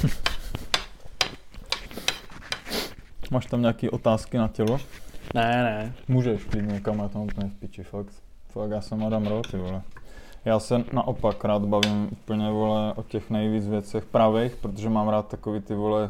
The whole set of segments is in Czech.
Máš tam nějaké otázky na tělo? Ne. Můžeš klidně, kam já tam úplně v piči, fakt. Fakt, já jsem Adam Roth, ty vole. Já se naopak rád bavím úplně, vole, o těch nejvíc věcech pravých, protože mám rád takový ty, vole,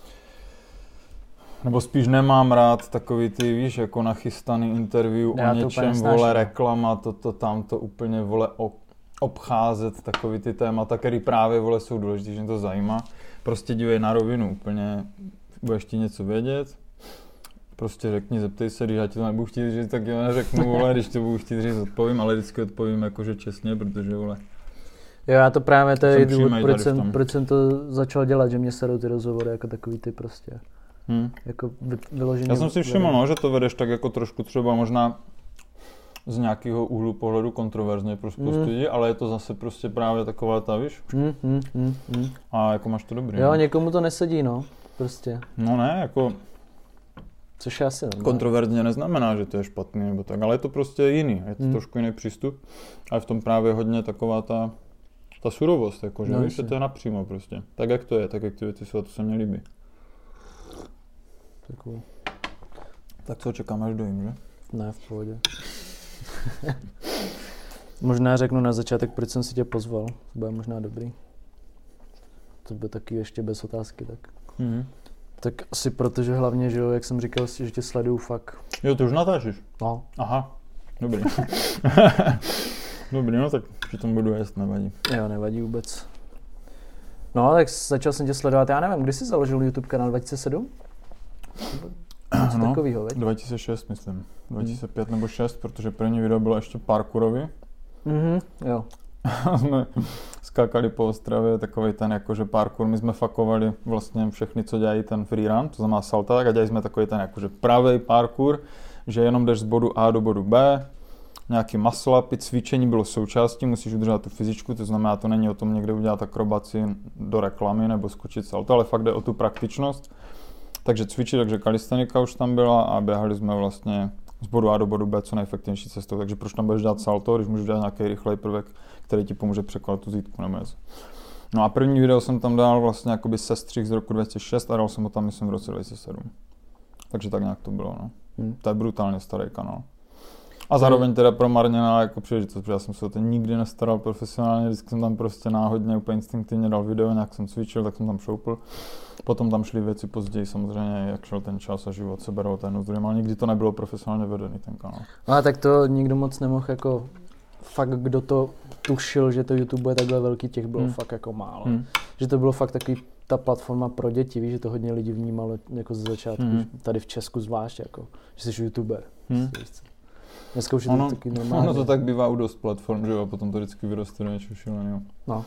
nebo spíš nemám rád takový ty, víš, jako nachystaný interview Já o něčem, vole, reklama, tamto úplně, vole, obcházet takový ty témata, který právě, vole, jsou důležitý, že mě to zajímá. Prostě dívej na rovinu, úplně, budeš ti něco vědět, prostě řekni, zeptej se, když já ti to nebudu chtít říct, tak já neřeknu, vole, když to budu chtít říct, odpovím, ale vždycky odpovím jakože čestně, protože, vole. Jo, já to právě, to je důvod, proč jsem to začal dělat, že mě serou ty rozhovory jako takový ty prostě. Jako vyloženě. Já jsem si všiml, no, že to vedeš tak jako trošku třeba možná z nějakého úhlu pohledu kontroverzně pro spoustu lidí, ale je to zase prostě právě taková ta, víš? A jako máš to dobrý. Jo, někomu to nesedí, no, prostě. No ne, jako... Což je asi normální. Kontroverzně neznamená, že to je špatný nebo tak, ale je to prostě jiný, je to trošku jiný přístup. A je v tom právě hodně taková ta surovost, jako, že víš, že to je napřímo prostě. Tak jak to je, tak jak ty věci jsou, a to se mně líbí. Takový. Tak co, čekám až dojím, že? Ne, v pohodě. Možná řeknu na začátek, proč jsem si tě pozval. To bude možná dobrý. To bude taky ještě bez otázky, tak. Tak asi protože hlavně, že jo, jak jsem říkal, že tě sleduju fakt. Jo, ty už natáčíš? No. Aha, dobrý. Dobrý, no tak přitom budu jíst, nevadí. Jo, nevadí vůbec. No, tak začal jsem tě sledovat, já nevím, kdy jsi založil YouTube kanál, 2007? No, takovýho, veď? 2006, myslím. 2005 nebo 6, protože první video bylo ještě parkourový. Jo. Jsme skákali po Ostravě, takovej ten jakože parkour, my jsme fakovali vlastně všechny, co dělají ten freerun, to znamená salta, a dělali jsme takový ten jakože pravý parkour, že jenom jdeš z bodu A do bodu B, nějaký muscle upy, cvičení bylo součástí, musíš udržet tu fyzičku, to znamená, to není o tom někde udělat akrobaci do reklamy nebo skočit salto, ale fakt jde o tu praktičnost. Takže cvičit, takže kalistenika už tam byla a běhali jsme vlastně z bodu A do bodu B co nejefektivnější cestou, takže proč tam budeš dělat salto, když můžeš dělat nějaký rychlej prvek, který ti pomůže překládat tu zítku nebo něco. No a první video jsem tam dal vlastně jakoby sestřih z roku 2006 a dal jsem ho tam myslím v roce 2007. Takže tak nějak to bylo, no. To je brutálně starý kanál. A zároveň teda promarněná jako příležitost, protože já jsem se o to nikdy nestaral profesionálně, vždycky jsem tam prostě náhodně, úplně instinktivně dal video, nějak jsem cvičil, tak jsem tam šoupl. Potom tam šly věci později samozřejmě, jak šel ten čas a život se berou ten zdrojem, ale nikdy to nebylo profesionálně vedený ten kanál. No a tak to nikdo moc nemohl jako, fakt kdo to tušil, že to YouTube je takhle velký, těch bylo fakt jako málo. Že to bylo fakt takový ta platforma pro děti, víš, že to hodně lidí vnímalo jako ze začátku, tady v Česku zvlášť, jako, že jsi YouTuber. Dneska už je to taky normální. Ono to tak bývá u dost platform, že jo, a potom to vždycky vyroste do něčeho šíleného.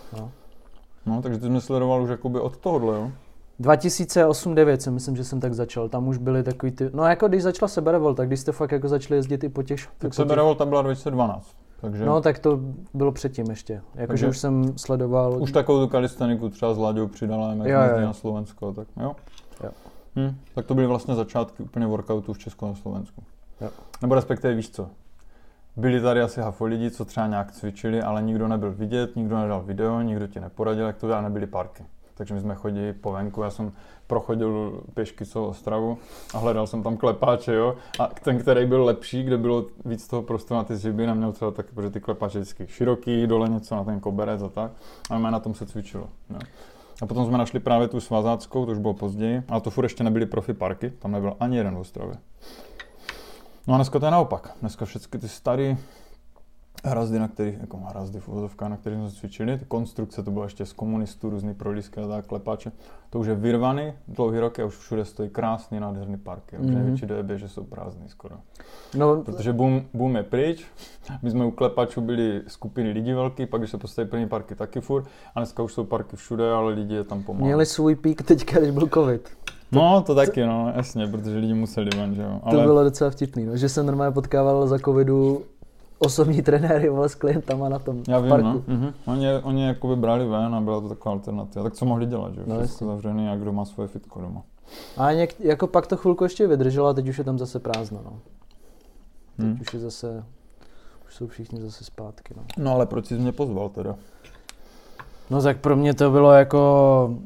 No, takže ty jsi mě sledoval už jakoby od tohohle, jo? 2008-2009 si myslím, že jsem tak začal, tam už byly takový ty, no jako když začala Seberevolta, když jste fakt jako začali jezdit i po těch... Tak Seberevolta byla 2012, takže... No tak to bylo předtím ještě, jakože už jsem sledoval... Už takovou tu kalisteniku třeba s Láďou přidala, jak jezdí na Slovensko, tak jo? Tak to byly vlastně začátky úplně workoutů v Česku a Slovensku. Jo. Nebo respektive víš co, byli tady asi hafo lidí, co třeba nějak cvičili, ale nikdo nebyl vidět, nikdo nedal video, nikdo ti neporadil, jak to dělá, nebyly parky. Takže my jsme chodili po venku, já jsem prochodil pěšky celou Ostravu a hledal jsem tam klepáče, jo. A ten, který byl lepší, kde bylo víc toho prostoru na ty zhyby, neměl třeba taky, protože ty klepáče vždycky široký, dole něco na ten koberec a tak. A na tom se cvičilo, jo. A potom jsme našli právě tu svazáckou, to už bylo později, ale to furt ještě nebyly profi parky, tam nebyl ani jeden v Ostravě. No a dneska to je naopak. Dneska všechny ty staré hrazdy, na kterých, jako hrazdy v uvozovkách, na kterých jsme cvičili, ty konstrukce, to bylo ještě z komunistů, různý prohlídky a tak, klepáče, to už je vyrvaný, dlouhý roky a už všude stojí krásný, nádherný parky. Už největší dojebě, že jsou prázdný skoro. No, protože boom je pryč, my jsme u klepačů byli skupiny lidí velký, pak když se postaví plný parky taky furt, a dneska už jsou parky všude, ale lidi je tam pomalu. Měli svůj pík teďka, když byl covid. No, to taky, no, jasně, protože lidi museli ven, že jo. Ale... To bylo docela vtipný, no, že jsem normálně potkával za covidu osobní trenéry s klientama na tom já vím, parku. No. Oni jakoby brali ven a byla to taková alternativa. Tak co mohli dělat, že jo? No, všechno zavřený a kdo má svoje fitko doma. A jako pak to chvilku ještě vydrželo a teď už je tam zase prázdno, no. Teď už je zase, už jsou všichni zase zpátky, no. No ale proč jsi mě pozval teda? No tak pro mě to bylo jako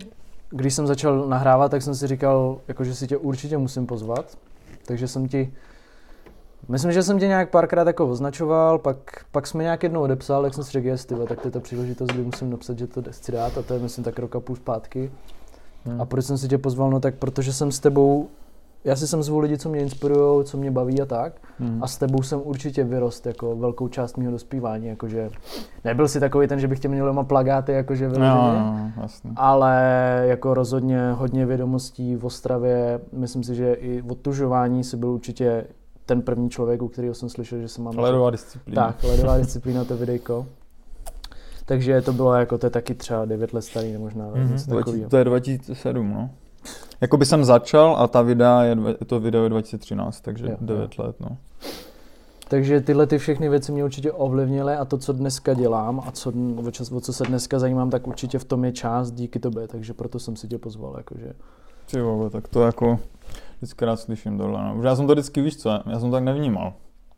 když jsem začal nahrávat, tak jsem si říkal, jako, že si tě určitě musím pozvat. Takže myslím, že jsem tě nějak párkrát jako označoval, pak jsme nějak jednou odepsal, tak jsem si řekl, tak to je ta příležitost, kdy musím napsat, že to chci dát, a to je myslím tak rok a půl zpátky. A proč jsem si tě pozval, no tak protože jsem s tebou, já si sem zvu lidi, co mě inspirujou, co mě baví a tak. A s tebou jsem určitě vyrost jako velkou část mého dospívání, jakože nebyl si takový ten, že bych tě měl doma plagáty, jakože vyloženě, ale jako rozhodně hodně vědomostí v Ostravě, myslím si, že i v otužování si byl určitě ten první člověk, u kterého jsem slyšel, že se mám... Ledová disciplína. Tak, ledová disciplína, to videjko. Takže to bylo jako, to je taky třeba 9 let starý, nebo možná něco takového. To je 2007, no. Jakoby jsem začal a to video je 2013, takže jo, 9 let, no. Takže tyhle ty všechny věci mě určitě ovlivnily a to, co dneska dělám a o co se dneska zajímám, tak určitě v tom je část díky tobě, takže proto jsem si tě pozval, jakože. Tyjo, tak to jako vždycky rád slyším tohle, no. Já jsem to vždycky, víš co, já jsem to tak nevnímal.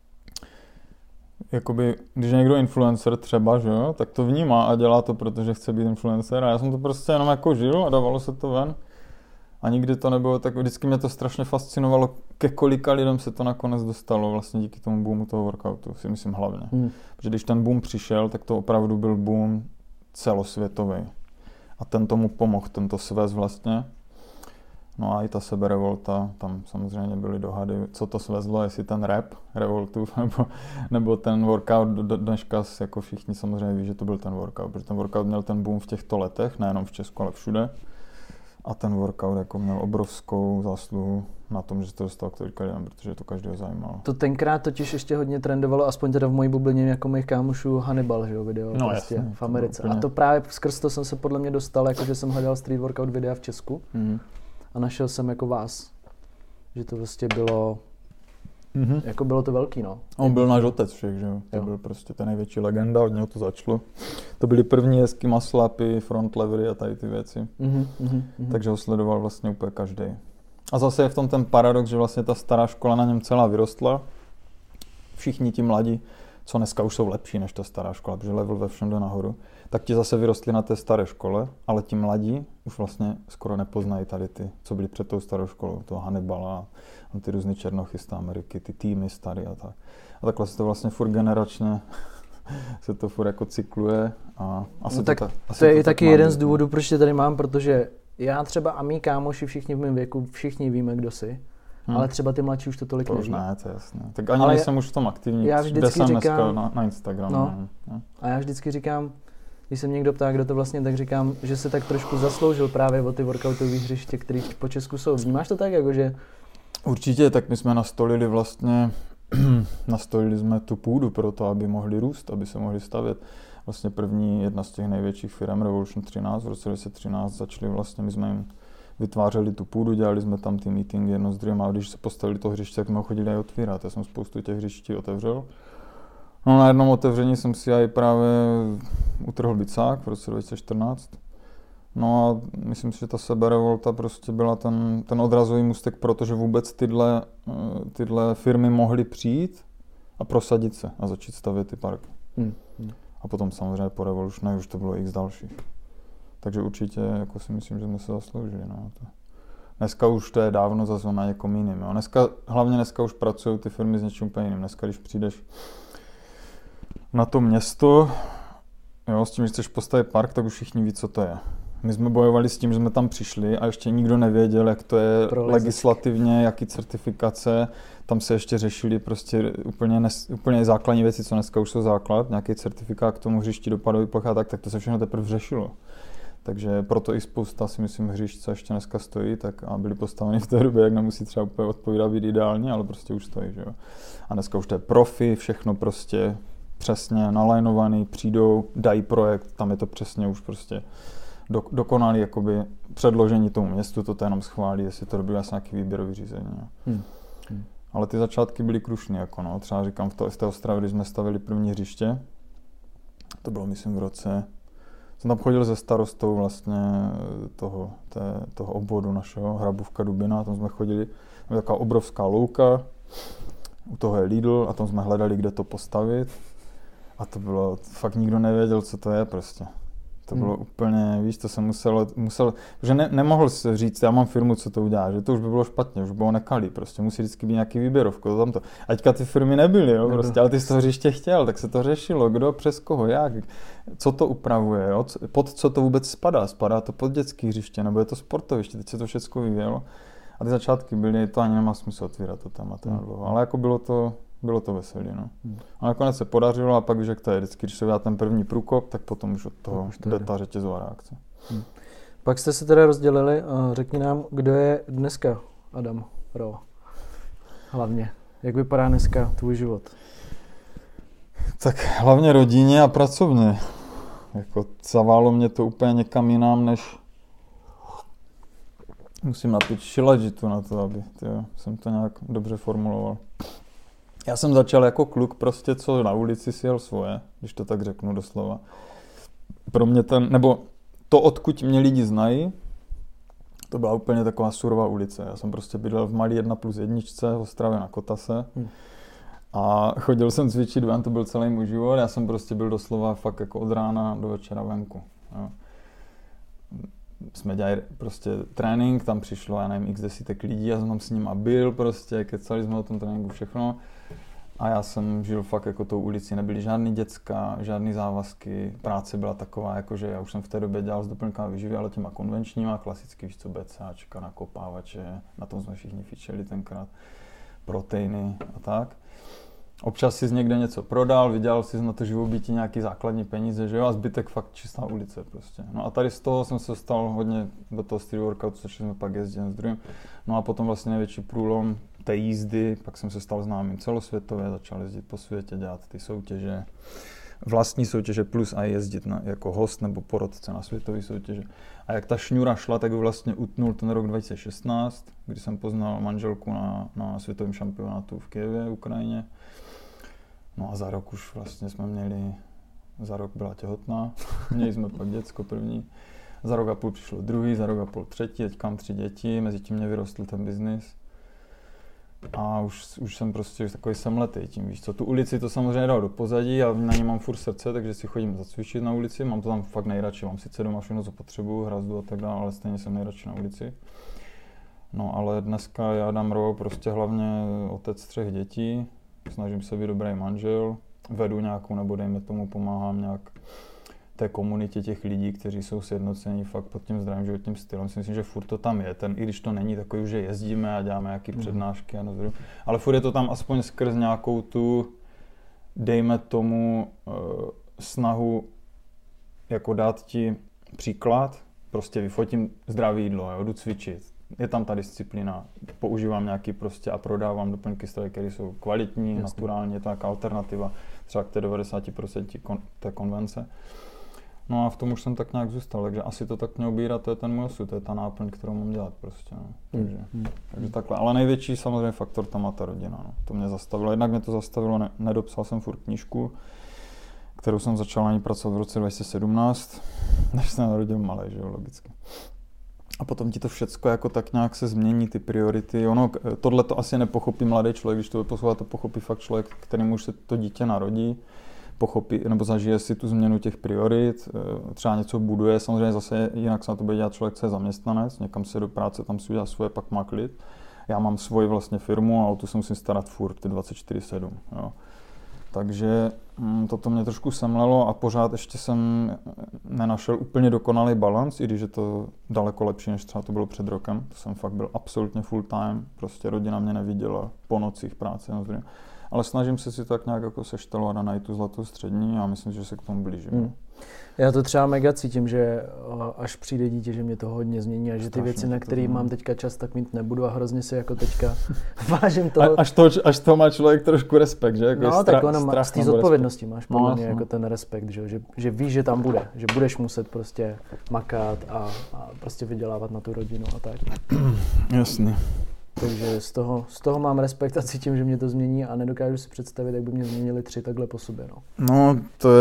Jakoby, když je někdo influencer třeba, že jo, tak to vnímá a dělá to, protože chce být influencer a já jsem to prostě jenom jako žil a dávalo se to ven. A nikdy to nebylo tak, vždycky mě to strašně fascinovalo, ke kolika lidem se to nakonec dostalo vlastně díky tomu boomu toho workoutu, si myslím hlavně. Protože když ten boom přišel, tak to opravdu byl boom celosvětový. A ten tomu pomohl, tento svez vlastně. No a i ta seberevolta, tam samozřejmě byly dohady, co to svezlo, jestli ten rap revoltu, nebo ten workout do dneška, jako všichni samozřejmě ví, že to byl ten workout, protože ten workout měl ten boom v těchto letech, nejenom v Česku, ale všude. A ten workout jako měl obrovskou zásluhu na tom, že se to dostalo k tolika lidem, protože to každého zajímalo. To tenkrát totiž ještě hodně trendovalo, aspoň teda v mojí bublině jako mých kámošů, Hannibal, že jo, video no, prostě jasný, v Americe. A to právě skrz to jsem se podle mě dostal, jakože jsem hledal street workout videa v Česku a našel jsem jako vás, že to prostě bylo, jako bylo to velký, no. On byl náš otec všech, že jo, to byl prostě ta největší legenda, od něho to začalo. To byly první hezký muscle-upy, front levery a tady ty věci. Takže ho sledoval vlastně úplně každý. A zase je v tom ten paradox, že vlastně ta stará škola na něm celá vyrostla. Všichni ti mladí, co dneska už jsou lepší než ta stará škola, protože level ve všem jde nahoru, tak ti zase vyrostli na té staré škole, ale ti mladí už vlastně skoro nepoznají tady ty, co byli před tou starou školou, toho Hannibala, ty různý černochy z Ameriky, ty týmy starý a tak. A takhle se to vlastně furt generačně se to furt jako cykluje. A asi no tak to je i taky jeden z důvodů, proč tě tady mám, protože já třeba a mý kámoši, všichni v mém věku, všichni víme, kdo jsi. Ale třeba ty mladší už to tolik neví. Ne, to je jasné. Tak ani nejsem už v tom aktivní, kde jsem dneska na Instagramu. No. A já vždycky říkám, když se mě někdo ptá, kdo to vlastně, tak říkám, že se tak trošku zasloužil právě o ty workoutové hřiště, které po Česku jsou. Vnímáš to tak, jakože? Určitě, tak my jsme nastolili jsme tu půdu pro to, aby mohli růst, aby se mohli stavět. Vlastně jedna z těch největších firm Revolution 13 v roce 2013 začali vlastně, my jsme jim vytvářeli tu půdu, dělali jsme tam ty meetingy jedno s druhým a když se postavili to hřiště, tak jsme ho chodili aj otvírat. Já jsem spoustu těch hřiští otevřel. No na jednom otevření jsem si aj právě utrhl bicák v roce 2014. No a myslím si, že ta seberevolta prostě byla ten odrazový můstek, protože vůbec tyhle firmy mohly přijít a prosadit se a začít stavět ty parky. A potom samozřejmě po Revolutionu už to bylo x dalších. Takže určitě jako si myslím, že jsme se zasloužili. No. Dneska už to je dávno zase na někom jiným. Jo. Hlavně dneska už pracují ty firmy s něčím úplně jiným. Dneska, když přijdeš na to město, jo, s tím, že chceš postavit park, tak už všichni ví, co to je. My jsme bojovali s tím, že jsme tam přišli a ještě nikdo nevěděl, jak to je legislativně, jaký certifikace. Tam se ještě řešili prostě úplně základní věci, co dneska už jsou základ. Nějaký certifikát k tomu hřišti dopadový ploch a tak to se všechno teprve řešilo. Takže proto i spousta, si myslím, hřišť, co ještě dneska stojí, tak a byly postaveny v té době, jak nemusí třeba úplně odpovídat být ideálně, ale prostě už stojí, že jo. A dneska už to je profi, všechno prostě přesně nalajnovaný, přijdou, dají projekt, tam je to přesně už prostě dokonalý jakoby předložení tomu městu, to jenom schválí, jestli to robí asi nějaký výběrový řízení. Ale ty začátky byly krušný, jako no. Třeba říkám, v té Ostravě, když jsme stavili první hřiště, to bylo myslím v roce, jsem tam chodil se starostou vlastně toho obvodu našeho, Hrabůvka Dubina, tam jsme chodili, byla taková obrovská louka, u toho je Lidl a tam jsme hledali, kde to postavit a to bylo, fakt nikdo nevěděl, co to je prostě. To bylo úplně, víš, to jsem musel že nemohl si říct, já mám firmu, co to udělá, že to už by bylo špatně, už by bylo nekalý, prostě musí vždycky být nějaký výběrovko, tamto. Aťka ty firmy nebyly, jo, prostě, ale ty z toho hřiště chtěl, tak se to řešilo, kdo, přes koho, jak, co to upravuje, jo, pod co to vůbec spadá, spadá to pod dětský hřiště, nebo je to sportoviště, teď se to všechno vyvíjelo. A ty začátky byly, to ani nemá smysl otvírat to téma, ale jako bylo to veselý, no. A nakonec se podařilo a pak už jak to je, vždycky, když se udělá ten první průkop, tak potom už od toho jde ta řetězová reakce. Pak jste se teda rozdělili a řekni nám, kdo je dneska Adam Ro. Hlavně, jak vypadá dneska tvůj život? Tak hlavně rodině a pracovně. Jako zaválo mě to úplně někam jinam, než musím napít šiladžitu na to, aby jsem to nějak dobře formuloval. Já jsem začal jako kluk prostě, co na ulici si jel svoje, když to tak řeknu doslova. Pro mě nebo to, odkud mě lidi znají, to byla úplně taková surová ulice. Já jsem prostě bydlel v malý 1+1 v Ostravě na Kotase a chodil jsem cvičit ven, to byl celý můj život. Já jsem prostě byl doslova fakt jako od rána do večera venku. Jo. Jsme dělali prostě trénink, tam přišlo, já nevím, x desítek lidí, já jsem tam s nima byl prostě, kecali jsme o tom tréninku všechno. A já jsem žil fakt jako tou ulici, nebyly žádný děcka, žádný závazky, práce byla taková, jakože já už jsem v té době dělal s doplňkové výživy, ale těma konvenčníma, klasicky, víš co, BCAčka, nakopávače, na tom jsme všichni fičeli tenkrát, proteiny a tak. Občas si někde něco prodal, vydělal si na to živobytí nějaký základní peníze, že jo, a zbytek fakt čistá ulice prostě. No a tady z toho jsem se dostal hodně do toho street workoutu, což jsme pak jezdili s druhým. No a potom vlastně největší průlom té jízdy, pak jsem se stal známým celosvětově, začal jezdit po světě, dělat ty soutěže, vlastní soutěže plus a jezdit jako host nebo porodce na světové soutěže. A jak ta šňůra šla, tak vlastně utnul ten rok 2016, kdy jsem poznal manželku na světovém šampionátu v Kyjevě, Ukrajině. No a za rok už vlastně za rok byla těhotná, měli jsme pak děcko první, za rok a půl přišlo druhý, za rok a půl třetí, teď mám 3 děti, mezi tím mě vyrostl ten biznis. A už jsem prostě takový semletej tím, víš co, tu ulici to samozřejmě dal do pozadí a na ní mám furt srdce, takže si chodím zacvičit na ulici, mám to tam fakt nejradši, mám sice doma všechno, co potřebuju, hrazdu a tak dále, ale stejně jsem nejradši na ulici. No ale dneska já Adam Ro, prostě hlavně otec 3 dětí, snažím se být dobrý manžel, vedu nějakou, nebo dejme tomu, pomáhám nějak té komunitě těch lidí, kteří jsou sjednocení fakt pod tím zdravým životním stylem. Myslím, že furt to tam je, i když to není takový, že jezdíme a děláme nějaké přednášky a nazvím, ale furt je to tam aspoň skrz nějakou tu, dejme tomu, snahu jako dát ti příklad, prostě vyfotím zdravé jídlo, jo, jdu cvičit. Je tam ta disciplína, používám nějaký prostě a prodávám doplňky stravy, které jsou kvalitní, naturální, je to nějaká alternativa, třeba k té 90% té konvence. No a v tom už jsem tak nějak zůstal, takže asi to tak mě obírá, to je ten můj osud, to je ta náplň, kterou mám dělat prostě, no. Takže takhle, ale největší samozřejmě faktor tam má ta rodina, no. To mě zastavilo, jednak mě to zastavilo, nedopsal jsem furt knížku, kterou jsem začal na ní pracovat v roce 2017, než jsem narodil malý, že jo, logicky. A potom ti to všecko jako tak nějak se změní, ty priority. Tohle to asi nepochopí mladý člověk, když to poslouchá, to pochopí fakt člověk, kterému už se to dítě narodí, pochopí, nebo zažije si tu změnu těch priorit, třeba něco buduje, samozřejmě zase jinak se na to bude dělat člověk, co je zaměstnanec, někam se do práce, tam si udělá svoje, pak má klid. Já mám svoji vlastně firmu a o tu se musím starat furt, 24/7, jo. Takže toto mě trošku semlelo a pořád ještě jsem nenašel úplně dokonalý balans, i když je to daleko lepší, než třeba to bylo před rokem. To jsem fakt byl absolutně full time, prostě rodina mě neviděla, po nocích práce, ale snažím se si to tak nějak jako seštelovat a najít tu zlatou střední a myslím, že se k tomu blížím. Já to třeba mega cítím, že až přijde dítě, že mě to hodně změní a že ty věci, na které mám teďka čas, tak mít nebudu a hrozně si jako teďka vážím toho. Až to má člověk trošku respekt, že? Jako no tak ono z té zodpovědnosti máš podle mě jako ten respekt, že víš, že tam bude, že budeš muset prostě makat a prostě vydělávat na tu rodinu a tak. Jasně. Takže z toho mám respekt a cítím, že mě to změní a nedokážu si představit, jak by mě změnili 3 takhle po sobě. No to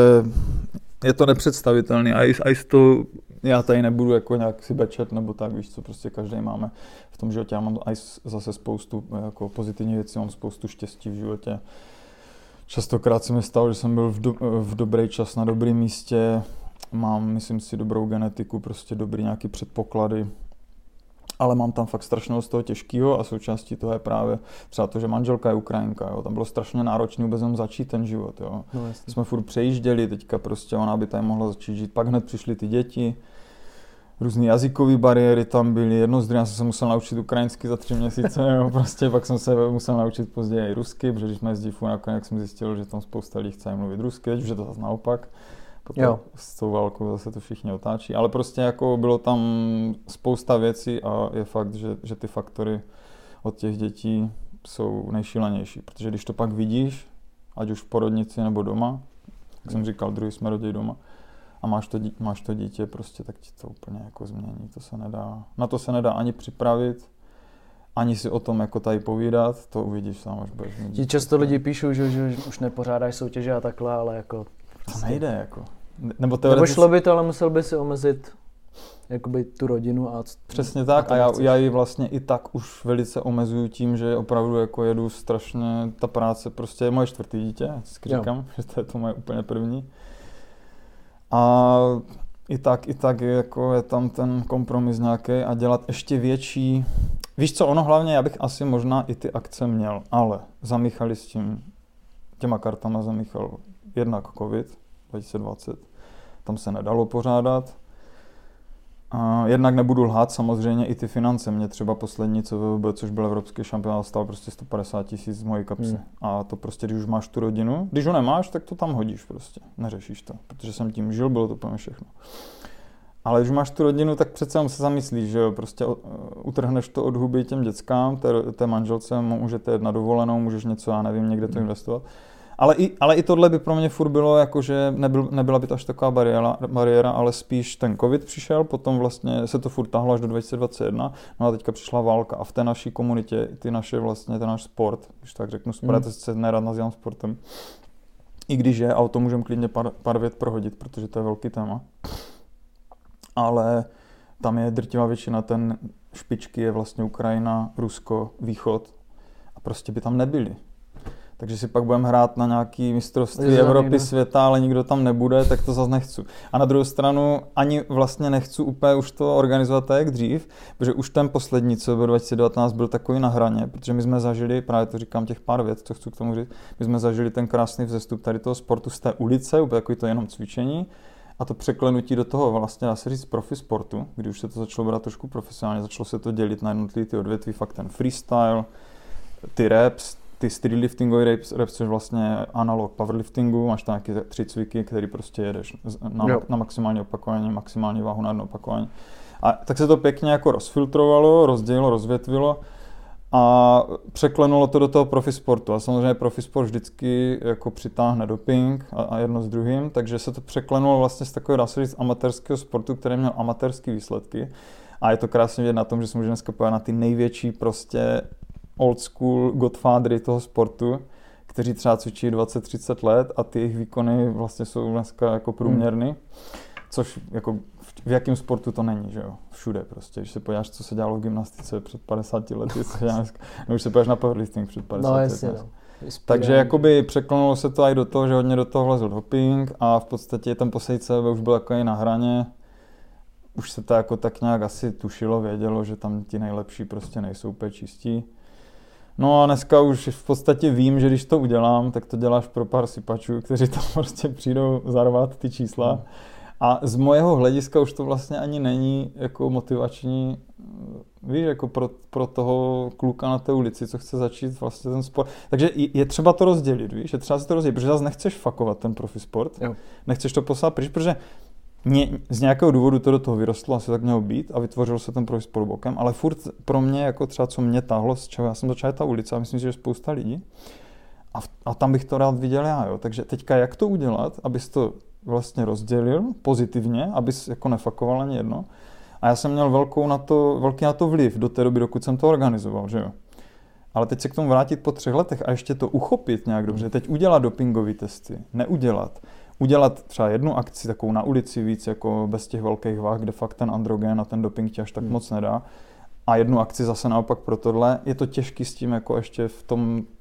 je to nepředstavitelný a to já tady nebudu jako nějak si bečet nebo tak, víš co, prostě každý máme v tom životě. Já mám zase spoustu jako pozitivních věcí, mám spoustu štěstí v životě. Častokrát se mi stalo, že jsem byl v dobrý čas na dobrém místě mám, myslím si, dobrou genetiku, prostě dobrý nějaký předpoklady, ale mám tam fakt strašného z toho těžkého a součástí toho je právě třeba to, že manželka je Ukrajinka, jo. Tam bylo strašně náročné vůbec začít ten život, jo. No, jsme furt přejížděli, teďka prostě ona by tady mohla začít žít, pak hned přišly ty děti, různé jazykové bariéry tam byly, jedno z druhým, já jsem se musel naučit ukrajinsky za 3 měsíce, jo, prostě pak jsem se musel naučit později i rusky, protože když jsme jezdili furt na koně, jsem zjistil, že tam spousta lidí chce mluvit rusky, teď už je to zase naopak. Potom s tou válkou zase to všichni otáčí, ale prostě jako bylo tam spousta věcí a je fakt, že ty faktory od těch dětí jsou nejšílenější, protože když to pak vidíš, ať už v porodnici nebo doma, jak jsem říkal, druhý jsme rodili doma, a máš to dítě, prostě tak ti to úplně jako změní, na to se nedá ani připravit, ani si o tom jako tady povídat, to uvidíš sám, až budeš mít. Ti často lidi píšou, že už nepořádáš soutěže a takhle, ale jako... To nejde jako. Nebo šlo by to, ale musel by si omezit jakoby tu rodinu a... Přesně tak a já ji vlastně i tak už velice omezuju tím, že opravdu jako jedu strašně, ta práce prostě je moje 4. dítě, vždycky říkám, že to je to moje úplně první. A i tak jako je tam ten kompromis nějaký a dělat ještě větší. Víš co, ono hlavně, já bych asi možná i ty akce měl, ale zamíchali s těma kartama zamíchal jednak covid 2020, tam se nedalo pořádat. A jednak nebudu lhát, samozřejmě i ty finance. Mě třeba poslední CVB, což byl evropský šampionát, stál prostě 150 000 z mojí kapsy. A to prostě, když už máš tu rodinu, když ho nemáš, tak to tam hodíš prostě. Neřešíš to, protože jsem tím žil, bylo to úplně všechno. Ale když máš tu rodinu, tak přece se zamyslíš, že jo, prostě utrhneš to od huby těm dětskám, té manželce, můžete jet na dovolenou, můžeš něco, já nevím, někde to investovat. Ale i tohle by pro mě furt bylo jako, že nebyla by to až taková bariéra, ale spíš ten covid přišel, potom vlastně se to furt tahlo až do 2021, no a teďka přišla válka a v té naší komunitě, ten náš sport, když tak řeknu, sport, to se nerad nazývám sportem, i když je, a o tom můžeme klidně pár vět prohodit, protože to je velký téma, ale tam je drtivá většina, ten špičky je vlastně Ukrajina, Rusko, Východ a prostě by tam nebyli. Takže si pak budeme hrát na nějaký mistrovství Evropy, světa, ale nikdo tam nebude, tak to zase nechci. A na druhou stranu ani vlastně nechci úplně už to organizovat tak jak dřív, protože už ten poslední, co byl 2019, byl takový na hraně, protože my jsme zažili, právě to říkám těch pár věc, co chci k tomu říct, my jsme zažili ten krásný vzestup tady toho sportu z té ulice, úplně takový to jenom cvičení, a to překlenutí do toho vlastně, dá se říct, profi sportu, kdy už se to začalo brát trošku profesionálně, začalo se to dělit na jednotlivé ty odvětví, fakt ten freestyle, ty raps, ty streetliftingový reps, což vlastně analog powerliftingu, máš tam nějaké 3 cviky, který prostě jedeš na maximální opakování, maximální váhu na jedno opakování. A tak se to pěkně jako rozfiltrovalo, rozdělilo, rozvětvilo a překlenulo to do toho profi sportu. A samozřejmě profi sport vždycky jako přitáhne doping a jedno s druhým, takže se to překlenulo vlastně z takového, dá se říct, amatérského sportu, který měl amatérské výsledky. A je to krásně vidět na tom, že se můžeme dneska podívat na ty největší prostě old school godfathery toho sportu, kteří třeba cvičí 20-30 let a ty jejich výkony vlastně jsou dneska jako průměrný, což jako v jakém sportu to není, že jo? Všude prostě. Když se podíváš, co se dělalo v gymnastice před 50 lety, no už se podíváš na powerlifting před 50 lety. Jasně, no. Takže jakoby překlonulo se to i do toho, že hodně do toho vlezl doping a v podstatě ten poslední CVB už byl takový na hraně. Už se to jako tak nějak asi tušilo, vědělo, že tam ti nejlepší prostě nejsou úplně čistí. No a dneska už v podstatě vím, že když to udělám, tak to děláš pro pár sypačů, kteří tam prostě přijdou zarvat ty čísla. A z mojeho hlediska už to vlastně ani není jako motivační, víš, jako pro toho kluka na té ulici, co chce začít vlastně ten sport. Takže je třeba to rozdělit, víš, je třeba si to rozdělit, protože zase nechceš fakovat ten profi sport, nechceš to poslat pryč, protože z nějakého důvodu to do toho vyrostlo, asi tak mělo být a vytvořil se ten profi sport bokem, ale furt pro mě, jako třeba co mě táhlo, z čeho já jsem začal ta ulice a myslím si, že spousta lidí a tam bych to rád viděl já, jo. Takže teďka jak to udělat, abys to vlastně rozdělil pozitivně, abys jako nefakoval ani jedno. A já jsem měl velký na to vliv do té doby, dokud jsem to organizoval, že jo. Ale teď se k tomu vrátit po 3 letech a ještě to uchopit nějak dobře, teď udělat dopingové testy, udělat třeba jednu akci takovou na ulici víc, jako bez těch velkých váh, kde fakt ten androgen a ten doping ti až tak moc nedá. A jednu akci zase naopak pro tohle. Je to těžký s tím jako ještě v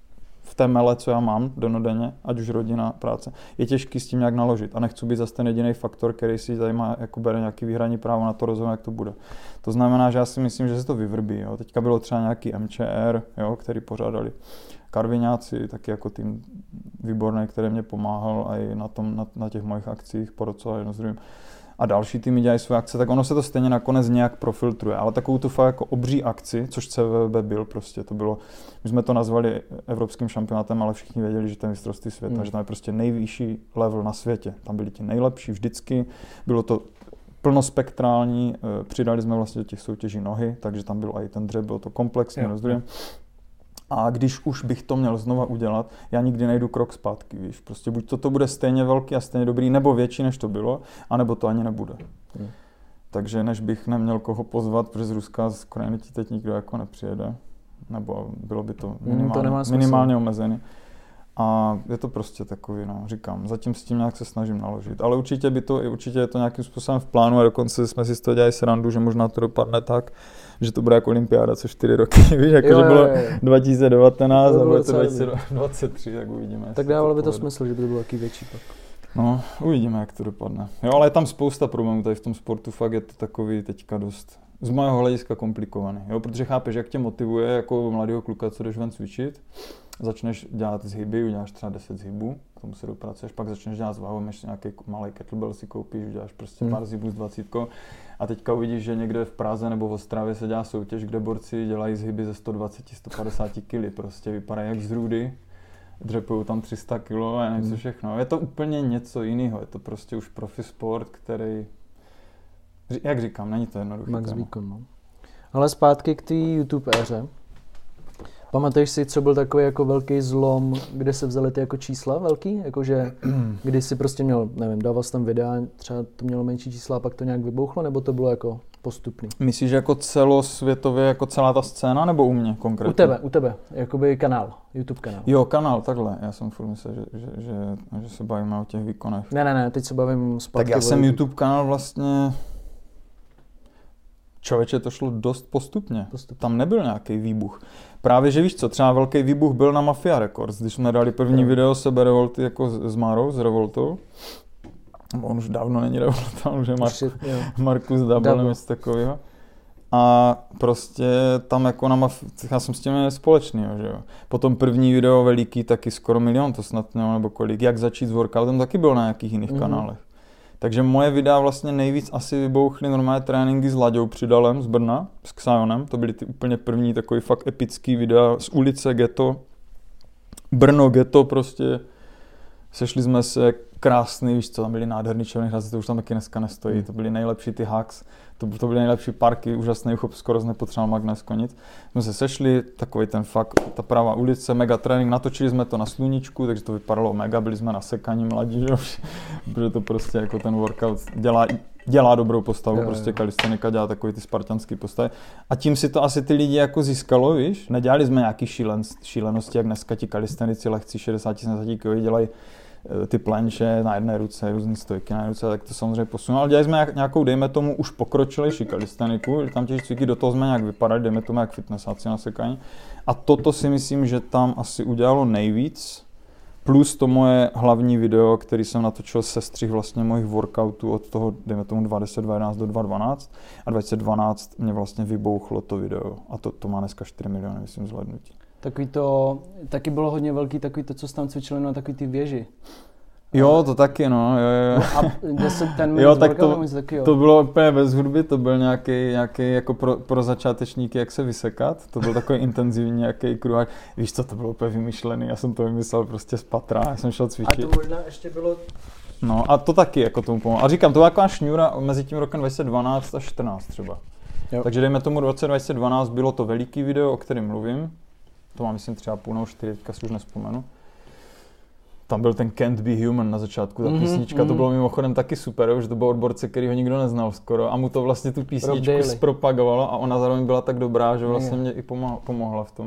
v té mele, co já mám denodenně, ať už rodina, práce, je těžký s tím nějak naložit a nechci být zase ten jediný faktor, který si tady má jako bere nějaký výhradní právo na to rozhodnout, jak to bude. To znamená, že já si myslím, že se to vyvrbí. Jo. Teďka bylo třeba nějaký MČR, jo, který pořádali Karviňáci, taky jako tým výborný, který mě pomáhal i na těch mojich akcích po roce a jedno s druhým. A další týmy dělají své akce, tak ono se to stejně nakonec nějak profiltruje. Ale takovou tu fakt jako obří akci, což CVB byl prostě, to bylo, my jsme to nazvali evropským šampionátem, ale všichni věděli, že to je mistrovství světa, že tam je prostě nejvyšší level na světě. Tam byli ti nejlepší vždycky, bylo to plnospektrální, přidali jsme vlastně do těch soutěží nohy, takže tam byl i ten dřep, bylo to komplexní rozdrujem. A když už bych to měl znova udělat, já nikdy nejdu krok zpátky, víš. Prostě buď to bude stejně velký a stejně dobrý, nebo větší, než to bylo, anebo to ani nebude. Takže než bych neměl koho pozvat, protože z Ruska, z Ukrajiny ti teď nikdo jako nepřijede, nebo bylo by to minimálně omezený. A je to prostě takový, no, říkám, zatím s tím nějak se snažím naložit. Ale určitě je to nějakým způsobem v plánu a dokonce jsme si z toho dělali srandu, že možná to dopadne tak, že to bude jako olympiáda co 4 roky, víš, jako že bylo 2019 a bude to 2023, tak uvidíme. Tak dávalo by to smysl, že by to bylo taky větší pak. No, uvidíme, jak to dopadne. Jo, ale je tam spousta problémů tady v tom sportu, fakt je to takový teďka dost z mého hlediska komplikovaný, jo, protože chápeš, jak tě motivuje jako mladého kluka, co jdeš ven cvičit, začneš dělat zhyby, uděláš třeba 10 zhybů, k tomu se dopracuješ, pak začneš dělat s váhou, máš nějaký malý kettlebell si koupíš, uděláš prostě pár zhybů s 20 a teďka uvidíš, že někde v Praze nebo v Ostravě se dělá soutěž, kde borci dělají zhyby ze 120-150 kg, prostě vypadají jak z růdy, dřepujou tam 300 kg a nevím co všechno. Je to úplně něco jiného, je to prostě už profi sport, který, jak říkám, není to jednoduché. Max výkon, no. Ale zpátky k té YouTube éře. Pamatuješ si, co byl takový jako velký zlom, kde se vzaly ty jako čísla velký? Jakože, když si prostě měl, nevím, dával jsi tam videa, třeba to mělo menší čísla a pak to nějak vybouchlo, nebo to bylo jako postupný? Myslíš jako celosvětově, jako celá ta scéna, nebo u mě konkrétně? U tebe, jakoby kanál, YouTube kanál. Jo, kanál, takhle. Já jsem furt myslel, že se bavíme o těch výkonech. Ne, teď se bavím zpátky. Tak já jsem YouTube kanál vlastně... Člověče, to šlo dost postupně. Tam nebyl nějaký výbuch. Právě, že víš co, třeba velký výbuch byl na Mafia Records, když jsme dali první video sebe Revolty jako s Márou, s Revoltou. On už dávno není Revolta, on už je Markus Double, něco takového. A prostě tam jako já jsem s tím měl společný, že jo. Potom první video veliký, taky skoro 1 milion, to snad mělo, nebo kolik, jak začít s workoutem, taky byl na nějakých jiných kanálech. Takže moje videa vlastně nejvíc asi vybouchly normálně tréninky s Laďou Přidalem z Brna, s Xayonem. To byly ty úplně první takový fakt epický videa z ulice ghetto. Brno ghetto prostě. Sešli jsme se, krásný, víš co, tam byly nádherný červený hrazy, to už tam taky dneska nestojí. To byly nejlepší ty hacks, to byly nejlepší parky, úžasný uchop, skoro nepotřeboval Magnes konit. Jsme se sešli, takový ten fakt, ta pravá ulice, mega trénink, natočili jsme to na sluníčku, takže to vypadalo mega, byli jsme nasekaní mladí, že? Protože to prostě jako ten workout dělá dobrou postavu, prostě kalistenika dělá takový ty spartanský postavy. A tím si to asi ty lidi jako získalo, víš? Nedělali jsme nějaký šílenosti, jak dneska ti kalistenici lehcí 60-70 kg dělají ty planče na jedné ruce, různý stojky na jedné ruce, tak to samozřejmě posunulo. Ale dělali jsme nějakou, dejme tomu, už pokročilejší kalisteniku, tam těch cviky, do toho jsme nějak vypadali, dejme tomu jak fitnessáci na sekání. A toto si myslím, že tam asi udělalo nejvíc, plus to moje hlavní video, který jsem natočil sestřih vlastně mojich workoutů od toho, dejme tomu 2011 do 2012 a 2012 mě vlastně vybouchlo to video a to má dneska 4 miliony, myslím, zhlédnutí. Takový to, taky bylo hodně velký, takový to, co jsi tam cvičili na takový ty věži. Jo, to taky, no, jo. No a 10 ten jo, tak to bylo úplně bez hudby, to byl nějaký jako pro začátečníky, jak se vysekat. To byl takový intenzivní nějaký kruháč. Víš co, to bylo úplně vymyšlený, já jsem to vymyslel prostě z patra, já jsem šel cvičit. A to možná ještě bylo... No a to taky jako tomu pomohlo. A říkám, to byla taková šňůra mezi tím rokem 2012 a 2014 třeba. Jo. Takže dejme tomu v roce 2012 bylo to veliký video, o kterém mluvím. To mám myslím třeba půl nebo 4, teďka si už nespomenu. Tam byl ten Can't Be Human na začátku, ta písnička, to bylo mimochodem taky super, že to byl odborce, který ho nikdo neznal skoro a mu to vlastně tu písničku zpropagovalo a ona zároveň byla tak dobrá, že vlastně mě i pomohla v tom.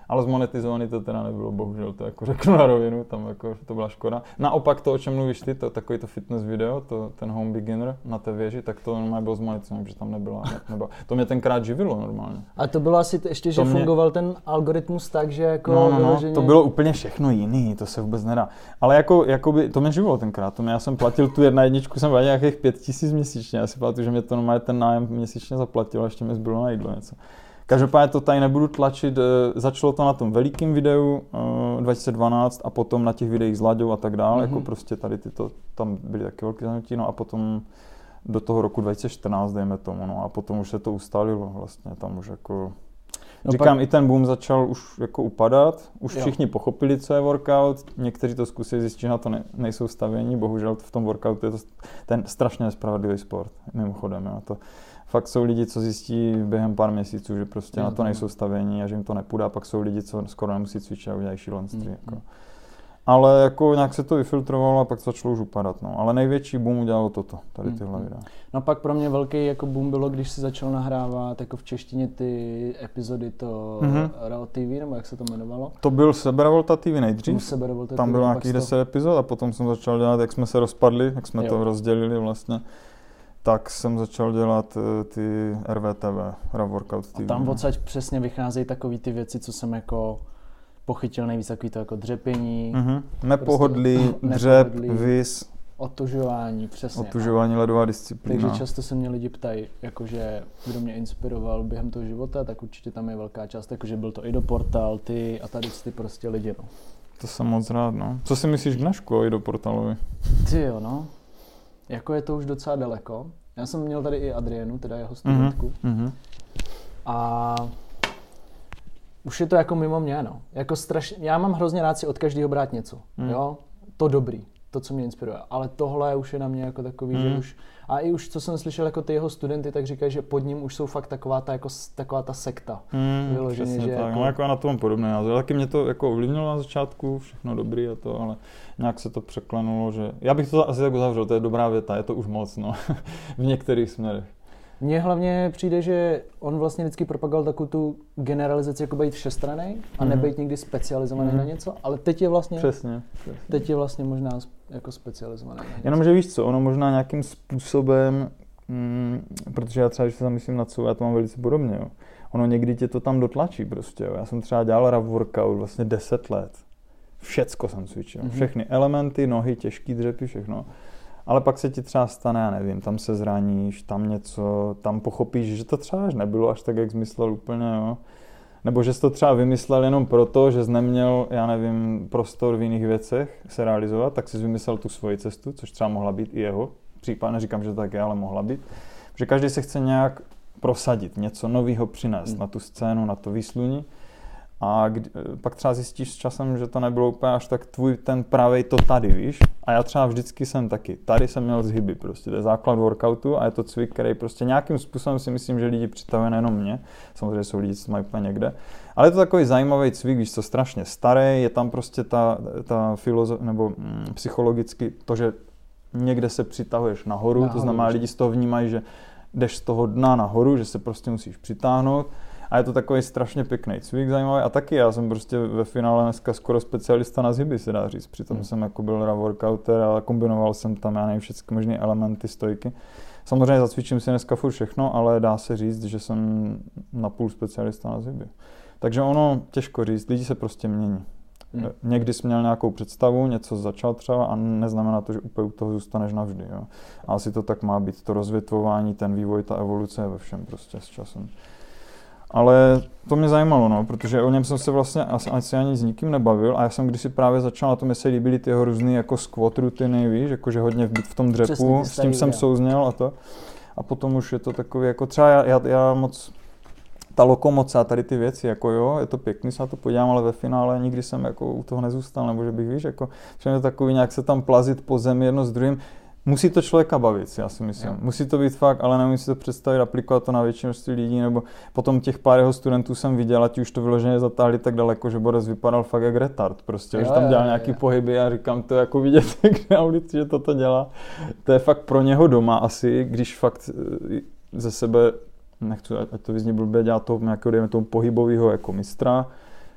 Ale zmonetizovaný to teda nebylo, bohužel, to jako řeknu na rovinu, tam jako to byla škoda. Naopak to, o čem mluvíš ty, to takový to fitness video, ten home beginner na té věži, tak to normálně bylo zmonetizované, protože tam nebyla. To mě tenkrát živilo normálně. A to bylo asi ještě, že fungoval ten algoritmus tak, že jako... No, to bylo úplně všechno jiný, to se vůbec nedá. Ale jakoby, to mě živilo tenkrát, já jsem platil tu 1.1, jsem platil nějakých 5 000 měsíčně, já si pamatuju, že mě to normálně ten nájem měsíčně zaplatil, a ještě mi zbylo na jídlo něco. Každopádně to tady nebudu tlačit, začalo to na tom velikém videu 2012 a potom na těch videích s Láďou a tak dále, jako prostě tady tyto, tam byly taky velké zanutí, no a potom do toho roku 2014, dejme tomu, no a potom už se to ustálilo vlastně, tam už jako... No říkám, i ten boom začal už jako upadat, už všichni pochopili, co je workout, někteří to zkusili zjistit, že na to nejsou stavění, bohužel v tom workoutu je to ten strašně nespravedlivý sport, mimochodem, jo, to fakt jsou lidi, co zjistí během pár měsíců, že prostě na to nejsou stavění a že jim to nepůjde, a pak jsou lidi, co skoro nemusí cvičit a udělají šílenství, jako. Ale jako nějak se to vyfiltrovalo a pak začalo už upadat, no. Ale největší boom udělalo toto, tady tyhle videa. No pak pro mě velký jako boom bylo, když si začal nahrávat jako v češtině ty epizody to Raw TV, nebo jak se to jmenovalo? To byl Seberevolta TV nejdřív, tam bylo nějakých 10 epizod a potom jsem začal dělat, jak jsme se rozpadli, jak jsme to rozdělili vlastně. Tak jsem začal dělat ty RVTV, Raw Workout TV. A tam odsaď přesně vycházejí takový ty věci, co jsem jako pochytil nejvíc, takový to jako dřepění. Nepohodlí, dřep, vis. Otužování, přesně. Otužování, ledová disciplína. Takže často se mě lidi ptají, jakože kdo mě inspiroval během toho života, tak určitě tam je velká část, jakože byl to Ido Portal, ty a tady ty prostě lidi, no. To jsem moc rád, no. Co si myslíš dnešku o Ido Portalovi? Ty jo, no. Jako je to už docela daleko. Já jsem měl tady i Adrienu, teda jeho studentku. A už je to jako mimo mě, no. Jako strašně, já mám hrozně rád si od každého brát něco, jo. To dobrý, to, co mě inspiruje. Ale tohle už je na mě jako takový, že už... A i už, co jsem slyšel jako ty jeho studenty, tak říkají, že pod ním už jsou fakt taková ta sekta. Vyloženě, že tak. Jako... No, jako já na tom podobný názor. Taky mě to jako ovlivnilo na začátku, všechno dobrý a to, ale nějak se to překlenulo, že... Já bych to asi tak uzavřel, to je dobrá věta, je to už moc, no. V některých směrech. Mně hlavně přijde, že on vlastně vždycky propagoval takovou tu generalizaci, jako být všestranný a nebejt nikdy specializovaný na něco, ale teď je vlastně, teď je vlastně možná jako specializovaný na něco. Jenomže víš co, ono možná nějakým způsobem, protože já třeba, když se zamyslím nad sebou, já to mám velice podobně, jo. Ono někdy tě to tam dotlačí prostě, jo. Já jsem třeba dělal Raw Workout vlastně 10 let. Všecko jsem cvičil, všechny elementy, nohy, těžký dřepy, všechno. Ale pak se ti třeba stane, já nevím, tam se zraníš, tam něco, tam pochopíš, že to třeba až nebylo až tak, jak jsi myslel úplně, jo. Nebo že jsi to třeba vymyslel jenom proto, že jsi neměl, já nevím, prostor v jiných věcech se realizovat, tak jsi vymyslel tu svoji cestu, což třeba mohla být i jeho. Případně neříkám, že to tak je, ale mohla být. Že každý se chce nějak prosadit, něco nového přinést na tu scénu, na to výsluní. A pak třeba zjistíš s časem, že to nebylo úplně až tak tvůj ten pravej to tady, víš? A já třeba vždycky jsem taky. Tady jsem měl zhyby prostě, to je základ workoutu a je to cvik, který prostě nějakým způsobem si myslím, že lidi přitahuje nejenom mě. Samozřejmě jsou lidi, co mají úplně někde. Ale je to takový zajímavý cvik, víš co, strašně starý, je tam prostě ta nebo psychologicky to, že někde se přitahuješ nahoru, to znamená, lidi z toho vnímají, že jdeš z toho dna nahoru, že se prostě musíš přitáhnout. A je to takový strašně pěkný cvik, zajímavý. A taky já jsem prostě ve finále dneska skoro specialista na zhyby, se dá říct. Přitom jsem jako byl Raw workouter a kombinoval jsem tam, já nevím, všechny možné elementy, stojky. Samozřejmě zacvičím si dneska furt všechno, ale dá se říct, že jsem napůl specialista na zhyby. Takže ono, těžko říct, lidi se prostě mění. Někdy jsi měl nějakou představu, něco začal třeba a neznamená to, že úplně u toho zůstaneš navždy. Jo. A asi to tak má být. To rozvětvování, ten vývoj, ta evoluce je ve všem prostě s časem. Ale to mě zajímalo, no, protože o něm jsem se vlastně asi ani s nikým nebavil a já jsem kdysi právě začal na tom, jestli líbily ty jeho různý jako squat rutiny, víš, jakože hodně být v tom dřepu, s tím jsem souzněl a to. A potom už je to takový, jako třeba já moc, ta lokomoce a tady ty věci, jako jo, je to pěkný, se na to podívám, ale ve finále nikdy jsem jako u toho nezůstal, nebo že bych, víš, jako všechno takový nějak se tam plazit po zemi jedno s druhým. Musí to člověka bavit, já si myslím. Jo. Musí to být fakt, ale nemůžu si to představit, aplikovat to na většinu lidí, nebo potom těch pár jeho studentů jsem viděl, a ti už to vyloženě zatáhli tak daleko, že Boris vypadal fakt jak retard, prostě, že tam dělal nějaký pohyby a říkám to jako vidět na ulici, že toto dělá. To je fakt pro něho doma asi, když fakt ze sebe, nechci, ať to vyzní blbě, dělá toho nějakého, dejme tomu pohybového jako mistra,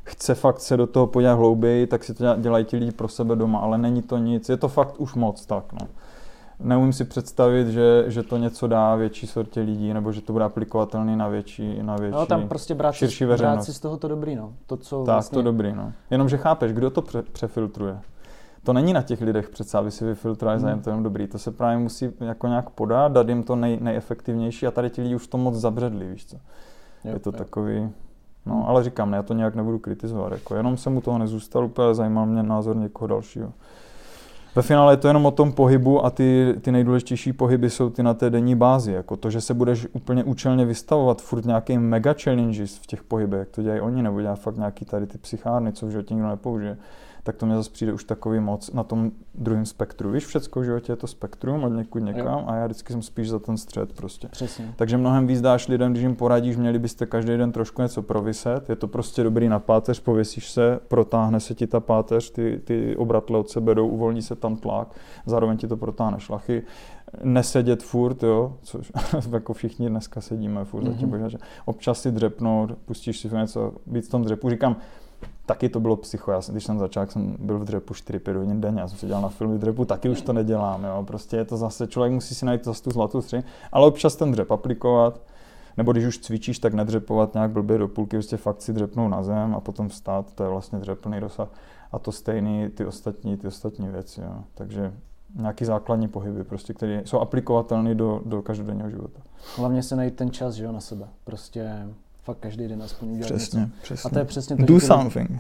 chce fakt se do toho podívat hlouběji, tak si to dělají ti lidi pro sebe doma, ale není to nic, je to fakt už moc tak, no. Neumím si představit, že to něco dá větší sortě lidí, nebo že to bude aplikovatelný na větší no, tam prostě širší veřejnost. Brát si z toho to dobrý, no. To, co tak, vlastně... to dobrý, no. Jenomže chápeš, kdo to přefiltruje. To není na těch lidech přece, aby si vyfiltrovali zájem, to jenom dobrý. To se právě musí jako nějak podat, dát jim to nejefektivnější a tady ti lidi už to moc zabředli, víš co. Je to takový, no ale říkám, ne, já to nějak nebudu kritizovat, jako, jenom jsem u toho nezůstal, úplně zajímal mě názor někoho dalšího. Ve finále je to jenom o tom pohybu a ty nejdůležitější pohyby jsou ty na té denní bázi. Jako to, že se budeš úplně účelně vystavovat furt nějakým mega challenges v těch pohybech, jak to dělají oni, nebo dělá fakt nějaký tady ty psychárny, co v životě nikdo nepoužije, tak to mě zase přijde už takový moc na tom druhém spektru. Víš, všecko v životě je to spektrum od někud někam a já vždycky jsem spíš za ten střed prostě. Přesně. Takže mnohem víc dáš lidem, když jim poradíš, měli byste každý den trošku něco proviset. Je to prostě dobrý na páteř, pověsíš se, protáhne se ti ta páteř, ty obratle od sebe jdou, uvolní se tam tlak, zároveň ti to protáhne šlachy. Nesedět furt, jo, což jako všichni dneska sedíme furt za tím božáče. Občas si dřepnout, pustíš si něco víc v tom dřepu. Říkám, taky to bylo psycho. Když jsem začal, jsem byl v dřepu 4-5 hodin denně. Já jsem se dělal na film v dřepu, taky už to nedělám. Jo. Prostě je to zase, člověk musí si najít zase tu zlatou střední, ale občas ten dřep aplikovat. Nebo když už cvičíš, tak nedřepovat nějak blbě do půlky, prostě fakt si dřepnout na zem a potom vstát, to je vlastně dřepný rozsah. A to stejný ty ostatní věci. Jo. Takže nějaký základní pohyby, prostě, které jsou aplikovatelné do každodenního života. Hlavně se najít ten čas, že jo, na sebe. Prostě fakt každý den aspoň udělat přesně, něco. Přesně. A to je přesně to, do something.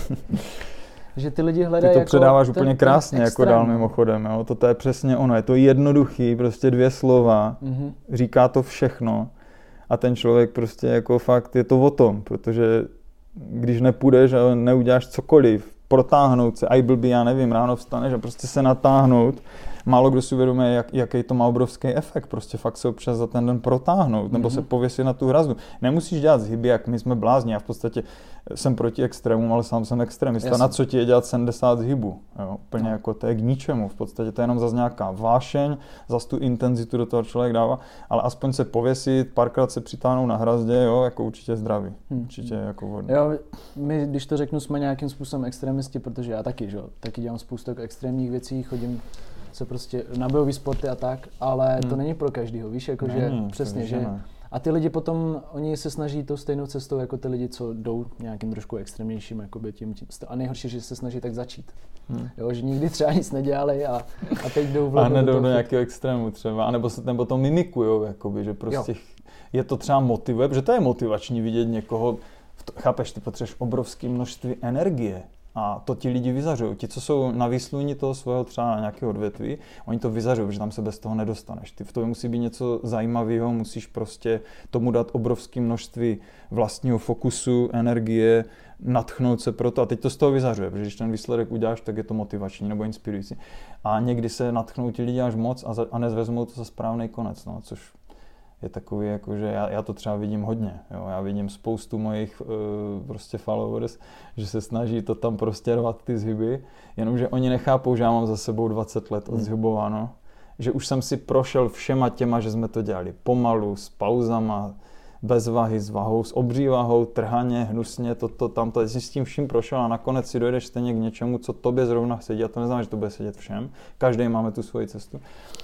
Že ty lidi hledají ty to jako předáváš úplně krásně ten jako dál mimochodem, jo. To je přesně ono, je to jednoduchý, prostě 2 slova, říká to všechno a ten člověk prostě jako fakt je to o tom, protože když nepůjdeš a neuděláš cokoliv, protáhnout se, aj blbý, já nevím, ráno vstaneš a prostě se natáhnout. Málo kdo si uvědomuje, jaký to má obrovský efekt. Prostě fakt se občas za ten den protáhnout, nebo se pověsit na tu hrazdu. Nemusíš dělat zhyby, jak my jsme blázni. Já v podstatě jsem proti extrémům, ale sám jsem extremista. Jasně. Na co ti je dělat 70 zhybů? Jo, úplně jako to je k ničemu. V podstatě to je jenom zase nějaká vášeň, zase tu intenzitu do toho člověk dává, ale aspoň se pověsit, párkrát se přitáhnout na hrazdě, jo, jako určitě zdravý. Určitě jako vhodný. Jo, my, když to řeknu, jsme nějakým způsobem extremisti, protože já taky, že jo, taky dělám spoustu extrémních věcí, chodím se prostě na bojový sporty a tak, ale to není pro každýho, víš, jakože přesně, že a ty lidi potom, oni se snaží tou stejnou cestou jako ty lidi, co jdou nějakým trošku extrémnějším, jakoby tím a nejhorší, že se snaží tak začít. Jo, že nikdy třeba nic nedělali a teď jdou v a nedou do nějakého extrému třeba, anebo to mimikujou, jakoby, že prostě je to třeba motivuje, protože to je motivační vidět někoho, chápeš, ty potřebuješ obrovské množství energie. A to ti lidi vyzařují. Ti, co jsou na výsluní toho svého třeba nějakého odvětví, oni to vyzařují, protože tam se bez toho nedostaneš. Ty v tom musí být něco zajímavého, musíš prostě tomu dát obrovské množství vlastního fokusu, energie, nadchnout se pro to. A teď to z toho vyzařuje, protože když ten výsledek uděláš, tak je to motivační nebo inspirující. A někdy se nadchnou ti lidi až moc a nezvezmou to za správný konec, no, což je takový, jakože já to třeba vidím hodně, jo. Já vidím spoustu mojich prostě followers, že se snaží to tam prostě rvat ty zhyby, jenomže oni nechápou, že já mám za sebou 20 let odzhybováno, že už jsem si prošel všema těma, že jsme to dělali pomalu, s pauzama, bez váhy, s váhou, s obří váhou, trhaně, hnusně, tamto, jsi s tím vším prošel a nakonec si dojdeš stejně k něčemu, co tobě zrovna sedí, a to neznamená, že to bude sedět všem, každý máme tu svoji cestu.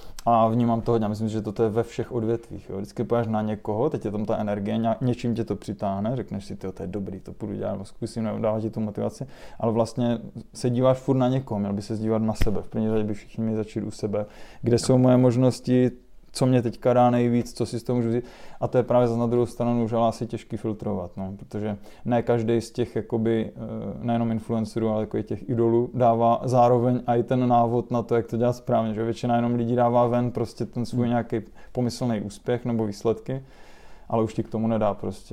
A vnímám to hodně, myslím, že to je ve všech odvětvích. Jo. Vždycky půjdeš na někoho, teď je tam ta energie, něčím tě to přitáhne, řekneš si, to je dobrý, to půjdu dělat, zkusím, dává ti tu motivaci, ale vlastně se díváš furt na někoho, měl by se dívat na sebe. V první řadě by všichni měli začít u sebe, kde jsou moje možnosti, co mě teďka dá nejvíc, co si z toho můžu vzít. A to je právě na druhou stranu už asi těžký filtrovat, no, protože ne každý z těch jakoby, nejenom influencerů, ale jako i těch idolů dává zároveň i ten návod na to, jak to dělat správně, že většina jenom lidí dává ven prostě ten svůj nějaký pomyslný úspěch nebo výsledky, ale už ti k tomu nedá prostě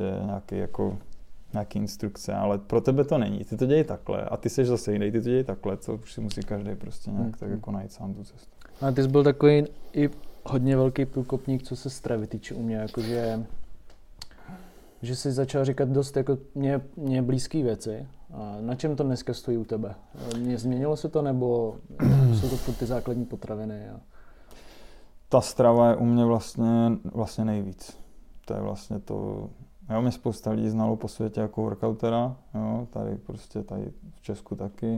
nějaký instrukce, ale pro tebe to není, ty to dějí takhle a ty seš zase jiný, ty to dějí takhle, co už si musí každý prostě nějak tak jako najít sám tu cestu. A ty jsi byl takový i hodně velký průkopník, co se stravy týče u mě, jakože že jsi začal říkat dost jako mě blízké věci. A na čem to dneska stojí u tebe? Změnilo se to, nebo jsou to ty základní potraviny? Ta strava je u mě vlastně nejvíc. To je vlastně to, Jo, mě spousta lidí znalo po světě jako workoutera, jo, tady v Česku taky,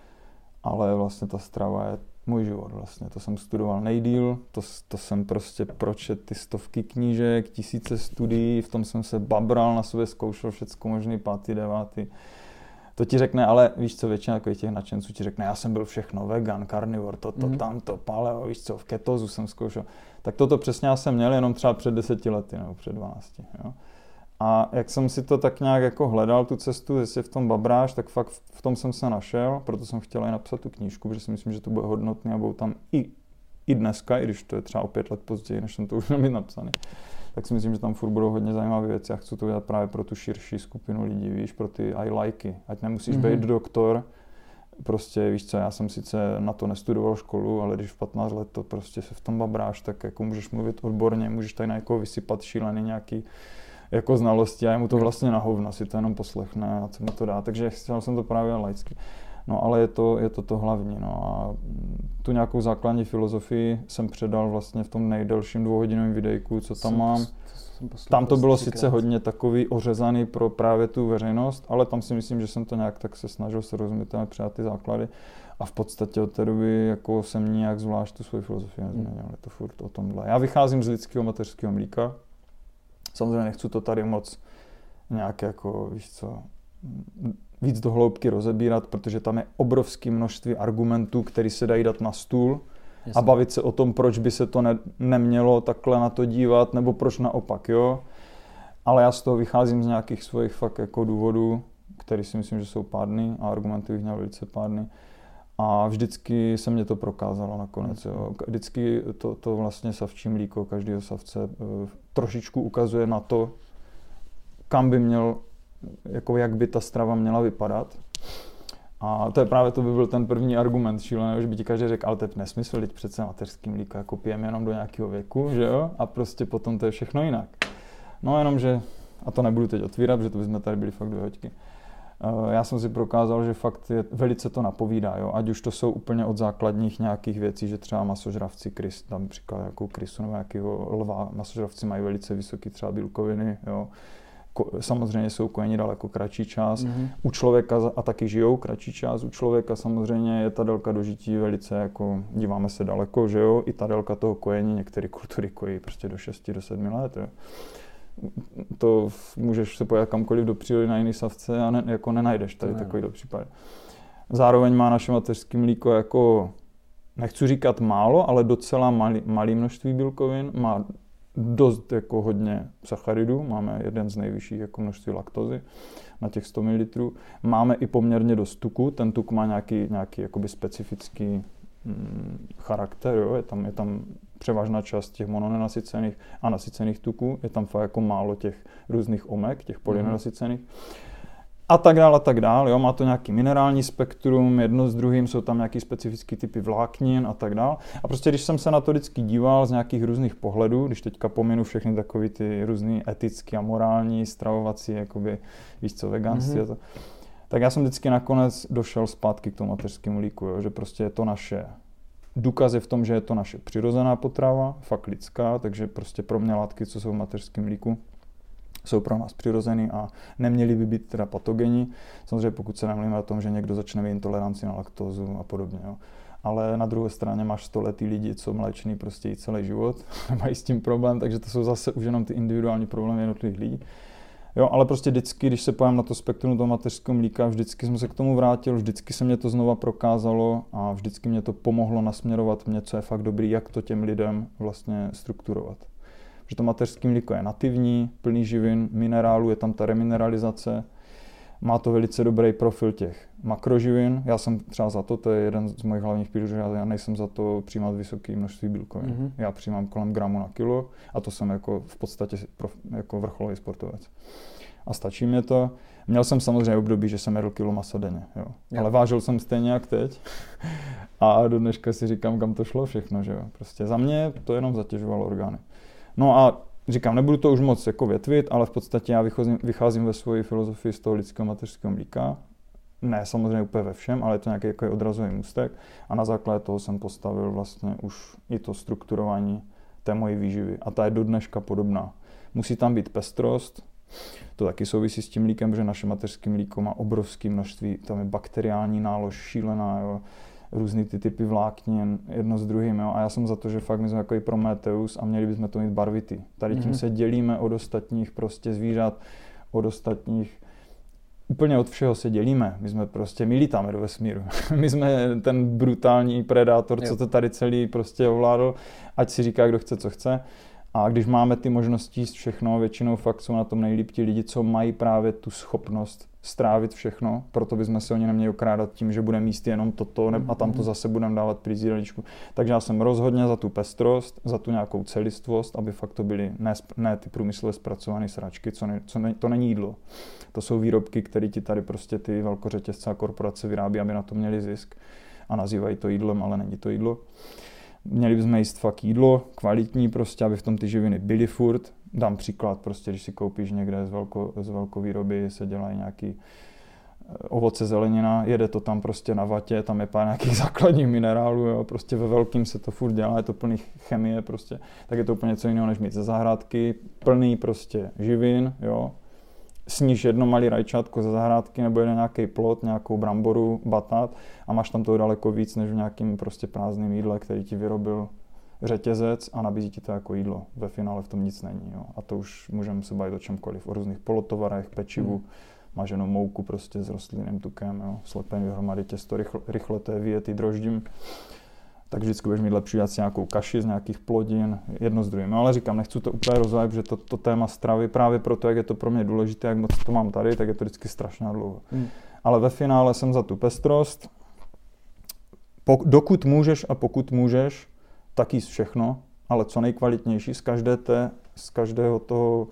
ale vlastně ta strava je můj život vlastně, to jsem studoval nejdýl, to jsem prostě pročet ty stovky knížek, tisíce studií, v tom jsem se babral, na sobě zkoušel všecko možný, 5., 9. To ti řekne, ale víš co, většina takových těch nadšenců ti řekne, já jsem byl všechno vegan, carnivore, tamto, paleo, víš co, v ketózu jsem zkoušel. Tak toto přesně já jsem měl jenom třeba před 10 lety nebo před 12. Jo. A jak jsem si to tak nějak jako hledal, tu cestu, jestli v tom babráš, tak fakt v tom jsem se našel, proto jsem chtěl i napsat tu knížku, protože si myslím, že to bude hodnotný a budou tam i dneska, i když to je třeba o 5 let později, než jsem to už měl mít napsaný. Tak si myslím, že tam furt budou hodně zajímavé věci a chci to udělat právě pro tu širší skupinu lidí, víš, pro ty I lajky. Ať nemusíš být doktor, prostě víš co, já jsem sice na to nestudoval školu, ale když v 15 let to prostě se v tom babráš, tak jako můžeš mluvit odborně, můžeš tady na někoho vysypat šílený nějaký jako znalosti a jemu to vlastně na hovno, si to jenom poslechne a co mu to dá, takže chtěl jsem to právě laicky. No ale je to hlavní, no a tu nějakou základní filozofii jsem předal vlastně v tom nejdelším 2hodinovém videjku, co tam mám. Tam to bylo sice hodně takový ořezaný pro právě tu veřejnost, ale tam si myslím, že jsem to nějak tak se snažil srozumitelně předat ty základy a v podstatě od té doby jako jsem nijak zvlášť tu svoji filozofii nezměnil, je to furt o tomhle. Já vycházím z lidského mateřského mlíka, samozřejmě nechci to tady moc nějak jako, víš co, víc do hloubky rozebírat, protože tam je obrovské množství argumentů, které se dají dát na stůl. Jasně. A bavit se o tom, proč by se to nemělo takhle na to dívat, nebo proč naopak, jo. Ale já z toho vycházím z nějakých svých fakt jako důvodů, které si myslím, že jsou pádný a argumenty bych měl velice pádný. A vždycky se mě to prokázalo nakonec, jo. Vždycky to vlastně savčí mlíko každého savce trošičku ukazuje na to, kam by měl, jako jak by ta strava měla vypadat. A to je právě, to by byl ten první argument šílený, že by ti každý řekl, ale to je nesmysl, teď přece mateřský mlíko jako pijeme jenom do nějakého věku, že jo? A prostě potom to je všechno jinak. No jenom, že, a to nebudu teď otvírat, protože to bychom tady byli fakt 2 hoďky. Já jsem si prokázal, že fakt je, velice to napovídá, jo? Ať už to jsou úplně od základních nějakých věcí, že třeba masožravci, tam příklad nějakou krysu nebo nějakého lva, masožravci mají velice vysoké třeba bílkoviny, jo? Samozřejmě jsou kojeni daleko kratší čas. U člověka, a taky žijou kratší čas, u člověka samozřejmě je ta délka dožití velice, jako díváme se daleko, že jo, i ta délka toho kojení, některé kultury kojí prostě do 6 do 7 let, jo. To můžeš se pojít kamkoliv do přírody na jiný savce a jako nenajdeš tady takový případ. Zároveň má naše mateřské mlíko jako, nechci říkat málo, ale docela malý množství bílkovin, má dost jako hodně sacharidů, máme jeden z nejvyšších jako množství laktózy na těch 100 ml. Máme i poměrně dost tuku, ten tuk má nějaký jakoby specifický charakter, jo? Je tam převážná část těch mononenasycených a nasycených tuků, je tam fakt jako málo těch různých omek, těch polynenasycených. A tak dál, jo, má to nějaký minerální spektrum, jedno s druhým, jsou tam nějaký specifický typy vláknin a tak dál. A prostě když jsem se na to vždycky díval z nějakých různých pohledů, když teďka pominu všechny takový ty různý etický a morální, stravovací, jakoby, víš co, veganství a to, tak já jsem vždycky nakonec došel zpátky k tomu mateřskému mlíku, jo, že prostě je to naše, důkaz je v tom, že je to naše přirozená potrava, fakt lidská, takže prostě pro mě látky, co jsou v mateřském mlíku, jsou pro nás přirozený a neměly by být teda patogenní. Samozřejmě pokud se nemluvíme o tom, že někdo začne mít intoleranci na laktózu a podobně. Jo. Ale na druhé straně máš 100letý lidi, co mléčný prostě i celý život, mají s tím problém, takže to jsou zase už jenom ty individuální problémy jednotlivých lidí. Jo, ale prostě vždycky, když se pojím na to spektrum toho mateřského mlíka, vždycky jsem se k tomu vrátil, vždycky se mě to znova prokázalo a vždycky mě to pomohlo nasměrovat mě, co je fakt dobrý, jak to těm lidem vlastně strukturovat. Že to mateřské mlíko je nativní, plný živin, minerálů, je tam ta remineralizace, má to velice dobrý profil těch makroživin. Já jsem třeba za to je jeden z mojich hlavních pilířů, já nejsem za to přijímat vysoké množství bílkovin. Já přijímám kolem gramu na kilo a to jsem jako v podstatě jako vrcholový sportovec. A stačí mě to. Měl jsem samozřejmě období, že jsem jedl kilo masa denně, jo. Ale vážil jsem stejně jak teď a do dneška si říkám, kam to šlo všechno, že jo. Prostě za mě to jenom zatěžovalo orgány. No a říkám, nebudu to už moc jako větvit, ale v podstatě já vycházím ve své filozofii z toho lidského mateřského mlíka. Ne samozřejmě úplně ve všem, ale je to nějaký jako odrazový můstek a na základě toho jsem postavil vlastně už i to strukturování té mojí výživy. A ta je do dneška podobná. Musí tam být pestrost, To taky souvisí s tím mlíkem, protože naše mateřské mlíko má obrovské množství, tam je bakteriální nálož šílená, jo, různý ty typy vláknin, jedno s druhým, jo. A já jsem za to, že fakt my jsme jako i Prometheus a měli bychom to mít barvitý. Tady tím se dělíme od ostatních prostě zvířat, od ostatních, úplně od všeho se dělíme. My jsme prostě, my lítáme do vesmíru. My jsme ten brutální predátor, co to tady celý prostě ovládl, ať si říká, kdo chce, co chce. A když máme ty možnosti všechno, většinou fakt jsou na tom nejlíp ti lidi, co mají právě tu schopnost strávit všechno, proto bychom se o ně neměli okrádat tím, že budeme jíst jenom toto a tam to zase budeme dávat při jídelníčku. Takže já jsem rozhodně za tu pestrost, za tu nějakou celistvost, aby fakt to byly ne ty průmyslově zpracované sračky, to není jídlo. To jsou výrobky, které ti tady prostě ty velkořetězce a korporace vyrábí, aby na to měli zisk a nazývají to jídlem, ale není to jídlo. Měli bychom jíst fakt jídlo, kvalitní prostě, aby v tom ty živiny byly furt. Dám příklad, prostě, když si koupíš někde z velkovýroby, se dělají nějaký ovoce, zelenina, jede to tam prostě na vatě, tam je pár nějakých základních minerálů, jo, prostě ve velkým se to furt dělá, je to plný chemie prostě, tak je to úplně něco jiného, než mít ze zahrádky, plný prostě živin, jo. Sníš jedno malý rajčátko ze zahrádky nebo jeden nějaký plot, nějakou bramboru, batát a máš tam toho daleko víc, než v nějakým prostě prázdným jídle, který ti vyrobil řetězec a nabízí ti to jako jídlo. Ve finále v tom nic není. Jo. A to už můžeme se bavit o čemkoliv, o různých polotovarech, pečivu, máš jenom mouku prostě s rostlinným tukem, jo. Slepený dohromady těsto, rychle to je vyjetý droždím. Tak vždycky budeš mít lepší dát si nějakou kaši z nějakých plodin, jedno s druhým. No, ale říkám, nechci to úplně rozvádět, protože to téma stravy, právě proto, jak je to pro mě důležité, jak moc to mám tady, tak je to vždycky strašně dlouho. Ale ve finále jsem za tu pestrost. Dokud můžeš a pokud můžeš, tak jíst všechno, ale co nejkvalitnější z každého toho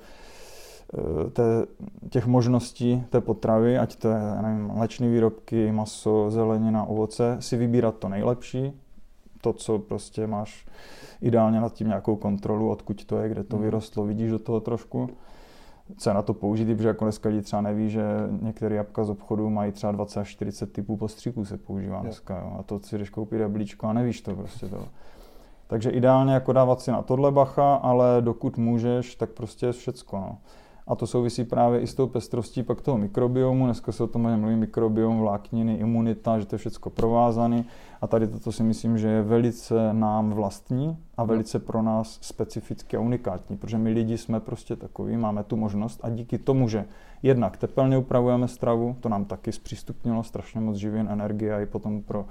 těch možností té potravy, ať to je, nevím, mléčné výrobky, maso, zelenina, ovoce, si vybírat to nejlepší, to, co prostě máš ideálně nad tím nějakou kontrolu, odkud to je, kde to vyrostlo, vidíš do toho trošku. Co je na to použít, protože jako dneska lidi třeba neví, že některé jabka z obchodu mají třeba 20 až 40 typů postříků se používá dneska. Jo. A to si jdeš koupit jablíčko a nevíš to prostě to. Takže ideálně jako dávat si na tohle bacha, ale dokud můžeš, tak prostě je všecko. No. A to souvisí právě i s tou pestrostí pak toho mikrobiomu. Dneska se o tom mluví mikrobiom, vlákniny, imunita, že to je všecko provázané. A tady toto si myslím, že je velice nám vlastní a velice pro nás specificky a unikátní, protože my lidi jsme prostě takový, máme tu možnost a díky tomu, že jednak tepelně upravujeme stravu, to nám taky zpřístupnilo strašně moc živin, energie a i potom pro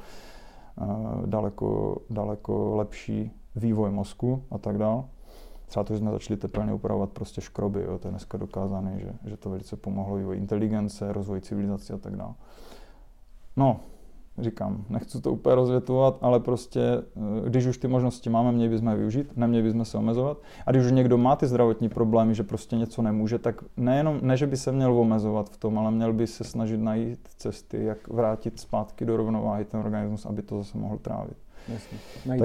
daleko lepší vývoj mozku a tak dále. Třeba to, že jsme začali tepelně upravovat prostě škroby, jo, to je dneska dokázané, že to velice pomohlo vývoji inteligence, rozvoji civilizace a tak dále. No, říkám, nechci to úplně rozvětvovat, ale prostě, když už ty možnosti máme, měli bychom je využít, neměli bychom se omezovat. A když už někdo má ty zdravotní problémy, že prostě něco nemůže, tak ne, že by se měl omezovat v tom, ale měl by se snažit najít cesty, jak vrátit zpátky do rovnováhy ten organismus, aby to zase mohl trávit. Jasně.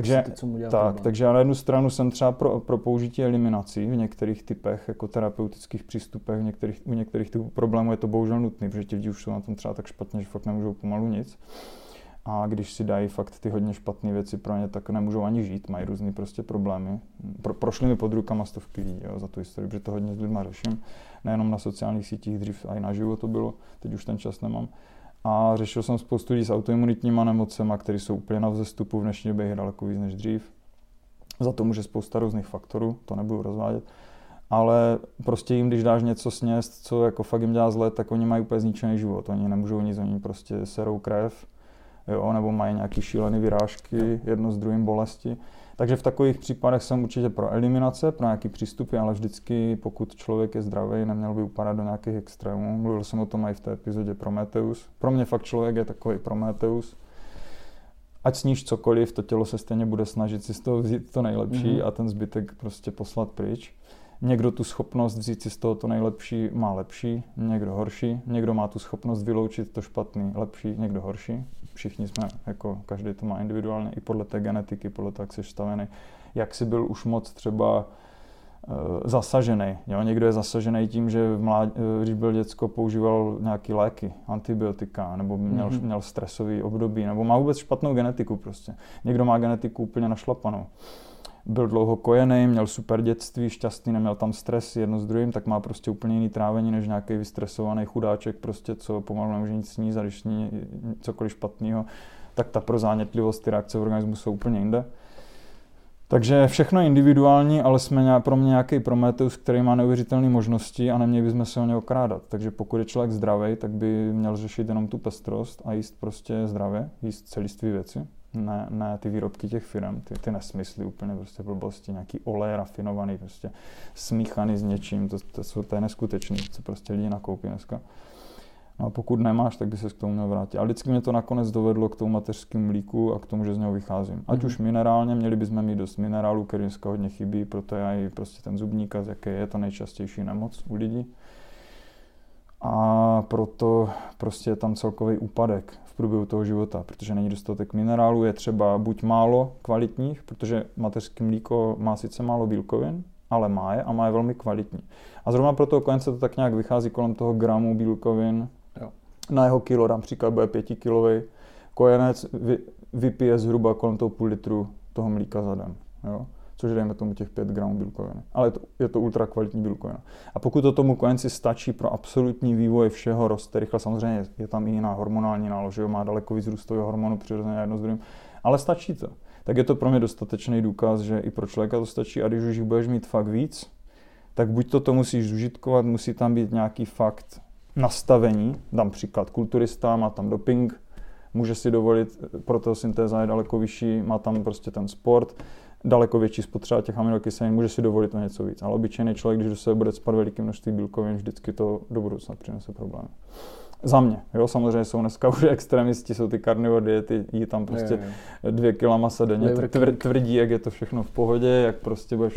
Takže já na jednu stranu jsem třeba pro použití eliminací v některých typech, jako terapeutických přístupech, u některých typů problémů je to bohužel nutné, protože ti lidi už jsou na tom třeba tak špatně, že fakt nemůžou pomalu nic. A když si dají fakt ty hodně špatné věci pro ně, tak nemůžou ani žít, mají různý prostě problémy. Prošly mi pod rukama stovky lidí, jo, za tu historii, protože to hodně s lidma řeším. Nejenom na sociálních sítích, dřív a i naživo to bylo, teď už ten čas nemám. A řešil jsem spoustu lidí s autoimunitníma nemocema, které jsou úplně na vzestupu, v dnešní době je daleko víc než dřív. Za to může spousta různých faktorů, to nebudu rozvádět. Ale prostě jim, když dáš něco sněst, co jako fakt jim dělá zle, tak oni mají úplně zničený život. Oni nemůžou nic, oni prostě serou krev, jo, nebo mají nějaký šílený vyrážky, jedno s druhým bolesti. Takže v takových případech jsem určitě pro eliminace, pro nějaký přístupy, ale vždycky, pokud člověk je zdravý, neměl by upadat do nějakých extrémů. Mluvil jsem o tom i v té epizodě Prometheus. Pro mě fakt člověk je takový Prometheus. Ať sníš cokoliv, to tělo se stejně bude snažit si z toho vzít to nejlepší a ten zbytek prostě poslat pryč. Někdo tu schopnost vzít si z toho to nejlepší má lepší, někdo horší. Někdo má tu schopnost vyloučit to špatný lepší, někdo horší. Všichni jsme, jako každý to má individuálně, i podle té genetiky, podle toho, jak jsi stavený. Jak jsi byl už moc třeba zasažený. Jo? Někdo je zasažený tím, že když byl děcko, používal nějaké léky, antibiotika, nebo měl stresový období, nebo má vůbec špatnou genetiku prostě. Někdo má genetiku úplně našlapanou. byl dlouho kojený, měl super dětství, šťastný, neměl tam stres jedno s druhým, tak má prostě úplně jiný trávení než nějaký vystresovaný chudáček, prostě, co pomalu nemůže nic sníst a když sní cokoliv špatného, tak ta prozánětlivost, ty reakce v organismu jsou úplně jinde. Takže všechno je individuální, ale jsme pro mě nějaký Prometheus, který má neuvěřitelné možnosti a neměli bychom se o ně okrádat. Takže pokud je člověk zdravý, tak by měl řešit jenom tu pestrost a jíst prostě zdravě, jíst celistvé věci. Ne ty výrobky těch firm, ty nesmysly, úplně prostě blbosti, nějaký olej rafinovaný, prostě smíchaný s něčím, to je neskutečný, co prostě lidi nakoupí dneska. No a pokud nemáš, tak by se k tomu měl vrátit. A vždycky mě to nakonec dovedlo k tomu mateřskému mlíku a k tomu, že z něho vycházím. Ať už minerálně, měli bychom mít dost minerálů, který dneska hodně chybí, proto je i prostě ten zubníkaz, jaký je to nejčastější nemoc u lidí. A proto prostě je tam celkový úpadek v průběhu toho života, protože není dostatek minerálů, je třeba buď málo kvalitních, protože mateřské mlíko má sice málo bílkovin, ale má je a má je velmi kvalitní. A zrovna pro toho kojence to tak nějak vychází kolem toho gramu bílkovin. Jo. Na jeho kilo, například bude 5kilový kojenec, vypije zhruba kolem toho půl litru toho mlíka za den. Jo? Což dejme tomu těch 5 gramů bílkoviny. Ale je to ultra kvalitní bílkovina. A pokud to tomu kojenci stačí pro absolutní vývoj všeho, roste rychle, samozřejmě je tam i jiná hormonální nálož, má daleko víc růstového hormonu přirozeně jedno s druhým, ale stačí to. Tak je to pro mě dostatečný důkaz, že i pro člověka to stačí a když už jich budeš mít fakt víc, tak buď to musíš zužitkovat, musí tam být nějaký fakt nastavení, dám příklad kulturista, má tam doping, může si dovolit, protosyntéza je daleko vyšší, má tam prostě ten sport, daleko větší spotřeba těch aminokyselin, může si dovolit o něco víc. Ale obyčejný člověk, když do sebe bude cpat veliké množství bílkovin, vždycky to do budoucna přinese problémy. Za mě, jo, samozřejmě jsou dneska už extremisti, jsou ty carnivore diety, jí tam prostě 2 kg masa denně, tvrdí, jak je to všechno v pohodě, jak prostě budeš,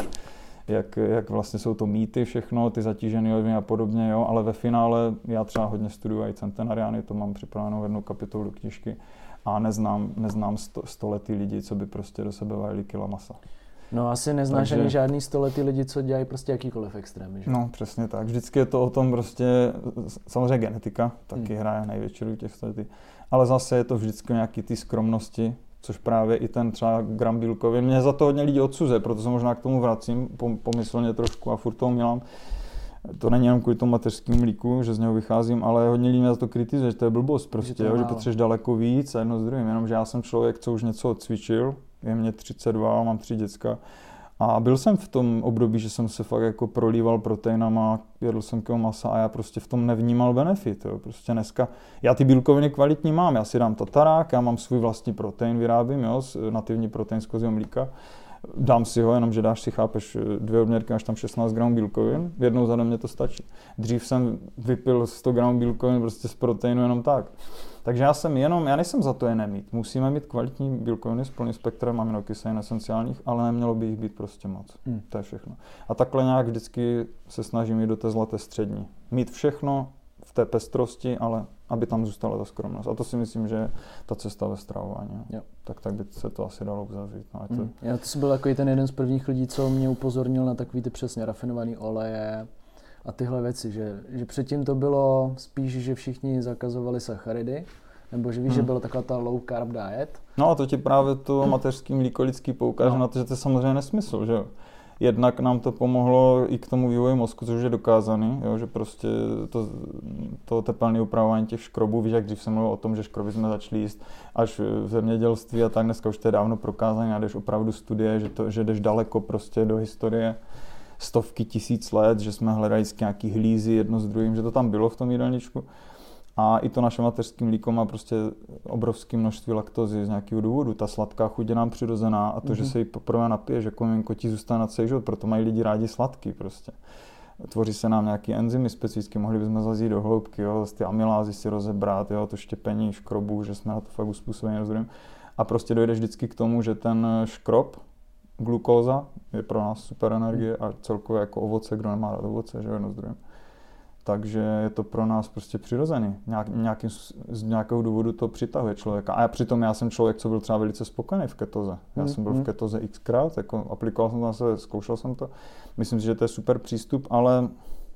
jak vlastně jsou to mýty všechno, ty zatížené oliviny a podobně, jo, ale ve finále já třeba hodně studuju i centenariány, to mám připravenou jednu kapitolu do knížky a neznám stoletý lidi, co by prostě do sebe vajili kila masa. No asi neznáš ani žádný stoletý lidi, co dělají prostě jakýkoliv extrémy, že? No přesně tak. Vždycky je to o tom prostě, samozřejmě genetika taky hraje největší roli těch století, ale zase je to vždycky nějaký ty skromnosti, což právě i ten třeba gram bílkovin. Mě za to hodně lidí odsuzuje, proto se možná k tomu vracím pomyslně trošku a furt toho mělám. To není jenom kvůli tomu mateřskému mlíku, že z něho vycházím, ale hodně lidí mě za to kritizuje, že to je blbost prostě, že potřebuješ daleko víc a jedno s druhým, jenomže já jsem člověk, co už něco odcvičil, je mě 32, mám 3 děcka a byl jsem v tom období, že jsem se fakt jako prolíval proteinama, jedl jsem kilo masa a já prostě v tom nevnímal benefit, jo. Prostě dneska, já ty bílkoviny kvalitní mám, já si dám tatarák, já mám svůj vlastní protein, vyrábím, jo, nativní protein z kozího mlíka. Dám si ho, jenomže dáš si, chápeš, 2 odměrky, máš tam 16 gramů bílkovin, jednou za den mě to stačí. Dřív jsem vypil 100 gramů bílkovin prostě z proteinu jenom tak. Takže já nejsem za to je nemít. Musíme mít kvalitní bílkoviny s plným spektrem aminokyselin esenciálních, ale nemělo by jich být prostě moc. To je všechno. A takhle nějak vždycky se snažím jít do té zlaté střední. Mít všechno v té pestrosti, ale aby tam zůstala ta skromnost. A to si myslím, že je ta cesta ve stravování. Jo. Tak by se to asi dalo uzavřít. No, Já to jsem byl takový ten jeden z prvních lidí, co mě upozornil na takový ty přesně rafinovaný oleje a tyhle věci, že předtím to bylo spíš, že všichni zakazovali sacharidy, nebo že víš, že byla taková ta low carb diet. No a to ti právě to mateřský mlíko lidský poukáže na to, že to je samozřejmě nesmysl, že jo. Jednak nám to pomohlo i k tomu vývoji mozku, což je dokázaný, jo, že prostě to tepelné upravování těch škrobů, víš, jak dřív jsem mluvil o tom, že škroby jsme začali jíst až v zemědělství a tak, dneska už to je dávno prokázané a jdeš opravdu studie, že jdeš daleko prostě do historie, stovky tisíc let, že jsme hledali nějaký hlízy jedno s druhým, že to tam bylo v tom jídelníčku. A i to naše mateřské mlíko má prostě obrovské množství laktózy z nějakého důvodu. Ta sladká chuť je nám přirozená a to, že se jí poprvé napiješ, jako miminko ti zůstane na celý život, proto mají lidi rádi sladký prostě. Tvoří se nám nějaký enzymy specificky, mohli bychom zazít do hloubky, jo, ty amylázy si rozebrat, jo, to štěpení škrobů, že jsme na to fakt uspůsobeni rozdrojím. A prostě dojdeš vždycky k tomu, že ten škrob, glukóza, je pro nás super energie a celkově jako ovoce, kdo nemá rád ovoce, že jedno zdrojem. Takže je to pro nás prostě přirozený. Z nějakého důvodu to přitahuje člověka. A přitom já jsem člověk, co byl třeba velice spokojený v ketoze. Já jsem byl v ketoze xkrát, jako aplikoval jsem to na sebe, zkoušel jsem to. Myslím si, že to je super přístup, ale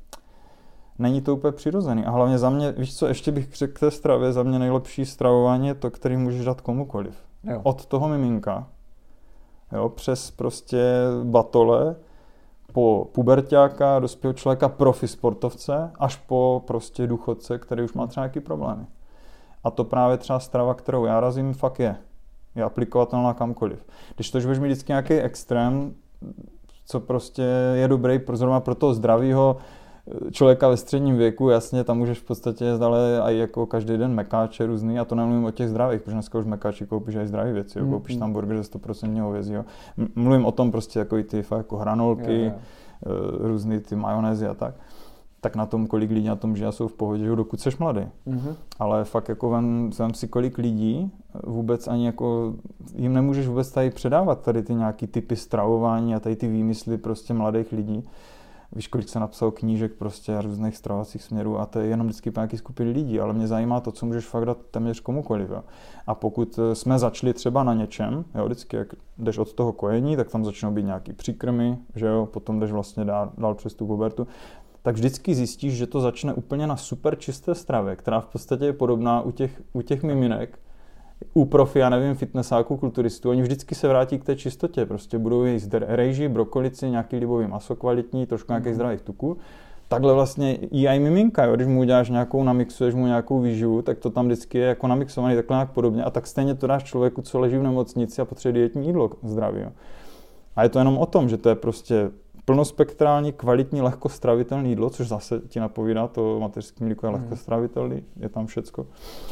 není to úplně přirozený. A hlavně za mě, víš co, ještě bych řekl k té stravě, za mě nejlepší stravování je to, který můžeš dát komukoliv. Jo. Od toho miminka jo, přes prostě batole, po puberťáka, dospělého člověka, profi sportovce, až po prostě důchodce, který už má třeba nějaký problémy. A to právě třeba strava, kterou já razím, fakt je aplikovatelná kamkoliv. Když to budeš mít vždycky nějaký extrém, co prostě je dobrý zrovna pro toho zdravýho člověka ve středním věku, jasně, tam můžeš v podstatě jíst, ale i jako každý den mekáče různý, a to nemluvím o těch zdravých, protože dneska už mekáči koupíš i zdraví věci, koupíš tam burger ze 100% hovězího. Mluvím o tom prostě takový ty fakt jako hranolky, různý ty majonézy a tak. Tak na tom, kolik lidí na tom žije a jsou v pohodě, že dokud seš mladý. Ale fakt jako vem si, kolik lidí vůbec ani jako, jim nemůžeš vůbec tady předávat tady ty nějaký typy stravování a tady ty výmysly prostě mladých lidí. Víš, kolik se napsal knížek prostě a různých stravovacích směrů, a to je jenom vždycky nějaký skupiny lidí, ale mě zajímá to, co můžeš fakt dát téměř komukoliv. Jo. A pokud jsme začali třeba na něčem, jo, vždycky jak jdeš od toho kojení, tak tam začnou být nějaký příkrmy, že jo, potom jdeš vlastně dál přes tu pubertu, tak vždycky zjistíš, že to začne úplně na super čisté stravě, která v podstatě je podobná u těch miminek, u profi, já nevím, fitnessáků, kulturistů, oni vždycky se vrátí k té čistotě, prostě budou jíst rejži, brokolici, nějaký libový maso kvalitní, trošku nějakých zdravých tuků. Takhle vlastně jí i miminka, jo? Když mu uděláš nějakou, namixuješ mu nějakou výživu, tak to tam vždycky je jako namixovaný takhle nějak podobně, a tak stejně to dáš člověku, co leží v nemocnici a potřebuje dietní jídlo zdraví. Jo? A je to jenom o tom, že to je prostě plnospektrální, kvalitní, lehkostravitelné jídlo, což zase ti napovídá, to mateřské mlíko je lehkostravitelný, je tam všecko.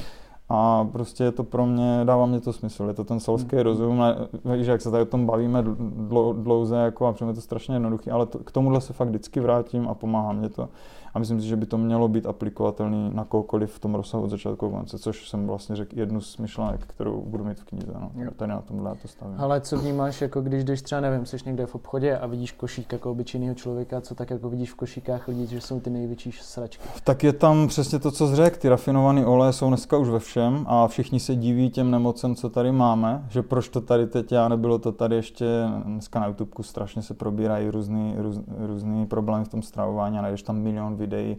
A prostě je to pro mě, dává mě to smysl, je to ten selský rozum, víš, jak se tady o tom bavíme dlouze, jako, a přijme to strašně jednoduchý, ale k tomuhle se fakt vždycky vrátím a pomáhá mě to. A myslím si, že by to mělo být aplikovatelný na kohokoliv v tom rozsahu od začátku konce, což jsem vlastně řekl jednu z myšlenek, kterou budu mít v knize. No. Tady na tomhle to stavím. Ale co vnímáš, jako když jdeš třeba, nevím, jsi někde v obchodě a vidíš košík jako obyčejného člověka, co tak jako vidíš v košíkách lidí, že jsou ty největší sračky? Tak je tam přesně to, co jsi řekl, ty rafinované oleje jsou dneska už ve všem a všichni se diví těm nemocem, co tady máme, že proč to tady teď a nebylo to tady ještě, dneska na YouTubeku strašně se probírají různý problémy v tom stravování a najdeš tam milion videí.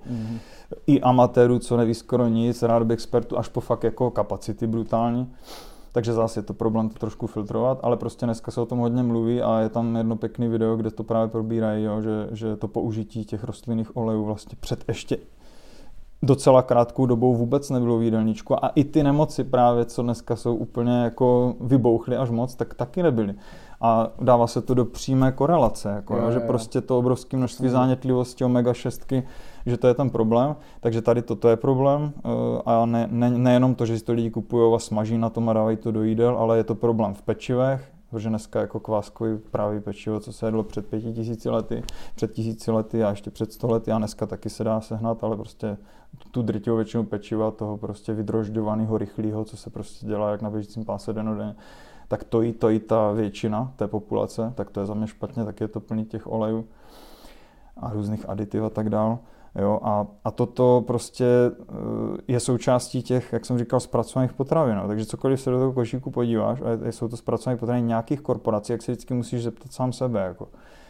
I amatérů, co neví skoro nic, rád expertů, až po fakt jako kapacity brutální. Takže zase je to problém to trošku filtrovat, ale prostě dneska se o tom hodně mluví a je tam jedno pěkný video, kde to právě probírají, jo, že to použití těch rostlinných olejů vlastně před ještě docela krátkou dobou vůbec nebylo v jídelníčku, a i ty nemoci právě, co dneska jsou úplně jako vybouchly až moc, tak taky nebyly. A dává se to do přímé korelace, jako, že prostě to obrovské množství zánětlivosti omega-6, že to je ten problém, takže tady toto je problém a nejenom to, že si to lidi kupují a smaží na tom a dávají to do jídel, ale je to problém v pečivech, protože dneska jako kváskový právě pečivo, co se jedlo před 5000 lety, před 1000 lety a ještě před 100 lety a dneska taky se dá sehnat, ale prostě tu drtivou většinu pečiva, toho prostě vydrožďovaného rychlého, co se prostě dělá jak na běžícím páse dennodenně, tak to jí ta většina té populace, tak to je za mě špatně, tak je to plný těch olejů a různých aditiv a tak dál. Jo, a toto prostě je součástí těch, jak jsem říkal, zpracovaných potravin. No. Takže cokoliv se do toho košíku podíváš, a jsou to zpracované potraviny nějakých korporací, jak se vždycky musíš zeptat sám sebe. Jako.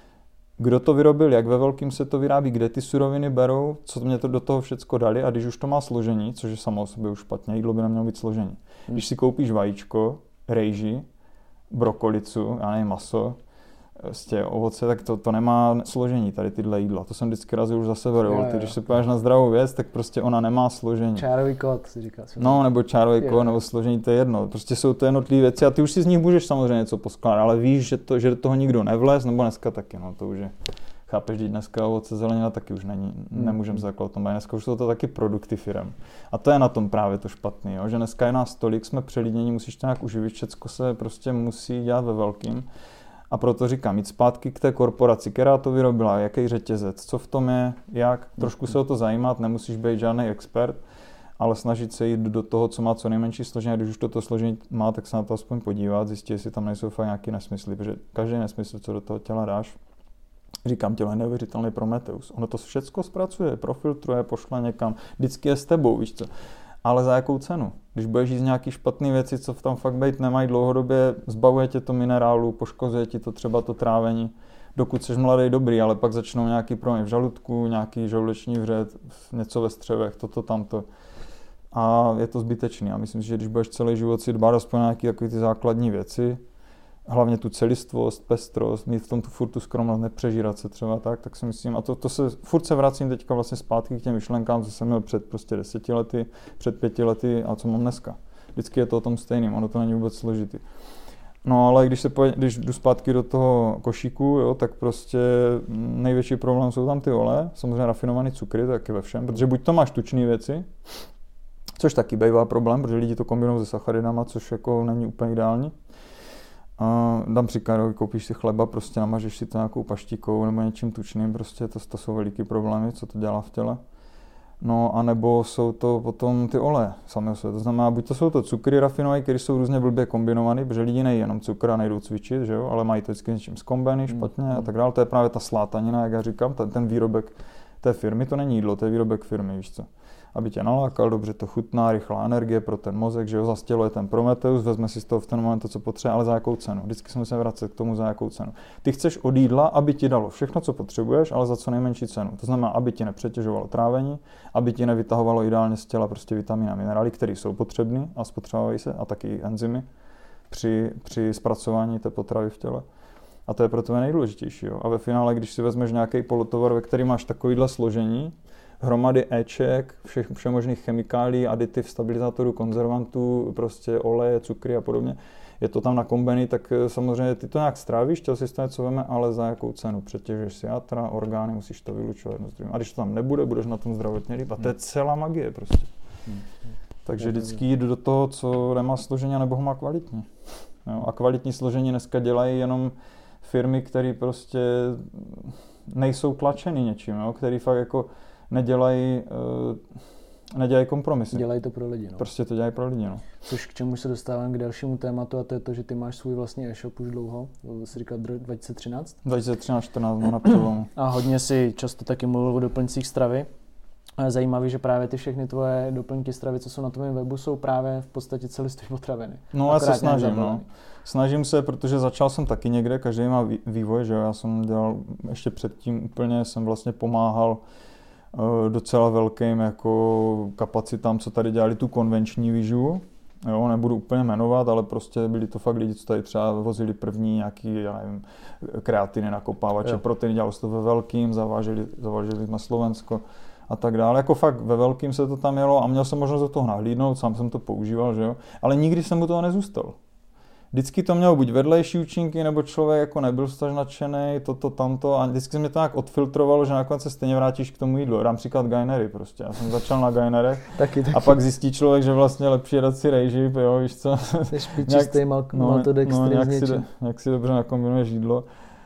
Kdo to vyrobil, jak ve velkým se to vyrábí, kde ty suroviny berou, co mě to do toho všecko dali, a když už to má složení, což je samo o sobě už špatně, jídlo by nemělo být složení. Když si koupíš vajíčko, rejži, brokolicu, já nevím, maso, prostě ovoce, tak to nemá složení, tady tyhle jídla. To jsem vždycky razil už za sebe, když se pojáš na zdravou věc, tak prostě ona nemá složení. Čárový kód, si říkal. No, nebo čárový kód, nebo složení, to je jedno. Prostě jsou to jednotlivé věci a ty už si z nich můžeš samozřejmě něco poskládat, ale víš, že do toho nikdo nevlez, nebo dneska taky, no to už je. Chápeš, že dneska ovoce, zelenina taky už není, nemůžeme se takhle o tom bavit. Dneska už jsou to taky produkty firem. A to je na tom právě to špatný, jo? Že dneska je nás tolik, jsme přelidnění, musíš to nějak uživit, všecko se prostě musí dělat ve velkým. A proto říkám, jít zpátky k té korporaci, která to vyrobila, jaký řetězec, co v tom je, jak, trošku se o to zajímat, nemusíš být žádný expert, ale snažit se jít do toho, co má co nejmenší složení, a když už toto složení má, tak se na to aspoň podívat, zjistit, jestli tam nejsou fakt nějaký nesmysly, protože každý nesmysl, co do toho těla dáš, říkám, tělo je neuvěřitelný Prometeus. Ono to všecko zpracuje, profiltruje, pošle někam, vždycky je s tebou, víš co. Ale za jakou cenu? Když budeš jíst nějaký špatné věci, co tam fakt být nemají dlouhodobě, zbavuje tě to minerálu, poškozuje ti to třeba to trávení, dokud jsi mladý, dobrý, ale pak začnou nějaký problémy v žaludku, nějaký žaludeční vřet, něco ve střevech, toto, tamto. A je to zbytečný. A myslím si, že když budeš celý život si dbát aspoň nějaké takové ty základní věci, hlavně tu celistvost, pestrost, mít v tom tu furt tu skromnost, nepřežírat se třeba tak si myslím, a to se, furt se vracím teďka vlastně zpátky k těm myšlenkám, co jsem měl před prostě 10 lety, před 5 lety a co mám dneska. Vždycky je to o tom stejným, ono to není vůbec složitý. No ale když jdu zpátky do toho košíku, jo, tak prostě největší problém jsou tam ty oleje, samozřejmě rafinovaný cukry, to taky ve všem, protože buď to máš tučné věci, což taky bývá problém, protože lidi to kombinují se sacharidama, což jako není úplně ideální. Dám příklad, koupíš si chleba, prostě namažeš si to nějakou paštíkou nebo něčím tučným, prostě to jsou veliký problémy, co to dělá v těle. No a nebo jsou to potom ty oleje samé o sobě. To znamená, buď to jsou to cukry rafinované, které jsou různě blbě kombinované, protože lidi nejí jenom cukr a nejdou cvičit, že jo, ale mají to vždycky něčím zkombený, špatně a tak dále. To je právě ta slátanina, jak já říkám, ten výrobek té firmy, to není jídlo, to je výrobek firmy, víš co. Aby tě nalákal, dobře to chutná, rychlá energie pro ten mozek, že jo, za tělo je ten Prometheus, vezme si z toho v ten moment to, co potřebuje, ale za jakou cenu. Vždycky se musíme vracet k tomu, za jakou cenu. Ty chceš od jídla, aby ti dalo všechno, co potřebuješ, ale za co nejmenší cenu. To znamená, aby ti nepřetěžovalo trávení, aby ti nevytahovalo ideálně z těla prostě vitamíny a minerály, které jsou potřebné a spotřebovávají se, a taky enzymy při zpracování té potravy v těle. A to je pro tebe nejdůležitější. Jo? A ve finále, když si vezmeš nějaký polotovar, ve kterém máš takovýhle složení, hromady éček, všech možných chemikálií, aditiv, stabilizátorů, konzervantů, prostě oleje, cukry a podobně, je to tam nakombený, tak samozřejmě ty to nějak strávíš, tělo si z toho něco veme, ale za jakou cenu? Přetěžuješ si játra, orgány, musíš to vylučovat jedno z druhým. A když to tam nebude, budeš na tom zdravotně líp. A to je celá magie prostě. Takže vždycky jít do toho, co nemá složení, nebo ho má kvalitní. Jo? A kvalitní složení dneska dělají jenom firmy, které prostě nejsou tlačeny něčím, jo? Který fakt jako nedělají kompromisy. Dělají to pro lidi, no. Prostě to dělají pro lidi, no. Což k čemu se dostávám k dalšímu tématu, a to je to, že ty máš svůj vlastní e-shop už dlouho, jsi říkal 2013? 2013-14, no, na přelomu. A hodně si často taky mluvil o doplňcích stravy. Zajímavé, že právě ty všechny tvoje doplňky stravy, co jsou na tom webu, jsou právě v podstatě celistvé potraviny. No já se snažím, no. Snažím se, protože začal jsem taky někde, každý má vývoj, že jo. Já jsem dělal, ještě předtím úplně jsem vlastně pomáhal docela velkým jako kapacitám, co tady dělali tu konvenční výživu. Jo, nebudu úplně jmenovat, ale prostě byli to fakt lidi, co tady třeba vozili první nějaký, já nevím, kreatiny nakopávače, proteiny, dělalo se to ve velkým, zaváželi jsme Slovensko a tak dále. Jako fakt ve velkým se to tam jelo a měl jsem možnost do toho nahlídnout, sám jsem to používal, že jo, ale nikdy jsem u toho nezůstal. Vždycky to mělo buď vedlejší účinky, nebo člověk jako nebyl staž nadšenej, tamto a vždycky se mě to nějak odfiltrovalo, že nakonec se stejně vrátíš k tomu jídlu. Dám příklad gainery prostě. Já jsem začal na gainerech taky. A pak zjistí člověk, že vlastně lepší je dát si rejži, jo, víš co. Čistý maltodextrin s něčím. Jak si dobře nakombinuješ jídlo.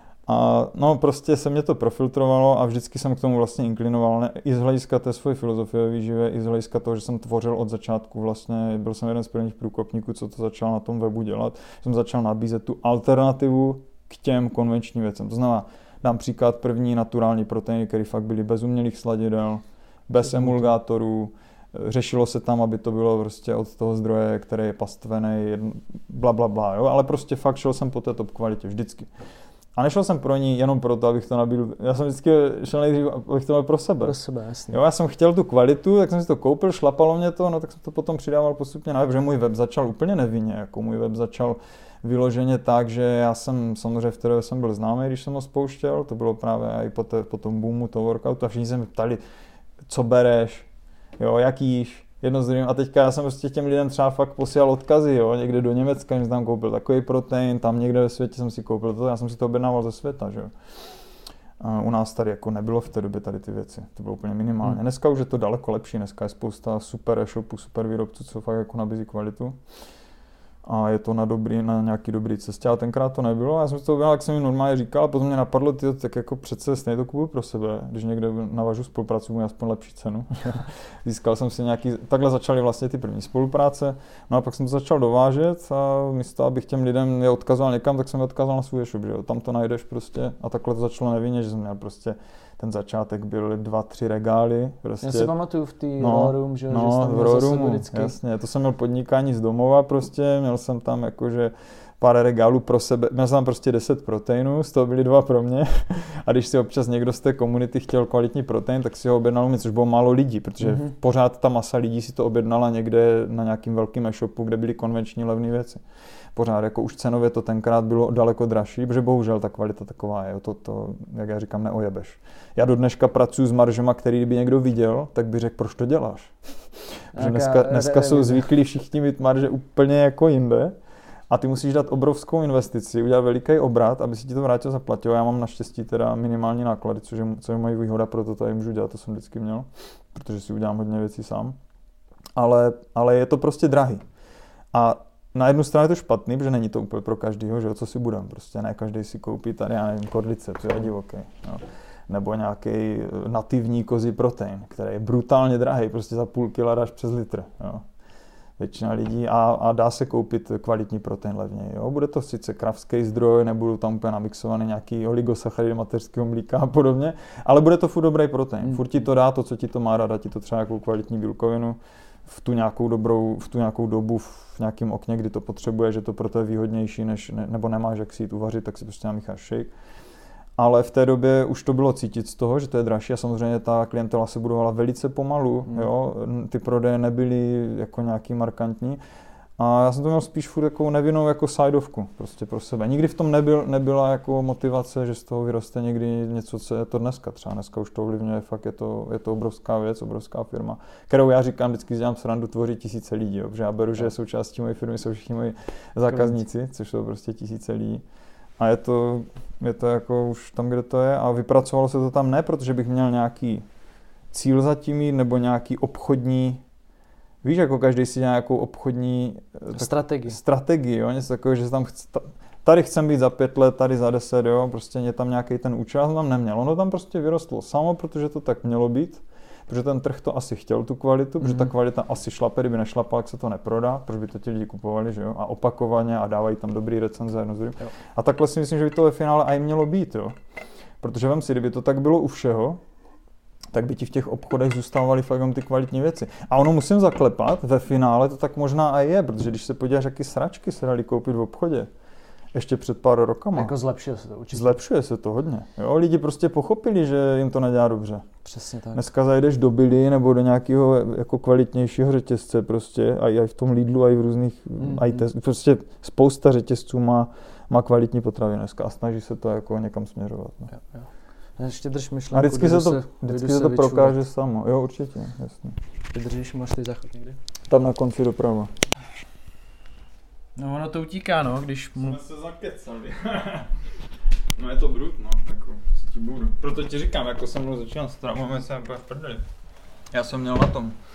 A no prostě se mě to profiltrovalo a vždycky jsem k tomu vlastně inklinoval, i z hlediska té svojí filozofie výživy, i z hlediska toho, že jsem tvořil od začátku vlastně, byl jsem jeden z prvních průkopníků, co to začal na tom webu dělat, jsem začal nabízet tu alternativu k těm konvenčním věcem. To znamená, dám příklad, první naturální proteiny, které fakt byly bez umělých sladidel, bez emulgátorů, řešilo se tam, aby to bylo prostě od toho zdroje, který je pastvený, blablabla, jo, ale prostě fakt šel jsem po té top kvalitě vždycky. A nešel jsem pro ní jenom proto, abych to nabídl. Já jsem vždycky šel nejdřív, abych to měl pro sebe. Pro sebe, jasně. Jo, já jsem chtěl tu kvalitu, tak jsem si to koupil, šlapalo mě to, no tak jsem to potom přidával postupně na web, že můj web začal úplně nevinně, jako můj web začal vyloženě tak, že já jsem samozřejmě v té době jsem byl známý, když jsem ho spouštěl, to bylo právě i po tom boomu toho workoutu a všichni se mi ptali, co bereš, jo, jak jíš. Jedno z druhým. A teďka já jsem prostě těm lidem třeba fakt posílal odkazy, jo, někde do Německa, že jsem tam koupil takový protein, tam někde ve světě jsem si koupil to, já jsem si to objednával ze světa, že jo. U nás tady jako nebylo v té době tady ty věci, to bylo úplně minimálně. Dneska už je to daleko lepší, dneska je spousta super e-shopů, super výrobců, co fakt jako nabízí kvalitu. A je to na nějaký dobrý cestě, ale tenkrát to nebylo. Já jsem si to objednal, jak jsem jim normálně říkal, a potom mě napadlo, tak jako přece stejně to kupuju pro sebe, když někde navažu spolupráci, můžu aspoň lepší cenu. Získal jsem si takhle začaly vlastně ty první spolupráce, no a pak jsem to začal dovážet a místo, abych těm lidem je odkazoval někam, tak jsem je odkazoval na svůj e-shop, že jo, tam to najdeš prostě a takhle to začalo nevinně, že jsem měl prostě ten začátek byl 2-3 regály. Prostě. Já si pamatuju v té Raw Room, že jsi tam v Raw Roomu, vždycky. Jasně, to jsem měl podnikání z domova prostě, měl jsem tam jakože pár regálů pro sebe, měl jsem tam prostě 10 proteinů, z toho byly 2 pro mě a když si občas někdo z té komunity chtěl kvalitní protein, tak si ho objednal mi, což bylo málo lidí, protože pořád ta masa lidí si to objednala někde na nějakým velkým e-shopu, kde byly konvenční levné věci. Pořád, jako už cenově to tenkrát bylo daleko dražší, protože bohužel ta kvalita taková je, to jak já říkám, neojebeš. Já do dneška pracuji s maržema, který kdyby někdo viděl, tak by řekl, proč to děláš? Protože dneska jsou zvyklí všichni mít marže úplně jako jinde a ty musíš dát obrovskou investici, udělat veliký obrat, aby si ti to vrátil zaplatilo. Já mám naštěstí teda minimální náklady, což je moje výhoda, proto tady můžu dělat, to jsem vždycky měl, protože si udělám hodně věcí sám. Ale je to prostě drahý. A na jednu stranu je to špatný, protože není to úplně pro každýho, že jo, co si budem, prostě ne každý si koupí tady, já nevím, kordice, to je divoký, jo. Nebo nějaký nativní kozí protein, který je brutálně drahý, prostě za půl kila dáš přes litr, jo. Většina lidí a dá se koupit kvalitní protein levněji, jo. Bude to sice kravský zdroj, nebudou tam úplně namixovaný nějaký oligosacharidy mateřského mlíka a podobně, ale bude to furt dobrý protein, furt ti to dá to, co ti to má dát, dá ti to třeba nějakou kvalitní bílkovinu, v tu nějakou dobu, v nějakém okně, kdy to potřebuje, že to pro to je výhodnější, nebo nemáš jak si jít uvařit, tak si prostě namícháš shake. Ale v té době už to bylo cítit z toho, že to je dražší a samozřejmě ta klientela se budovala velice pomalu, jo? Ty prodeje nebyly jako nějaký markantní. A já jsem to měl spíš furt jako nevinnou jako sideovku prostě pro sebe. Nikdy v tom nebyla jako motivace, že z toho vyroste někdy něco, co je to dneska. Třeba dneska už to ovlivňuje, fakt je to obrovská věc, obrovská firma, kterou já říkám, vždycky dělám srandu, tvoří tisíce lidí, jo? Protože já beru, že součástí mojí firmy jsou všichni moji zákazníci, což jsou prostě tisíce lidí. A je to jako už tam, kde to je a vypracovalo se to tam ne, protože bych měl nějaký cíl zatím jít, nebo nějaký obchodní. Víš, jako každý si dělá nějakou obchodní strategii, jo, něco takového, že tam tady chcem být za 5 let, tady za 10, jo, prostě je tam nějaký ten účel, tam neměl. Ono tam prostě vyrostlo samo, protože to tak mělo být, protože ten trh to asi chtěl tu kvalitu, protože ta kvalita asi šlape, kdyby nešlapala, jak se to neprodá, protože by to ti lidi kupovali, že jo, a opakovaně a dávají tam dobrý recenze jedno z druhým. A takhle si myslím, že by to ve finále i mělo být, jo. Protože vem si, kdyby to tak bylo u všeho, tak by ti v těch obchodech zůstávaly fakt ty kvalitní věci. A ono musím zaklepat, ve finále to tak možná i je, protože když se podíváš, jaký sračky se dali koupit v obchodě, ještě před pár rokama. Jako zlepšuje se to určitě. Zlepšuje se to hodně. Jo, lidi prostě pochopili, že jim to nedělá dobře. Přesně tak. Dneska zajdeš do Billy nebo do nějakého jako kvalitnějšího řetězce prostě, a i v tom Lidlu, a i v různých, prostě spousta řetězců má kvalitní potraviny dneska a snaží se to jako někam směřovat. No. Jo. Ještě drž myšlenku, a vždycky se to prokáže samo. Jo, určitě, jasně. Ty držíš, máš ty záchod někdy? Tam na konci doprava. No ono to utíká, no, když jsme se zakecali. No je to brut, no, jako si ti budu. Proto ti říkám, jako jsem mnou začínal s travou, jsem úplně v prdeli. Já jsem měl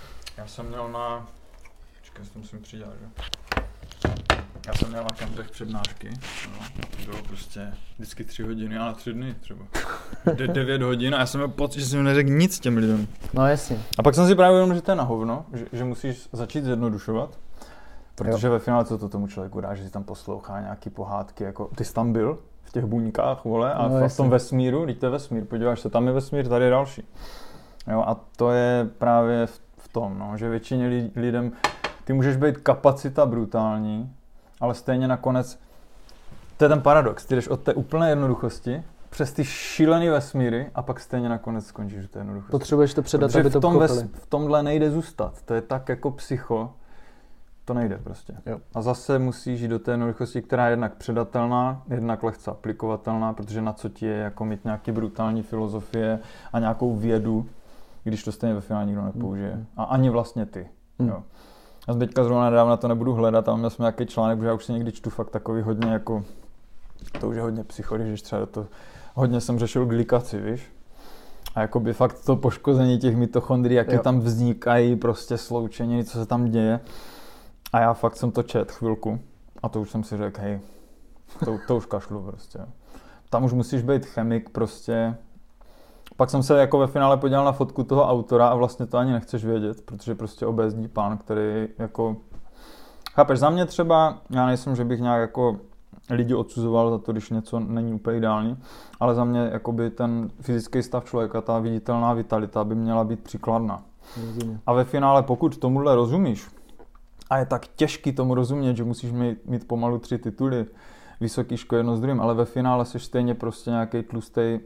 počkej, s tom musím přidělat, že? Já jsem měl na kampech přednášky, no, to bylo prostě vždycky 3 hodiny, ale 3 dny třeba. 9 hodin a já jsem měl pocit, že jsem neřekl nic těm lidem. No jasně. A pak jsem si právě uvědomil, že to je na hovno, že musíš začít zjednodušovat. Protože ve finále co to tomu člověku dá, že si tam poslouchá nějaký pohádky, jako ty jsi tam byl v těch buňkách, vole, a v tom vesmíru, teď to je vesmír, podíváš se, tam je vesmír, tady je další. Jo, a to je právě v tom, no, že většině lidem, ty můžeš být kapacita brutální, ale stejně nakonec, to je ten paradox, ty jdeš od té úplné jednoduchosti přes ty šílený vesmíry a pak stejně nakonec skončíš v té jednoduchosti. Potřebuješ to předat, aby to pochopili. V tomhle nejde zůstat, to je tak jako psycho, to nejde prostě. Jo. A zase musíš jít do té jednoduchosti, která je jednak předatelná, jednak lehce aplikovatelná, protože na co ti je jako mít nějaký brutální filozofie a nějakou vědu, když to stejně ve finále nikdo nepoužije. A ani vlastně ty. Jo. Já jsem teďka zrovna nedávno to nebudu hledat, ale měl jsem nějaký článek, protože já už si někdy čtu fakt takový hodně jako, to už je hodně psycho, když třeba to hodně jsem řešil glikaci, víš? A jakoby fakt to poškození těch mitochondrií, jaké tam vznikají, prostě sloučení, co se tam děje. A já fakt jsem to čet chvilku a to už jsem si řekl, hej, to už kašlu prostě. Tam už musíš být chemik prostě. Pak jsem se jako ve finále podíval na fotku toho autora a vlastně to ani nechceš vědět, protože prostě obézní pán, který jako, chápeš, za mě třeba, já nejsem, že bych nějak jako lidi odsuzoval za to, když něco není úplně ideální, ale za mě jakoby ten fyzický stav člověka, ta viditelná vitalita by měla být příkladná. A ve finále, pokud tomuhle rozumíš, a je tak těžký tomu rozumět, že musíš mít pomalu 3 tituly vysoký školy jedno s druhým, ale ve finále jsi stejně prostě nějaký tlustý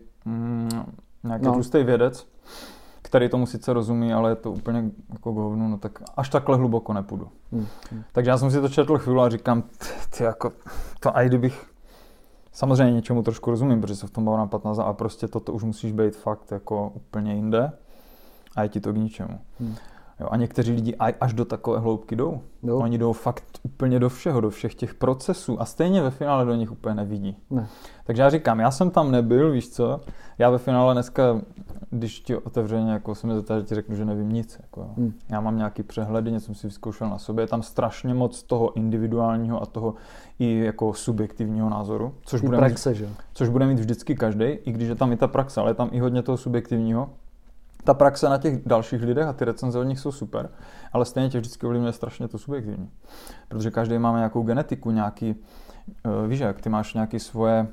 vědec, který tomu sice rozumí, ale je to úplně jako hovnu, no tak až takhle hluboko nepůjdu. Takže já jsem si to četl chvíli a říkám, ty jako, to a kdybych, samozřejmě něčemu trošku rozumím, protože se v tom bavím 15 a prostě toto už musíš být fakt jako úplně jinde a je ti to k ničemu. Jo, a někteří lidi až do takové hloubky jdou. Jo. Oni jdou fakt úplně do všeho, do všech těch procesů a stejně ve finále do nich úplně nevidí. Ne. Takže já říkám, já jsem tam nebyl, víš co, já ve finále dneska, když ti otevřeně jako se mi zeptá, že ti řeknu, že nevím nic. Jako, já mám nějaký přehledy, něco jsem si vyzkoušel na sobě, je tam strašně moc toho individuálního a toho i jako subjektivního názoru, což bude mít vždycky každý, i když je tam i ta praxe, ale je tam i hodně toho subjektivního. Ta praxe na těch dalších lidech a ty recenze od nich jsou super, ale stejně tě vždycky ovlivňuje strašně to subjektivní. Protože každý máme nějakou genetiku, nějaký, víš jak, ty máš nějaké svoje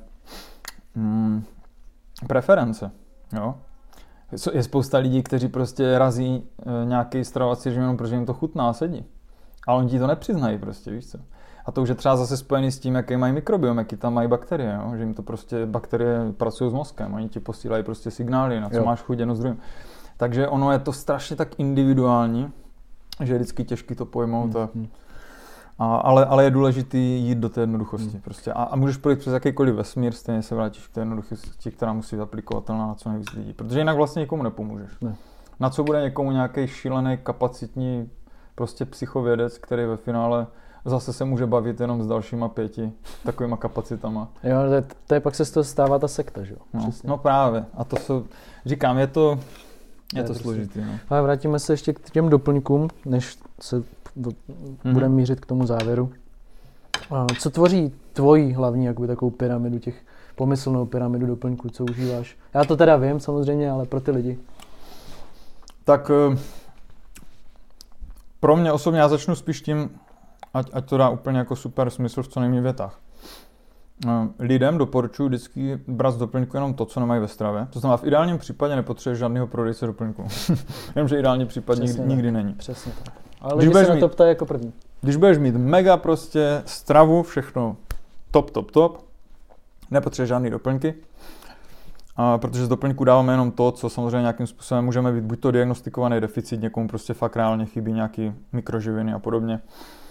preference, jo. Je spousta lidí, kteří prostě razí nějaký stravovací režim jenom protože jim to chutná a sedí. Ale oni ti to nepřiznají prostě, víš co. A to už je třeba zase spojený s tím, jaký mají mikrobiom, jaký tam mají bakterie, jo? Že jim to prostě bakterie pracují s mozkem, oni ti posílají prostě signály, na co máš chuť jedno s druhým. Takže ono je to strašně tak individuální, že je vždycky těžký to pojmout. Ale je důležité jít do té jednoduchosti. Prostě. A můžeš projít přes jakýkoliv vesmír, stejně se vrátíš k té jednoduchosti, která musí být aplikovatelná na co nejvíc lidí. Protože jinak vlastně nikomu nepomůžeš. Ne. Na co bude někomu nějaký šílený, kapacitní prostě psychovědec, který ve finále zase se může bavit jenom s dalšíma 5 takovýma kapacitama. Jo, to je pak se z toho stává ta sekta, že jo? No právě. A to jsou, říkám, je to složitý. No. Ale vrátíme se ještě k těm doplňkům, než se budeme mířit k tomu závěru. Co tvoří tvoji hlavní jakoby takovou pyramidu, těch pomyslnou pyramidu doplňků, co užíváš? Já to teda vím samozřejmě, ale pro ty lidi. Tak pro mě osobně, já začnu spíš tím, ať to dá úplně jako super smysl v co nejméně větách. Lidem doporučuji vždycky brát z doplňku jenom to, co nemají ve stravě. To znamená, v ideálním případě nepotřebuješ žádného prodejce doplňku. Jenomže ideální případ nikdy není. Přesně tak. Ale lidi se na to ptají jako první. Když budeš mít mega prostě stravu, všechno top, nepotřebuješ žádný doplňky, protože z doplňku dáváme jenom to, co samozřejmě nějakým způsobem můžeme být buď to diagnostikovaný deficit, někomu prostě fakt reálně chybí nějaký mikroživiny a podobně,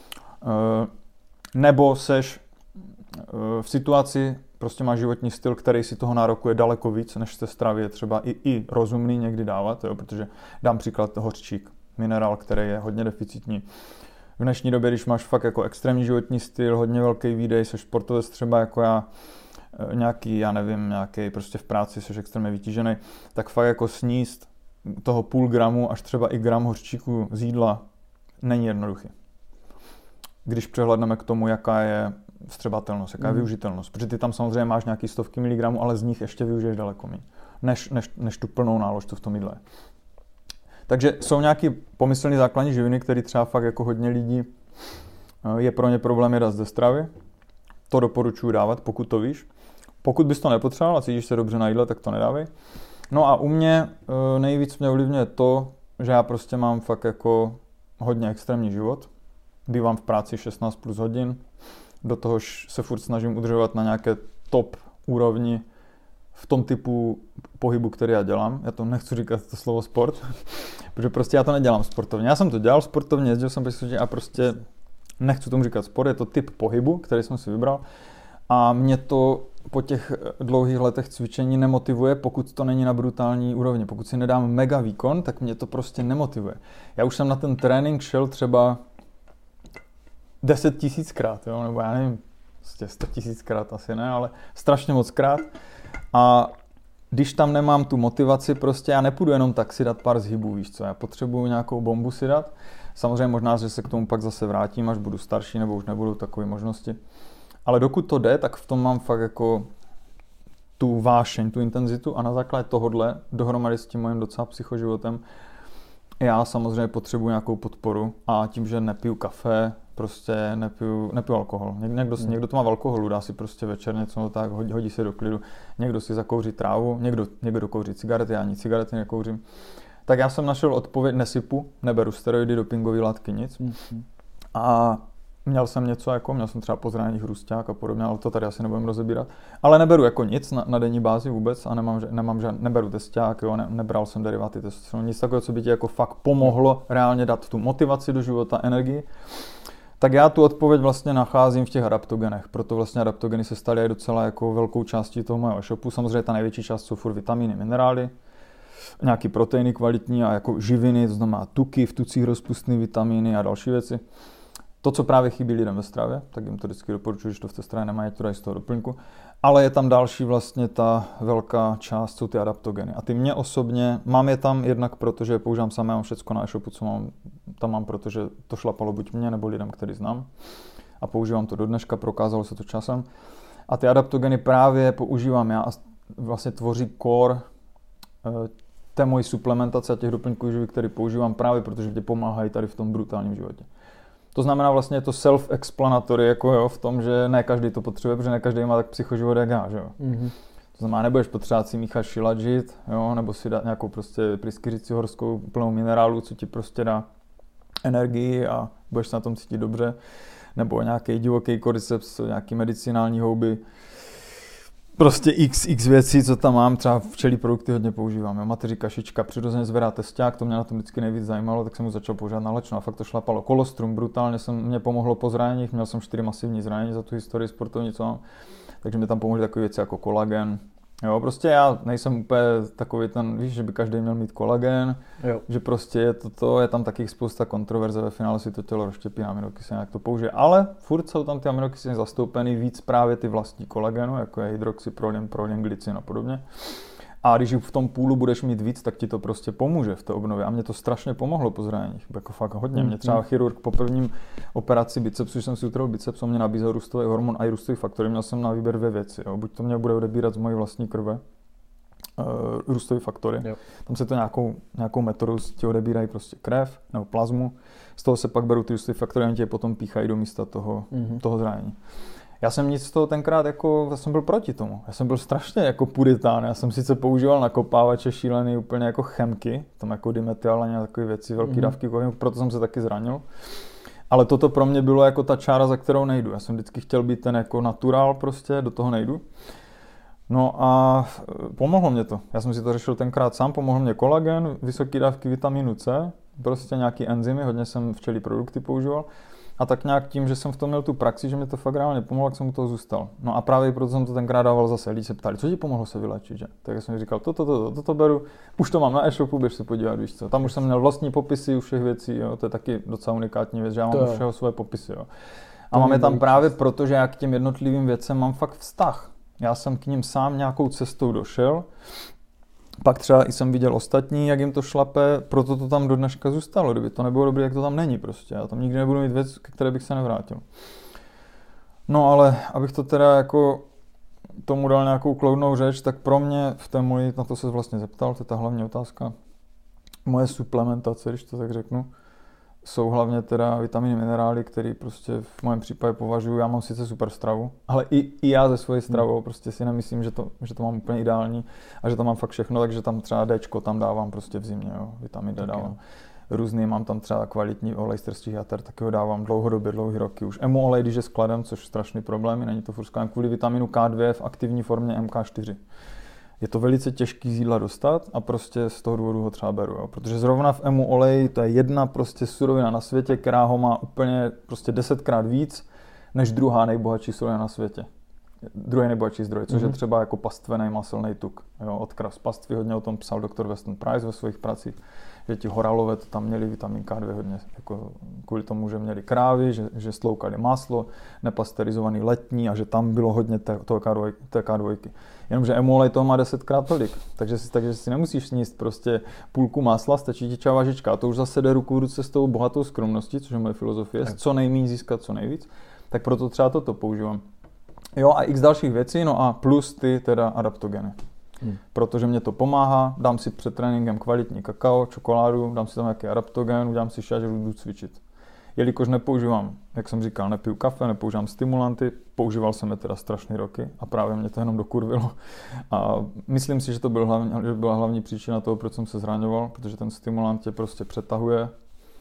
nebo seš v situaci, prostě máš životní styl, který si toho nárokuje daleko víc, než z té stravy je třeba i rozumný někdy dávat, jo, protože dám příklad hořčík, minerál, který je hodně deficitní. V dnešní době, když máš fakt jako extrémní životní styl, hodně velký výdej, seš sportovec třeba jako já, nějaký prostě v práci seš extrémně vytížený, tak fakt jako sníst toho půl gramu až třeba i gram hořčíku z jídla není jednoduchý. Když přehledneme k tomu, jaká je vstřebatelnost, jaká je využitelnost. Protože ty tam samozřejmě máš nějaký stovky miligramů, ale z nich ještě využiješ daleko méně, než tu plnou nálož, co v tom jídle. Takže jsou nějaký pomyslný základní živiny, které třeba fakt jako hodně lidí je pro ně problém je dát ze stravy. To doporučuji dávat, pokud to víš. Pokud bys to nepotřeboval a cítíš se dobře na jídle, tak to nedávej. No a u mě nejvíc mě ovlivňuje to, že já prostě mám fakt jako hodně extrémní život. Bývám v práci 16 plus hodin. Do toho se furt snažím udržovat na nějaké top úrovni v tom typu pohybu, který já dělám. Já to nechci říkat to slovo sport, protože prostě já to nedělám sportovně. Já jsem to dělal sportovně, jezdil jsem a prostě nechci tomu říkat sport, je to typ pohybu, který jsem si vybral. A mě to po těch dlouhých letech cvičení nemotivuje, pokud to není na brutální úrovni. Pokud si nedám mega výkon, tak mě to prostě nemotivuje. Já už jsem na ten trénink šel třeba 10 000krát, jo? Nebo já nevím, 100 000krát asi ne, ale strašně moc krát. A když tam nemám tu motivaci, prostě já nepůjdu jenom tak si dát pár zhybů, víš co, já potřebuju nějakou bombu si dát. Samozřejmě možná, že se k tomu pak zase vrátím, až budu starší, nebo už nebudou takové možnosti. Ale dokud to jde, tak v tom mám fakt jako tu vášeň, tu intenzitu a na základě tohohle, dohromady s tím mojím docela psychoživotem, já samozřejmě potřebuji nějakou podporu a tím, že nepiju kafe, prostě nepiju alkohol. Někdo to má v alkoholu, dá si prostě večer něco tak, hodí se do klidu, někdo si zakouří trávu, někdo kouří cigarety, já ani cigarety nekouřím. Tak já jsem našel odpověď, nesypu, neberu steroidy, dopingové látky, nic. A měl jsem třeba po zraněních hrusťák a podobně, ale to tady asi nebudeme rozebírat. Ale neberu jako nic na denní bázi vůbec a neberu testák, jo, nebral jsem deriváty testosteronu, nic takového, co by ti jako fakt pomohlo reálně dát tu motivaci do života, energii. Tak já tu odpověď vlastně nacházím v těch adaptogenech, proto vlastně adaptogeny se staly docela jako velkou částí toho mého shopu. Samozřejmě ta největší část jsou furt vitamíny, minerály, nějaký proteiny kvalitní a jako živiny, to znamená tuky, v tucích rozpustné vitamíny a další věci. To, co právě chybí lidem ve stravě, tak jim to vždycky doporučuji, když to v té stravě nemají, to dají z toho doplňku. Ale je tam další vlastně ta velká část, jsou ty adaptogeny. A ty mě osobně, mám je tam jednak proto, že je používám sám, já mám všecko na e-shopu, co mám, protože to šlapalo buď mě nebo lidem, který znám. A používám to do dneška, prokázalo se to časem. A ty adaptogeny právě používám já a vlastně tvoří core té mojí suplementace a těch doplňků živých, které používám právě protože tě pomáhají tady v tom brutálním životě. To znamená vlastně je to self-explanatory, jako jo, v tom, že ne každý to potřebuje, protože ne každý má tak psychoživot jak já, že jo. Mm-hmm. To znamená, nebudeš potřebovat si míchat šilajit, jo, nebo si dát nějakou prostě pryskyřici horskou plnou minerálu, co ti prostě dá energii a budeš se na tom cítit dobře, nebo nějaký divoký cordyceps, nějaký medicinální houby. Prostě x věcí, co tam mám, třeba včelí produkty hodně používám. Jo. Mateří kašička, přirozeně zvedá testák, to mě na tom vždycky nejvíc zajímalo, tak jsem mu začal používat na lečno a fakt to šlapalo. Kolostrum brutálně mě pomohlo po zraněních, měl jsem 4 masivní zranění za tu historii sportovní, co mám, takže mi tam pomohly takové věci jako kolagen. Jo, prostě já nejsem úplně takový ten, víš, že by každý měl mít kolagen, jo. Že prostě je tam taky spousta kontroverze, ve finále si to tělo rozštěpí na aminokyseliny, jak to použije, ale furt jsou tam ty aminokyseliny zastoupeny víc právě ty vlastní kolagenu, jako je hydroxyprolin, prolin, glycin a podobně. A když v tom půlu budeš mít víc, tak ti to prostě pomůže v té obnově. A mě to strašně pomohlo po zraněních, jako fakt hodně. Mě třeba chirurg po prvním operaci bicepsu, když jsem si utrhl biceps, on mě nabízel růstový hormon a i růstový faktory. Měl jsem na výběr 2 věci. Jo. Buď to mě bude odebírat z mojí vlastní krve, růstové faktory. Jo. Tam se to nějakou metodou ti odebírají prostě krev nebo plazmu. Z toho se pak berou ty růstové faktory a tě potom píchají do místa toho zranění. Já jsem nic z toho tenkrát já jsem byl proti tomu. Já jsem byl strašně jako puritán. Já jsem sice používal nakopávače šílený úplně jako chemky, tam jako dimethylaně a takové věci, velké dávky, proto jsem se taky zranil. Ale toto pro mě bylo jako ta čára, za kterou nejdu. Já jsem vždycky chtěl být ten jako naturál prostě, do toho nejdu. No a pomohlo mě to. Já jsem si to řešil tenkrát sám, pomohl mě kolagen, vysoké dávky vitamínu C, prostě nějaký enzymy, hodně jsem včelí produkty používal. A tak nějak tím, že jsem v tom měl tu praxi, že mi to fakt reálně pomohlo, tak jsem u toho zůstal. No a právě proto jsem to tenkrát dával zase. Lidi se ptali, co ti pomohlo se vylečit, že? Tak jsem říkal, toto beru, už to mám na e-shopu, běž se podívat, víš co. Tam už jsem měl vlastní popisy u všech věcí, jo? To je taky docela unikátní věc, že já mám u všeho svoje popisy, jo. A mám je tam právě proto, že já k těm jednotlivým věcem mám fakt vztah. Já jsem k ním sám nějakou cestou došel. Pak třeba i jsem viděl ostatní, jak jim to šlape, proto to tam do dneška zůstalo. Kdyby to nebylo dobré, jak to tam není prostě. Já tam nikdy nebudu mít věc, ke které bych se nevrátil. No ale, abych to teda jako tomu dal nějakou kloudnou řeč, tak pro mě v té mojí, na to se vlastně zeptal, to je ta hlavní otázka, moje suplementace, když to tak řeknu, jsou hlavně teda vitaminy, minerály, které prostě v mém případě považuji, já mám sice super stravu, ale i já ze svojí stravou prostě si nemyslím, že to mám úplně ideální a že tam mám fakt všechno, takže tam třeba Dčko tam dávám prostě v zimě, jo, vitamin D dávám. Různý, mám tam třeba kvalitní olej z trstích jater, taky ho dávám dlouhodobě, dlouhý roky už. EMU olej, když je skladem, což je strašný problém, není to furt skladem kvůli vitaminu K2 v aktivní formě MK4. Je to velice těžký z jídla dostat a prostě z toho důvodu ho třeba beru, jo. Protože zrovna v EMU oleji to je jedna prostě surovina na světě, která ho má úplně prostě 10krát víc než druhá nejbohatší surovina na světě. Druhý nejbohatší zdroj, což je třeba jako pastvený maselný tuk. Jo, od krav z pastvy, hodně o tom psal doktor Weston Price ve svých pracích, že ti horalové to tam měli vitamin K2 hodně, jako kvůli tomu, že měli krávy, že sloukali máslo, nepasterizovaný letní a že tam bylo hodně K2. Jenomže EMU olej toho má 10krát tolik, takže si nemusíš sníst prostě půlku másla, stačí ti třeba važička. A to už zase jde ruku v ruce s tou bohatou skromností, což je moje filozofie, co nejméně získat co nejvíc, tak proto třeba toto používám. Jo a x dalších věcí, no a plus ty teda adaptogeny. Protože mě to pomáhá, dám si před tréninkem kvalitní kakao, čokoládu, dám si tam nějaký adaptogen, udělám si šáč, jdu cvičit. Jelikož nepoužívám, jak jsem říkal, nepiju kafe, nepoužívám stimulanty, používal jsem je teda strašný roky a právě mě to jenom dokurvilo. A myslím si, že to byla hlavní příčina toho, proč jsem se zraňoval, protože ten stimulant tě prostě přetahuje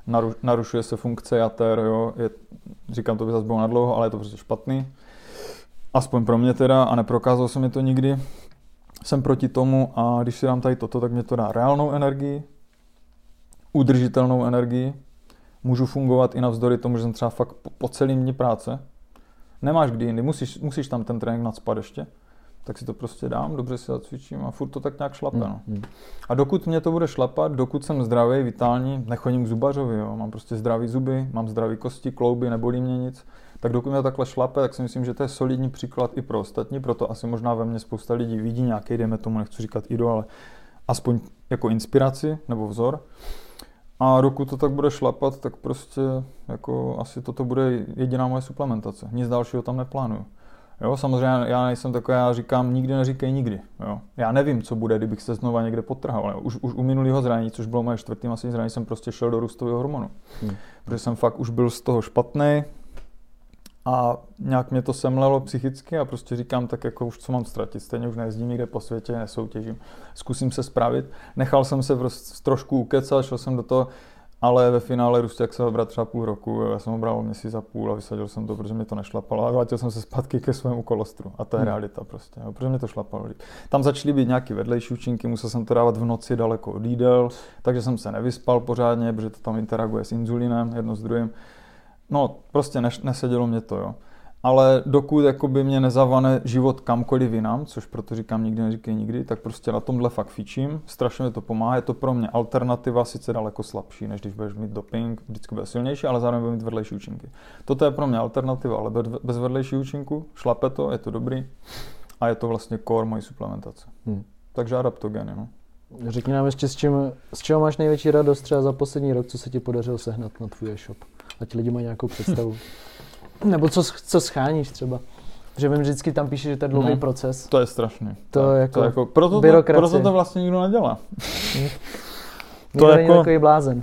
narušuje se funkce jater, jo. Říkám, to by zase bylo nadlouho, ale je to prostě špatný. Aspoň pro mě teda, a neprokázal jsem mi to nikdy. Jsem proti tomu a když si dám tady toto, tak mě to dá reálnou energii, udržitelnou energii. Můžu fungovat i navzdory tomu, že jsem třeba fakt po celým dní práce. Nemáš kdy jindy, musíš tam ten trénink nacpat ještě. Tak si to prostě dám, dobře si zacvičím a furt to tak nějak šlape. No. A dokud mě to bude šlapat, dokud jsem zdravý, vitální, nechodím k zubařovi, jo, mám prostě zdravý zuby, mám zdravý kosti, klouby, nebolí mě nic, tak dokud mě takhle šlape, tak si myslím, že to je solidní příklad i pro ostatní, proto asi možná ve mně spousta lidí vidí nějaký, dejme tomu, nechci říkat idol, ale aspoň jako inspiraci nebo vzor. A dokud to tak bude šlapat, tak prostě jako asi toto bude jediná moje suplementace. Nic dalšího tam neplánuju. Jo, samozřejmě já nejsem takový, já říkám, nikdy neříkej nikdy. Jo. Já nevím, co bude, kdybych se znova někde podtrhal. Ale už u minulého zranění, což bylo moje 4. masivní zranění, jsem prostě šel do růstového hormonu. Protože jsem fakt už byl z toho špatný a nějak mě to semlelo psychicky a prostě říkám, tak jako už co mám ztratit. Stejně už nejezdím nikde po světě, nesoutěžím. Zkusím se spravit. Nechal jsem se prostě trošku ukecat, šel jsem do toho, ale ve finále Rusťák se ho bral třeba půl roku, já jsem ho bral měsíc a půl a vysadil jsem to, protože mě to nešlapalo a vrátil jsem se zpátky ke svému kolostru a to je realita prostě, jo, protože mě to šlapalo. Tam začaly být nějaké vedlejší účinky, musel jsem to dávat v noci daleko od jídel, takže jsem se nevyspal pořádně, protože to tam interaguje s inzulinem, jedno s druhým. No, prostě nesedělo mě to, jo. Ale dokud jakoby mě nezavane život kamkoliv jinam, což proto říkám nikdy neříkej nikdy, tak prostě na tomhle fakt fičím, strašně mi to pomáhá, je to pro mě alternativa, sice daleko slabší, než když budeš mít doping, vždycky bude silnější, ale zároveň bude mít vedlejší účinky. Toto je pro mě alternativa, ale bez vedlejší účinku, šlape to, je to dobrý a je to vlastně core mojí suplementace. Takže adaptogeny, no. Řekni nám ještě, z čeho máš největší radost třeba za poslední rok, co se ti podařilo sehnat na tvůj e-shop, ať lidi mají nějakou představu. Nebo co scháníš třeba. Že vím, vždycky tam píše, že to je dlouhý proces. To je strašný. To jako proto to vlastně nikdo nedělá. To je jako takový blázen.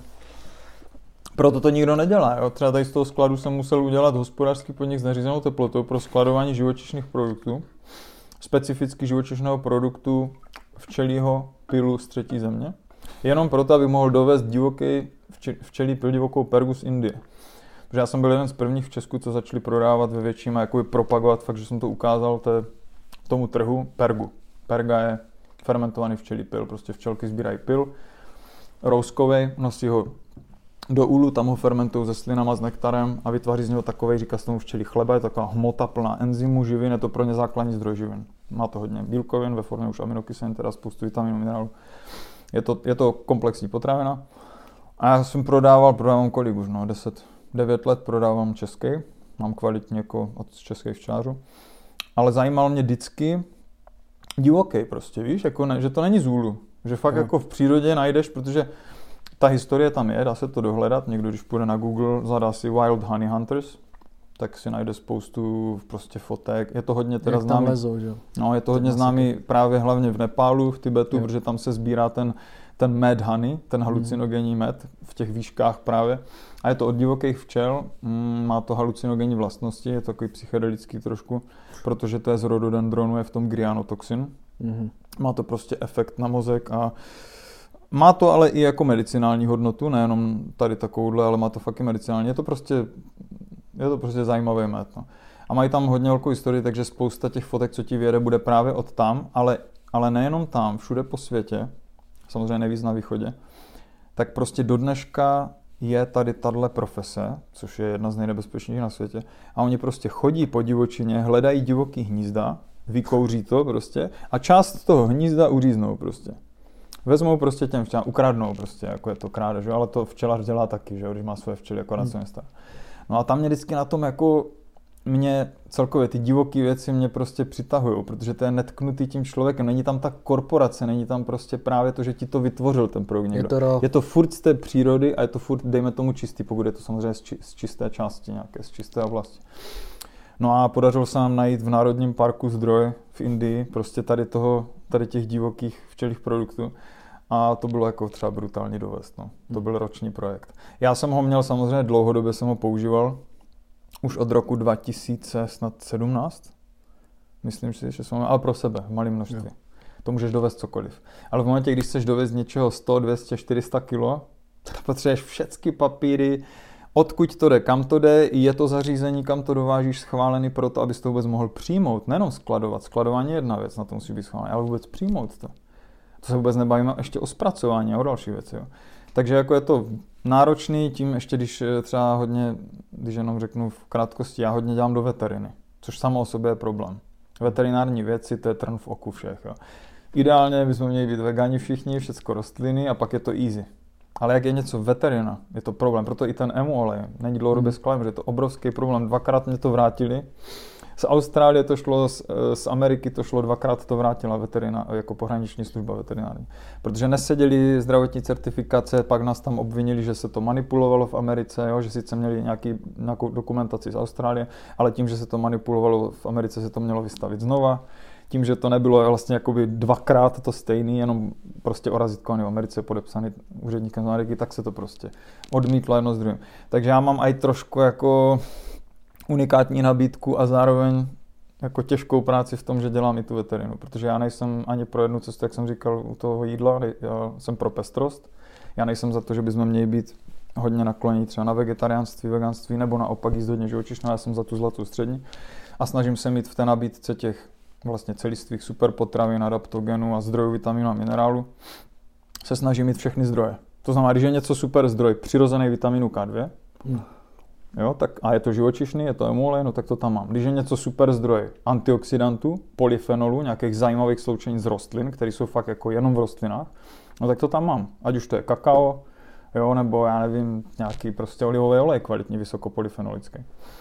Proto to nikdo nedělá. Jo? Třeba tady z toho skladu jsem musel udělat hospodářský podnik s nařízenou teplotou pro skladování živočišných produktů. Specificky živočišného produktu včelího pylu z třetí země. Jenom proto, aby mohl dovést divoký včelí pyl, divokou pergu z Indie. Protože já jsem byl jeden z prvních v Česku, co začali prodávat ve větším a jakoby propagovat, fakt, že jsem to ukázal tomu trhu, pergu. Perga je fermentovaný včelí pyl, prostě včelky sbírají pyl, rouskovej, nosí ho do úlu, tam ho fermentují se slinama, s nektarem a vytváří z něho takovej, říká se tomu včelí chleba, je taková hmota plná enzymů, živin, je to pro ně základní zdroj živin. Má to hodně bílkovin ve formě už aminokyselin, teda spoustu vitaminů, minerálů. Je to komplexní potravina. A já jsem prodávám kolik už, 9 let prodávám český, mám kvalitní jako od českých včelařů, ale zajímal mě vždycky divoký prostě, víš, jako že to není z úlu, že fakt jako v přírodě najdeš, protože ta historie tam je, dá se to dohledat, někdo když půjde na Google, zadá si Wild Honey Hunters, tak si najde spoustu prostě fotek, je to hodně teda známý, no, je to hodně známý právě hlavně v Nepálu, v Tibetu, protože tam se sbírá ten mad honey, ten halucinogenní med v těch výškách právě. A je to od divokých včel, má to halucinogenní vlastnosti, je to takový psychedelický trošku, protože to je z rododendronu, je v tom gyanotoxin. Má to prostě efekt na mozek a má to ale i jako medicinální hodnotu, nejenom tady takovouhle, ale má to fakt i medicinální. Je to prostě zajímavý med. No. A mají tam hodně velkou historii, takže spousta těch fotek, co ti vyjede, bude právě od tam, ale nejenom tam, všude po světě, samozřejmě nejvíc na východě, tak prostě do dneška je tady tahle profese, což je jedna z nejnebezpečnějších na světě, a oni prostě chodí po divočině, hledají divoký hnízda, vykouří to prostě a část toho hnízda uříznou prostě. Vezmou prostě těm včelám, ukradnou prostě, jako je to krádež, že? Ale to včelař dělá taky, že? Když má svoje včely, jako na co nestará. No a tam mě vždycky na tom jako mě celkově ty divoký věci mě prostě přitahujou, protože to je netknutý tím člověkem, není tam ta korporace, není tam prostě právě to, že ti to vytvořil ten produkt někdo. Je to furt z té přírody a je to furt, dejme tomu čistý, pokud je to samozřejmě z čisté části nějaké, z čisté oblasti. No a podařilo se nám najít v Národním parku zdroj v Indii, prostě tady těch divokých včelích produktů. A to bylo jako třeba brutální dovést, no. To byl roční projekt. Já jsem ho měl samozřejmě dlouhodobě, jsem ho používal, už od roku 2017, myslím si, že jsem ale pro sebe, v malém množství. Jo. To můžeš dovést cokoliv. Ale v momentě, když chceš dovést něčeho 100, 200, 400 kilo, Potřebuješ všechny papíry, odkud to jde, kam to jde, je to zařízení, kam to dovážíš, schválený pro to, abys to vůbec mohl přijmout, nejenom skladovat. Skladování je jedna věc, na to musí být schválený, ale vůbec přijmout to. To se vůbec nebavíme ještě o zpracování a o další věci. Jo. Takže jako je to náročný, tím ještě když třeba hodně, když jenom řeknu v krátkosti, já hodně dělám do veteriny, což samo o sobě je problém. Veterinární věci, to je trn v oku všech. Jo. Ideálně bychom měli být vegani všichni, všecko rostliny a pak je to easy. Ale jak je něco veterina, je to problém. Proto i ten EMU olej není dlouhodobě skladem, že je to obrovský problém. Dvakrát mě to vrátili. Z Austrálie to šlo, z Ameriky to šlo, dvakrát to vrátila veterina, jako pohraniční služba veterinární. Protože neseděli zdravotní certifikace, pak nás tam obvinili, že se to manipulovalo v Americe, jo, že sice měli nějakou dokumentaci z Austrálie, ale tím, že se to manipulovalo v Americe, se to mělo vystavit znova. Tím, že to nebylo vlastně jakoby dvakrát to stejný, jenom prostě orazítkovaný v Americe podepsaný úředníkem z Ameriky, tak se to prostě odmítlo jedno s druhým. Takže já mám i trošku jako unikátní nabídku a zároveň jako těžkou práci v tom, že dělám i tu veterinu, protože já nejsem ani pro jednu cestu, jak jsem říkal, u toho jídla, já jsem pro pestrost. Já nejsem za to, že bychom měli být hodně naklonení třeba na vegetariánství, veganství nebo naopak jíst hodně živočišného, já jsem za tu zlatou střední a snažím se mít v té nabídce těch vlastně celistvých superpotravin, adaptogenů a zdrojů vitamínu a minerálu, se snažím mít všechny zdroje. To znamená, když je něco super zdroj, přirozený vitamínu K2, jo, tak, a je to živočišný, je to emulej, no tak to tam mám. Když je něco super zdroj antioxidantů, polyfenolů, nějakých zajímavých sloučení z rostlin, které jsou fakt jako jenom v rostlinách, no tak to tam mám. Ať už to je kakao, jo, nebo já nevím, nějaký prostě olivový olej kvalitní, vysokopolyfenolický.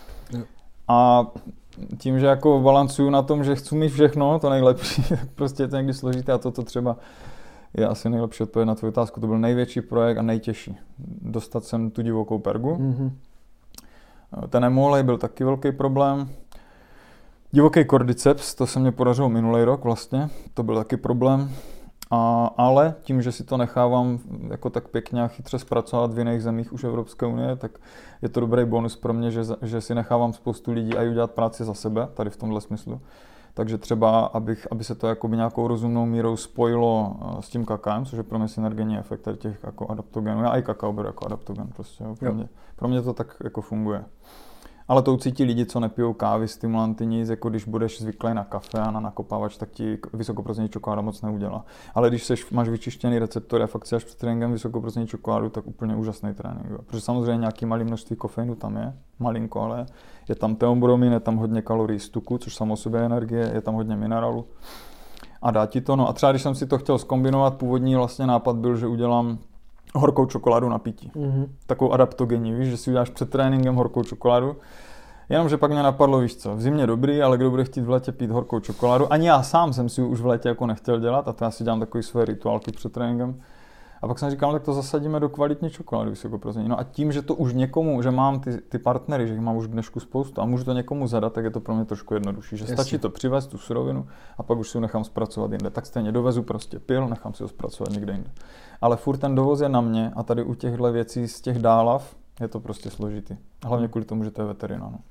A tím, že jako balancuju na tom, že chci mít všechno, to nejlepší, tak prostě je to někdy složité a toto třeba je asi nejlepší odpověď na tvou otázku. To byl největší projekt a nejtěžší. Dostat sem tu divokou pergu. Mm-hmm. Ten emulej byl taky velký problém. Divoký cordyceps, to se mě podařilo minulý rok vlastně, to byl taky problém. Ale tím, že si to nechávám jako tak pěkně a chytře zpracovat v jiných zemích už Evropské unie, tak je to dobrý bonus pro mě, že si nechávám spoustu lidí a udělat práci za sebe, tady v tomhle smyslu. Takže třeba, aby se to jakoby nějakou rozumnou mírou spojilo s tím kakaem, což je pro mě synergenní efekt tady těch jako adaptogenů. Já i kakao beru jako adaptogen prostě, pro mě to tak jako funguje. Ale to ucítí lidi, co nepijou kávy, stimulanty, nic, jako když budeš zvyklý na kafe a na nakopávač, tak ti vysokoprocentní čokoláda moc neudělá. Ale když máš vyčištěný receptory a fakt si až před tréninkem vysokoprocentní čokoládu, tak úplně úžasný trénink. Jo. Protože samozřejmě nějaký malý množství kofeinu tam je, malinko, ale je tam teobromin, je tam hodně kalorií z tuku, což samo o sobě je energie, je tam hodně minerálu. A dá ti to, no a třeba když jsem si to chtěl zkombinovat, původní vlastně nápad byl, že udělám horkou čokoládu na pití. Mm-hmm. Takovou adaptogenní, víš, že si uděláš před tréninkem horkou čokoládu. Jenomže pak mě napadlo, víš co, v zimě dobrý, ale kdo bude chtít v létě pít horkou čokoládu? Ani já sám jsem si už v létě jako nechtěl dělat a to já si dělám takový své rituálky před tréninkem. A pak jsem říkal, tak to zasadíme do kvalitní čokolády vysokoprocentní. No a tím, že to už někomu, že mám ty partnery, že jich mám už dnešku spoustu a můžu to někomu zadat, tak je to pro mě trošku jednodušší. Že jasně. Stačí to přivést tu surovinu a pak už si ho nechám zpracovat jinde. Tak stejně dovezu prostě pil, nechám si ho zpracovat někde jinde. Ale furt ten dovoz je na mě a tady u těchto věcí z těch dálav je to prostě složitý. Hlavně kvůli tomu, že to je veterina. No.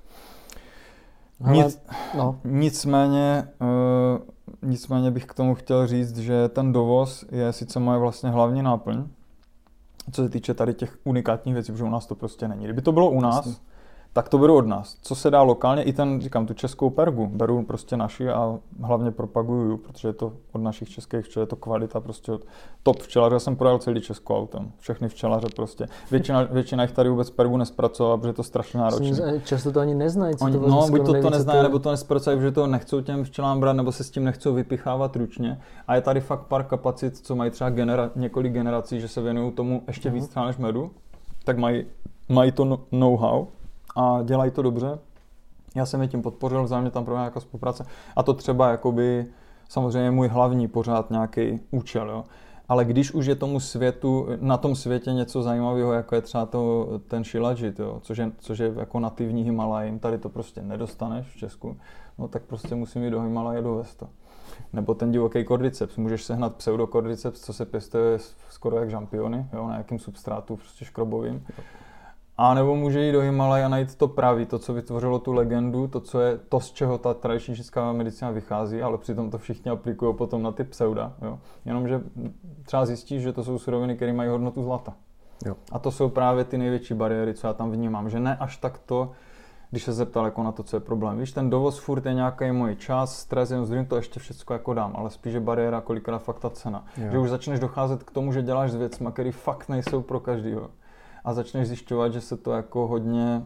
Nicméně bych k tomu chtěl říct, že ten dovoz je sice moje vlastně hlavní náplň, co se týče tady těch unikátních věcí, protože u nás to prostě není. Kdyby to bylo u nás, tak to beru od nás. Co se dá lokálně, i tu českou pergu, beru prostě naši a hlavně propaguju, protože je to od našich českých včel, je to kvalita prostě od top včelaře. Já jsem prodal celý Česko autem, všechny včelaře prostě. Většina jich tady vůbec pergu nespracovala, protože je to strašně náročné. Často to ani neznají, co buď to neznají, nebo to nespracují, protože to nechcou těm včelám brát, nebo se s tím nechcou vypichávat ručně. A je tady fakt pár kapacit, co mají třeba několik generací, že se věnují tomu ještě víc třeba než medu, tak mají to know-how. A dělají to dobře. Já jsem je tím podpořil, vzájemně tam proběhla nějaká spolupráce. A to třeba jakoby samozřejmě můj hlavní pořád nějaký účel. Jo. Ale když už je tomu světu, na tom světě něco zajímavého, jako je třeba ten shilajit, jo, což je jako nativní Himalajím, tady to prostě nedostaneš v Česku, no tak prostě musím jít do Himalaje dovést to. Nebo ten divoký cordyceps. Můžeš sehnat pseudocordyceps, co se pěstuje skoro jak žampiony, jo, na nějakém substrátu prostě škrobovým. A nebo může jít do Himalaje a najít to pravý, to, co vytvořilo tu legendu, to, z čeho ta tradiční čínská medicína vychází, ale přitom to všichni aplikují potom na ty pseuda. Jo. Jenomže třeba zjistíš, že to jsou suroviny, které mají hodnotu zlata. Jo. A to jsou právě ty největší bariéry, co já tam vnímám, že ne až tak to, když se zeptal jako na to, co je problém. Víš, ten dovoz furt je nějaký můj čas, stres, jenom zdrojím to ještě všechno jako dám, ale spíš je bariéra kolikrát fakt ta cena. Jo. Že už začneš docházet k tomu, že děláš s věcma, které fakt nejsou pro každýho. A začneš zjišťovat, že se to jako hodně...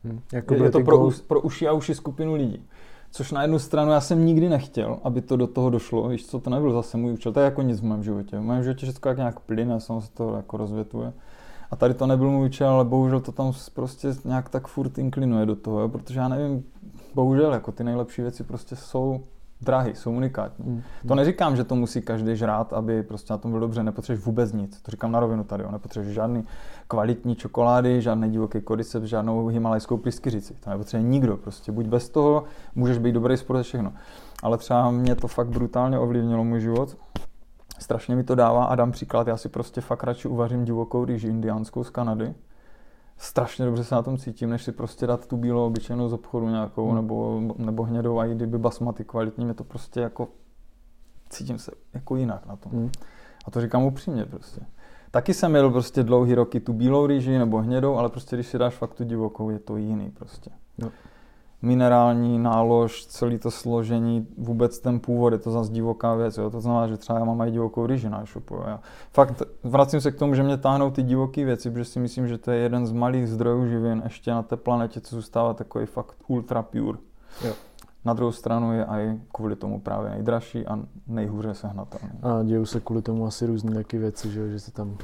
je to pro uši a uši skupinu lidí. Což na jednu stranu já jsem nikdy nechtěl, aby to do toho došlo. Víš co, to nebyl zase můj účel. To je jako nic v mém životě. V mém životě všechno jak nějak plyne, samo se to jako rozvětuje. A tady to nebyl můj účel, ale bohužel to tam prostě nějak tak furt inklinuje do toho, jo? Protože já nevím, bohužel jako ty nejlepší věci prostě jsou drahý, jsou unikátní. To neříkám, že to musí každý žrát, aby prostě na tom byl dobře, nepotřebuješ vůbec nic. To říkám na rovinu tady, jo? Nepotřebuješ žádný kvalitní čokolády, žádný divoký kodiceps, žádnou himalajskou pryskyřici. To nepotřebuje nikdo prostě. Buď bez toho, můžeš být dobrý sport, všechno. Ale třeba mě to fakt brutálně ovlivnilo můj život. Strašně mi to dává a dám příklad, já si prostě fakt radši uvařím divokou rýži indiánskou z Kanady. Strašně dobře se na tom cítím, než si prostě dát tu bílou obyčejnou z obchodu nějakou, nebo hnědou, a i kdyby basmati kvalitní, mě to prostě jako cítím se jako jinak na tom. A to říkám upřímně prostě. Taky jsem jedl prostě dlouhý roky tu bílou rýži nebo hnědou, ale prostě když si dáš fakt tu divokou, je to jiný prostě. No. Minerální nálož, celé to složení, vůbec ten původ, je to zase divoká věc, jo? To znamená, že třeba já mám i divokou rýži na e-shopu. Já fakt vracím se k tomu, že mě táhnou ty divoké věci, protože si myslím, že to je jeden z malých zdrojů živin ještě na té planetě, co zůstává takový fakt ultra pure. Jo. Na druhou stranu je i kvůli tomu právě nejdražší a nejhůře sehnatelný. A dějou se kvůli tomu asi různé taky věci, že se tam...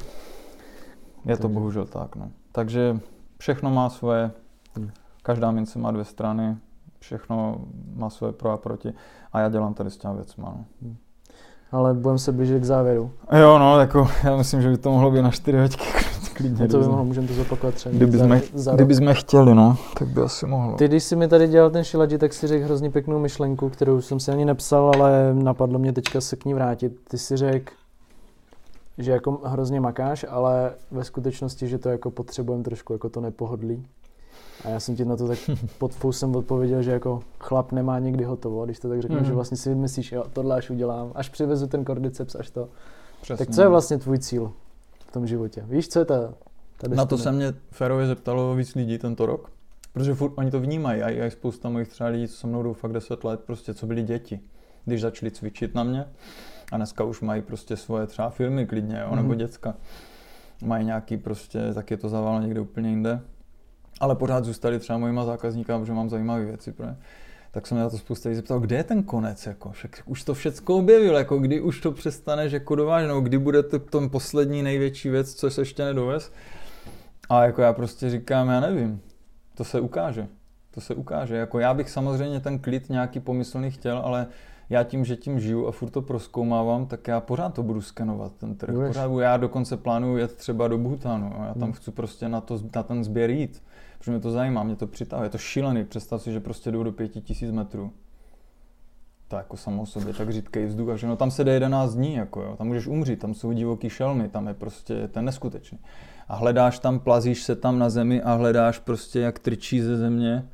Je to bohužel tak, no. Takže všechno má svoje... Každá mince má dvě strany, všechno má svoje pro a proti a já dělám tady s těmi věcma. No. Ale budeme se blížit k závěru. Jo, no, jako já myslím, že by to mohlo být na 4 hoďky klidně. To by mohlo, můžeme to zopakovat třeba. Kdybychom chtěli, no, tak by asi mohlo. Ty, když jsi mi tady dělal ten šiladži, tak si řekl hrozně pěknou myšlenku, kterou jsem si ani nepsal, ale napadlo mě teďka se k ní vrátit. Ty si řekl, že jako hrozně makáš, ale ve skutečnosti, že to jako potřebujeme trošku jako to nepohodlí. A já jsem ti na to tak pod fousem odpověděl, že jako chlap nemá nikdy hotovo, když to tak řeknu, že vlastně si myslíš, jo, tohle až udělám, až přivezu ten kordyceps, až to. Přesně. Tak co je vlastně tvůj cíl v tom životě? Víš, co je ta Na to se mě férově zeptalo víc lidí tento rok, protože furt oni to vnímají a spousta mojich třeba lidí, co se mnou jdou fakt 10 let, prostě co byli děti, když začali cvičit na mě a dneska už mají prostě svoje třeba firmy klidně, jo, nebo děcka. Mají nějaký prostě, tak je to zaváleno někde úplně jinde. Ale pořád zůstali třeba mojima zákazníkama, protože mám zajímavé věci. Tak jsem mě na to spousta lidí zeptal, kde je ten konec? Jako? Však už to všecko objevil, jako kdy už to přestaneš jako dovážet, nebo kdy bude to ten poslední největší věc, co se ještě nedovez. A jako já prostě říkám, já nevím, to se ukáže. Jako já bych samozřejmě ten klid nějaký pomyslný chtěl, ale já tím, že tím žiju a furt to prozkoumávám, tak já pořád to budu skenovat, ten trh. Já dokonce plánuju jet třeba do Bhutánu. Já tam chci prostě na ten sběr jít, protože mě to zajímá, mě to přitahuje. Je to šílený, představ si, že prostě jdu do 5000 metrů. To jako samo o sobě, tak řídkej vzduch a všechno. Tam se jde 11 dní, jako jo. Tam můžeš umřít, tam jsou divoký šelmy, tam je prostě ten neskutečný. A hledáš tam, plazíš se tam na zemi a hledáš prostě, jak trčí ze země.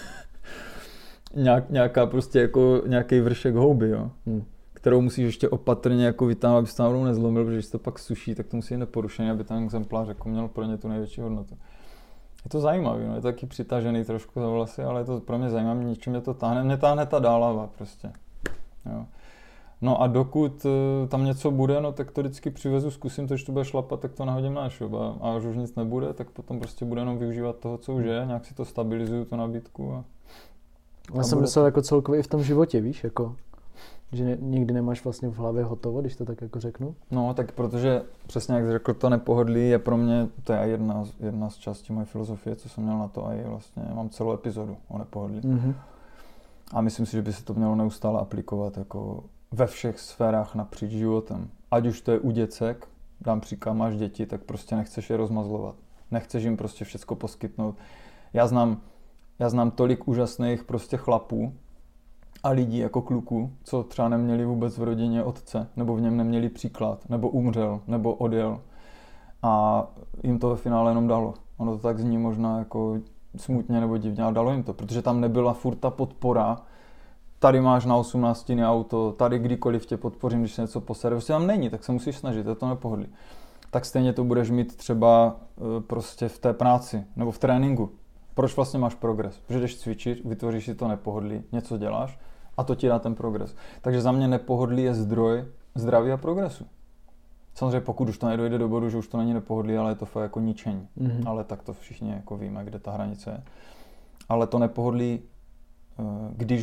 Nějaká prostě jako nějaký vršek houby, jo. Kterou musíš ještě opatrně jako vytáhnout, aby se tam náhodou nezlomil, protože když to pak suší, tak to musí neporušeně, aby ten exemplář jako měl pro ně tu největší hodnotu. Je to zajímavý, no, je to taky přitažený trošku za vlasy, ale je to pro mě zajímavé, ničím mě to táhne, mě táhne ta dálava prostě. Jo. No a dokud tam něco bude, no tak to vždycky přivezu, zkusím to, když to bude šlapat, tak to nahodím na e-shop a až už nic nebude, tak potom prostě bude jenom využívat toho, co už je, nějak si to stabilizuju, tu nabídku a já jsem myslel jako celkově i v tom životě, víš, jako, že nikdy nemáš vlastně v hlavě hotovo, když to tak jako řeknu. No, tak protože přesně jak jsi řekl, to nepohodlí je pro mě, to je jedna z částí moje filozofie, co jsem měl na to a je vlastně, mám celou epizodu o nepohodlí. A myslím si, že by se to mělo neustále aplikovat jako ve všech sférách napříč životem. Ať už to je u děcek, dám příklad, máš děti, tak prostě nechceš je rozmazlovat. Nechceš jim prostě všecko poskytnout. Já znám tolik úžasných prostě chlapů a lidí jako kluků, co třeba neměli vůbec v rodině otce, nebo v něm neměli příklad, nebo umřel, nebo odjel. A jim to ve finále jenom dalo. Ono to tak zní možná jako smutně nebo divně, ale dalo jim to, protože tam nebyla furt ta podpora. Tady máš na 18 auto, tady kdykoliv tě podpořím, když se něco posere. Prostě tam není, tak se musíš snažit, to nepohodlí. tak stejně to budeš mít třeba prostě v té práci nebo v tréninku. Proč vlastně máš progres? Protože jdeš cvičit, vytvoříš si to nepohodlí, něco děláš a to ti dá ten progres. Takže za mě nepohodlí je zdroj zdraví a progresu. Samozřejmě pokud už to nedojde do bodu, že už to není nepohodlí, ale je to fakt jako ničení. Ale tak to všichni jako víme, kde ta hranice je. Ale to nepohodlí, když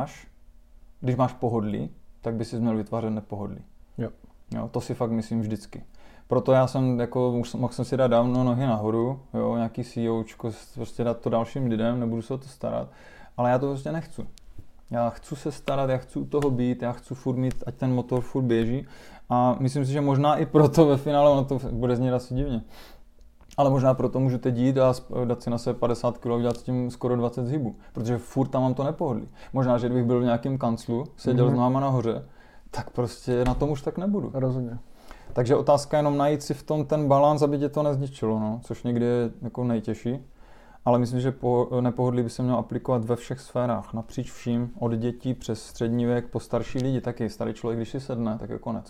máš pohodlí, tak by si měl vytvářet nepohodlí. Jo, to si fakt myslím vždycky. Proto já jsem jako, mohl jsem si dát dávno nohy nahoru, jo, nějaký CEOčko, prostě dát to dalším lidem, nebudu se o to starat, ale já to prostě nechci. Já chci se starat, já chci u toho být, já chci furt mít, ať ten motor furt běží a myslím si, že možná i proto ve finále, ono to bude znít asi divně, ale možná proto můžu teď jít a dát si na sebe 50 kg a dělat s tím skoro 20 zhybů, protože furt tam mám to nepohodlí. Možná, že kdybych byl v nějakém kanclu, seděl s náma nahoře, tak prostě na tom už tak nebudu. Rozumím. Takže otázka je jenom najít si v tom ten balans, aby tě to nezničilo, no, což někdy je jako nejtěžší. Ale myslím, že nepohodlí by se mělo aplikovat ve všech sférách, napříč vším, od dětí přes střední věk po starší lidi, taky starý člověk, když si sedne, tak je konec.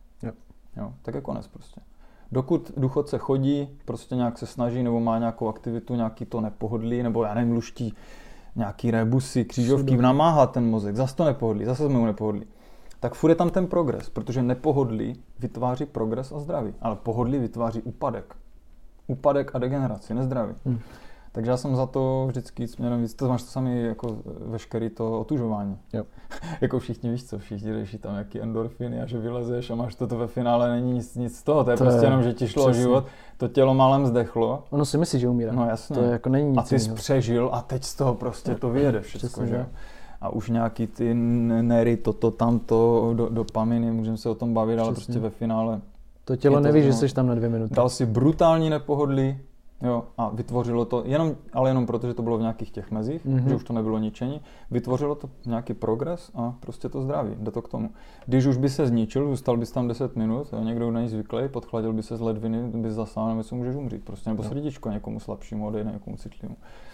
Jo, tak je konec prostě. Dokud důchodce chodí, prostě nějak se snaží, nebo má nějakou aktivitu, nějaký to nepohodlí, nebo já nevím, luští nějaký rebusy, křížovky, namáhá ten mozek, zase to nepohodlí, zase jsme mu nepohodlí. Tak furt je tam ten progres, protože nepohodlí vytváří progres a zdraví, ale pohodlí vytváří úpadek. Úpadek a degeneraci, nezdraví. Takže já jsem za to vždycky směrem víc, to máš to samé jako veškerý to otužování. Jo. Jako všichni víš co, všichni řeší tam nějaký endorfiny a že vylezeš a máš to ve finále není nic z toho, to je prostě jenom, že ti šlo o život, to tělo málem zdechlo. Ono si myslí, že umírá. No jasně. To jako není nic. A ty jsi přežil a teď z toho prostě to vyjede všechno, že jo. A už nějaký ty nery, toto, tamto, dopaminy, můžeme se o tom bavit, ale prostě ve finále... To tělo neví, že jsi tam na 2 minuty. Dal si brutální nepohodlí, jo, a vytvořilo to, ale jenom proto, že to bylo v nějakých těch mezích, že už to nebylo ničení, vytvořilo to nějaký progres a prostě to zdraví, jde to k tomu. Když už by se zničil, zůstal bys tam 10 minut, jo, někdo není zvyklý, podchladil by se z ledviny, bys zasáhl, nebo se můžeš umřít, prostě, nebo srdíčko někomu slabšímu odejde, někomu citlivému.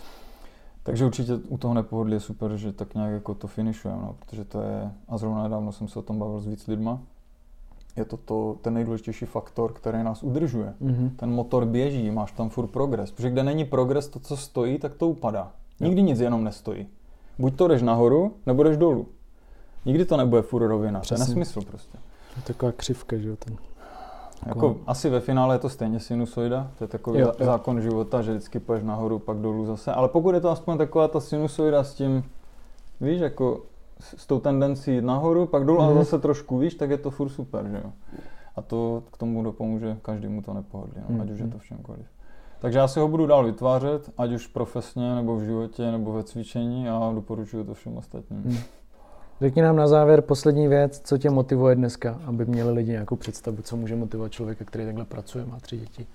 Takže určitě u toho nepohodlí je super, že tak nějak jako to finišujeme, no, protože to je, a zrovna nedávno jsem se o tom bavil s víc lidma, je to ten nejdůležitější faktor, který nás udržuje. Ten motor běží, máš tam furt progres, protože kde není progres, to, co stojí, tak to upadá. Nikdy nic jenom nestojí. Buď to jdeš nahoru, nebo jdeš dolů. Nikdy to nebude furt rovina, to je nesmysl prostě. To je taková křivka, že jo, ten. Jako, asi ve finále je to stejně sinusoida, to je takový zákon života, že vždycky půjdeš nahoru, pak dolů zase, ale pokud je to aspoň taková ta sinusoida s tím, víš, jako s tou tendencí jít nahoru, pak dolů a zase trošku víš, tak je to furt super, že jo. A to k tomu dopomůže každému to nepohodlí, no, ať už je to v čemkoliv. Takže já si ho budu dál vytvářet, ať už profesně, nebo v životě, nebo ve cvičení a doporučuji to všem ostatním. Řekni nám na závěr poslední věc, co tě motivuje dneska, aby měli lidi nějakou představu, co může motivovat člověka, který takhle pracuje, má 3 děti.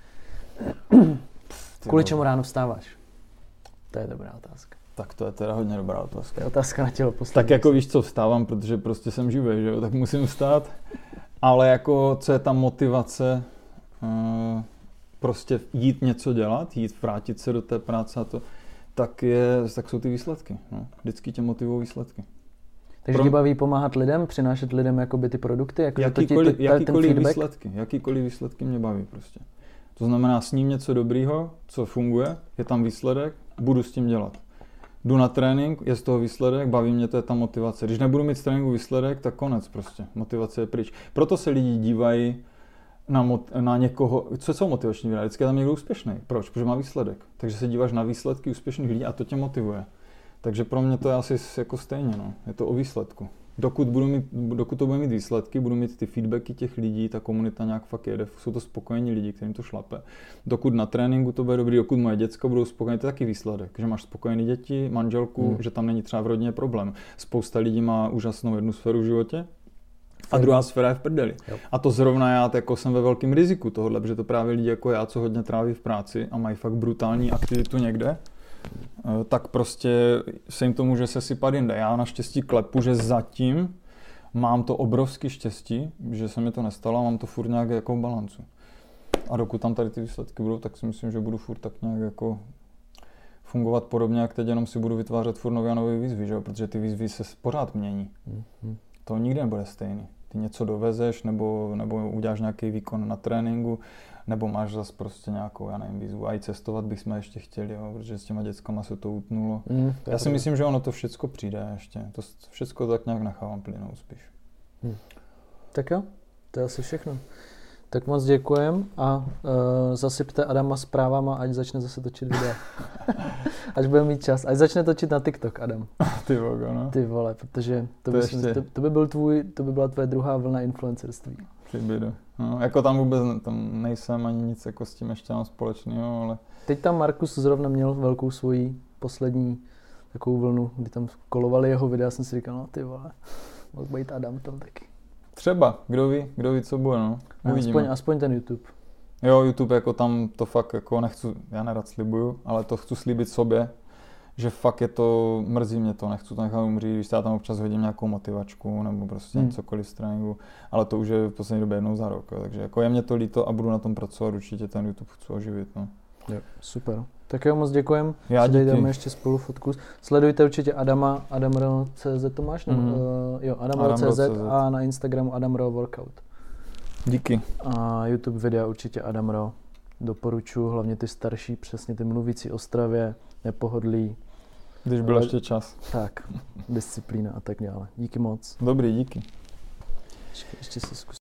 Kvůli čemu ráno vstáváš? To je dobrá otázka. Tak to je teda hodně dobrá otázka. To je otázka na tělo poslední. Tak jako víš co, vstávám, protože prostě jsem živý, že jo, tak musím vstát. Ale jako co je ta motivace, prostě jít něco dělat, vrátit se do té práce a to, tak jsou ty výsledky. No. Vždycky tě motivují výsledky. Takže tě baví pomáhat lidem, přinášet lidem jakoby ty produkty? Jako Jakýkoliv výsledky mě baví prostě. To znamená, sním něco dobrýho, co funguje, je tam výsledek, budu s tím dělat. Jdu na trénink, je z toho výsledek, baví mě, to je ta motivace. Když nebudu mít z tréninku výsledek, tak konec prostě, motivace je pryč. Proto se lidi dívají na někoho, co jsou motivační videa, vždycky je tam někdo úspěšný. Proč? Protože má výsledek. Takže se díváš na výsledky úspěšných lidí a to tě motivuje. Takže pro mě to je asi jako stejně, no. Je to o výsledku. Dokud to bude mít výsledky, budu mít ty feedbacky těch lidí, ta komunita nějak fakt jede, jsou to spokojení lidi, kterým to šlape. Dokud na tréninku to bude dobrý, dokud moje děcka budou spokojení, to je taky výsledek, že máš spokojený děti, manželku, že tam není třeba v rodině problém. Spousta lidí má úžasnou jednu sféru v životě a druhá sféra je v prdeli. A to zrovna já jako jsem ve velkém riziku tohohle, protože to právě lidi jako já, co hodně tráví v práci a mají fakt brutální aktivitu někde, tak prostě se jim to může sesypat jinde. Já naštěstí klepu, že zatím mám to obrovský štěstí, že se mi to nestalo a mám to furt nějak jako v balancu. A dokud tam tady ty výsledky budou, tak si myslím, že budu furt tak nějak jako fungovat podobně, jak teď, jenom si budu vytvářet furt nové a nové výzvy, že? Protože ty výzvy se pořád mění. To nikdy nebude stejný. ty něco dovezeš, nebo uděláš nějaký výkon na tréninku, nebo máš zase prostě nějakou, já nevím, výzvu. A i cestovat bychom ještě chtěli, jo, protože s těma dětskama se to utnulo. Já si myslím, že ono to všecko přijde ještě. To všecko tak nějak nechávám plynout spíš. Tak jo, to je asi všechno. Tak moc děkujem a zasypte Adama zprávama, ať začne zase točit videa. Až bude mít čas. Ať začne točit na TikTok, Adam. Ty vole, protože to by byla tvoje druhá vlna influencerství. No, jako tam nejsem ani nic jako s tím ještě mám společného, ale... Teď tam Markus zrovna měl velkou svoji poslední takovou vlnu, kdy tam kolovali jeho videa, jsem si říkal, no ty vole, mohl být Adam tam taky. Třeba, kdo ví, co bude, no. Aspoň ten YouTube. Jo, YouTube, jako tam to fakt jako nechci, já nerad slibuju, ale to chci slíbit sobě, že fakt je to, mrzí mě to, nechci to nechat umřít, když já tam občas hodím nějakou motivačku nebo prostě cokoliv z tréninku, ale to už je v poslední době jednou za rok, jo, takže jako je mě to líto a budu na tom pracovat, určitě ten YouTube chci oživit, no. Jo, super. Tak jo, moc děkujem. Já díky. Dáme ještě spolu fotku. Sledujte určitě Adama, Adamro.cz to máš? Jo, Adamro.cz a na Instagramu Adamro Workout. Díky. A YouTube videa určitě Adamro. Doporučuji, hlavně ty starší, přesně ty mluvící o stravě, nepohodlí. Když byl ještě čas. Tak, disciplína a tak dále. Díky moc. Dobrý, díky. Ještě si zkus.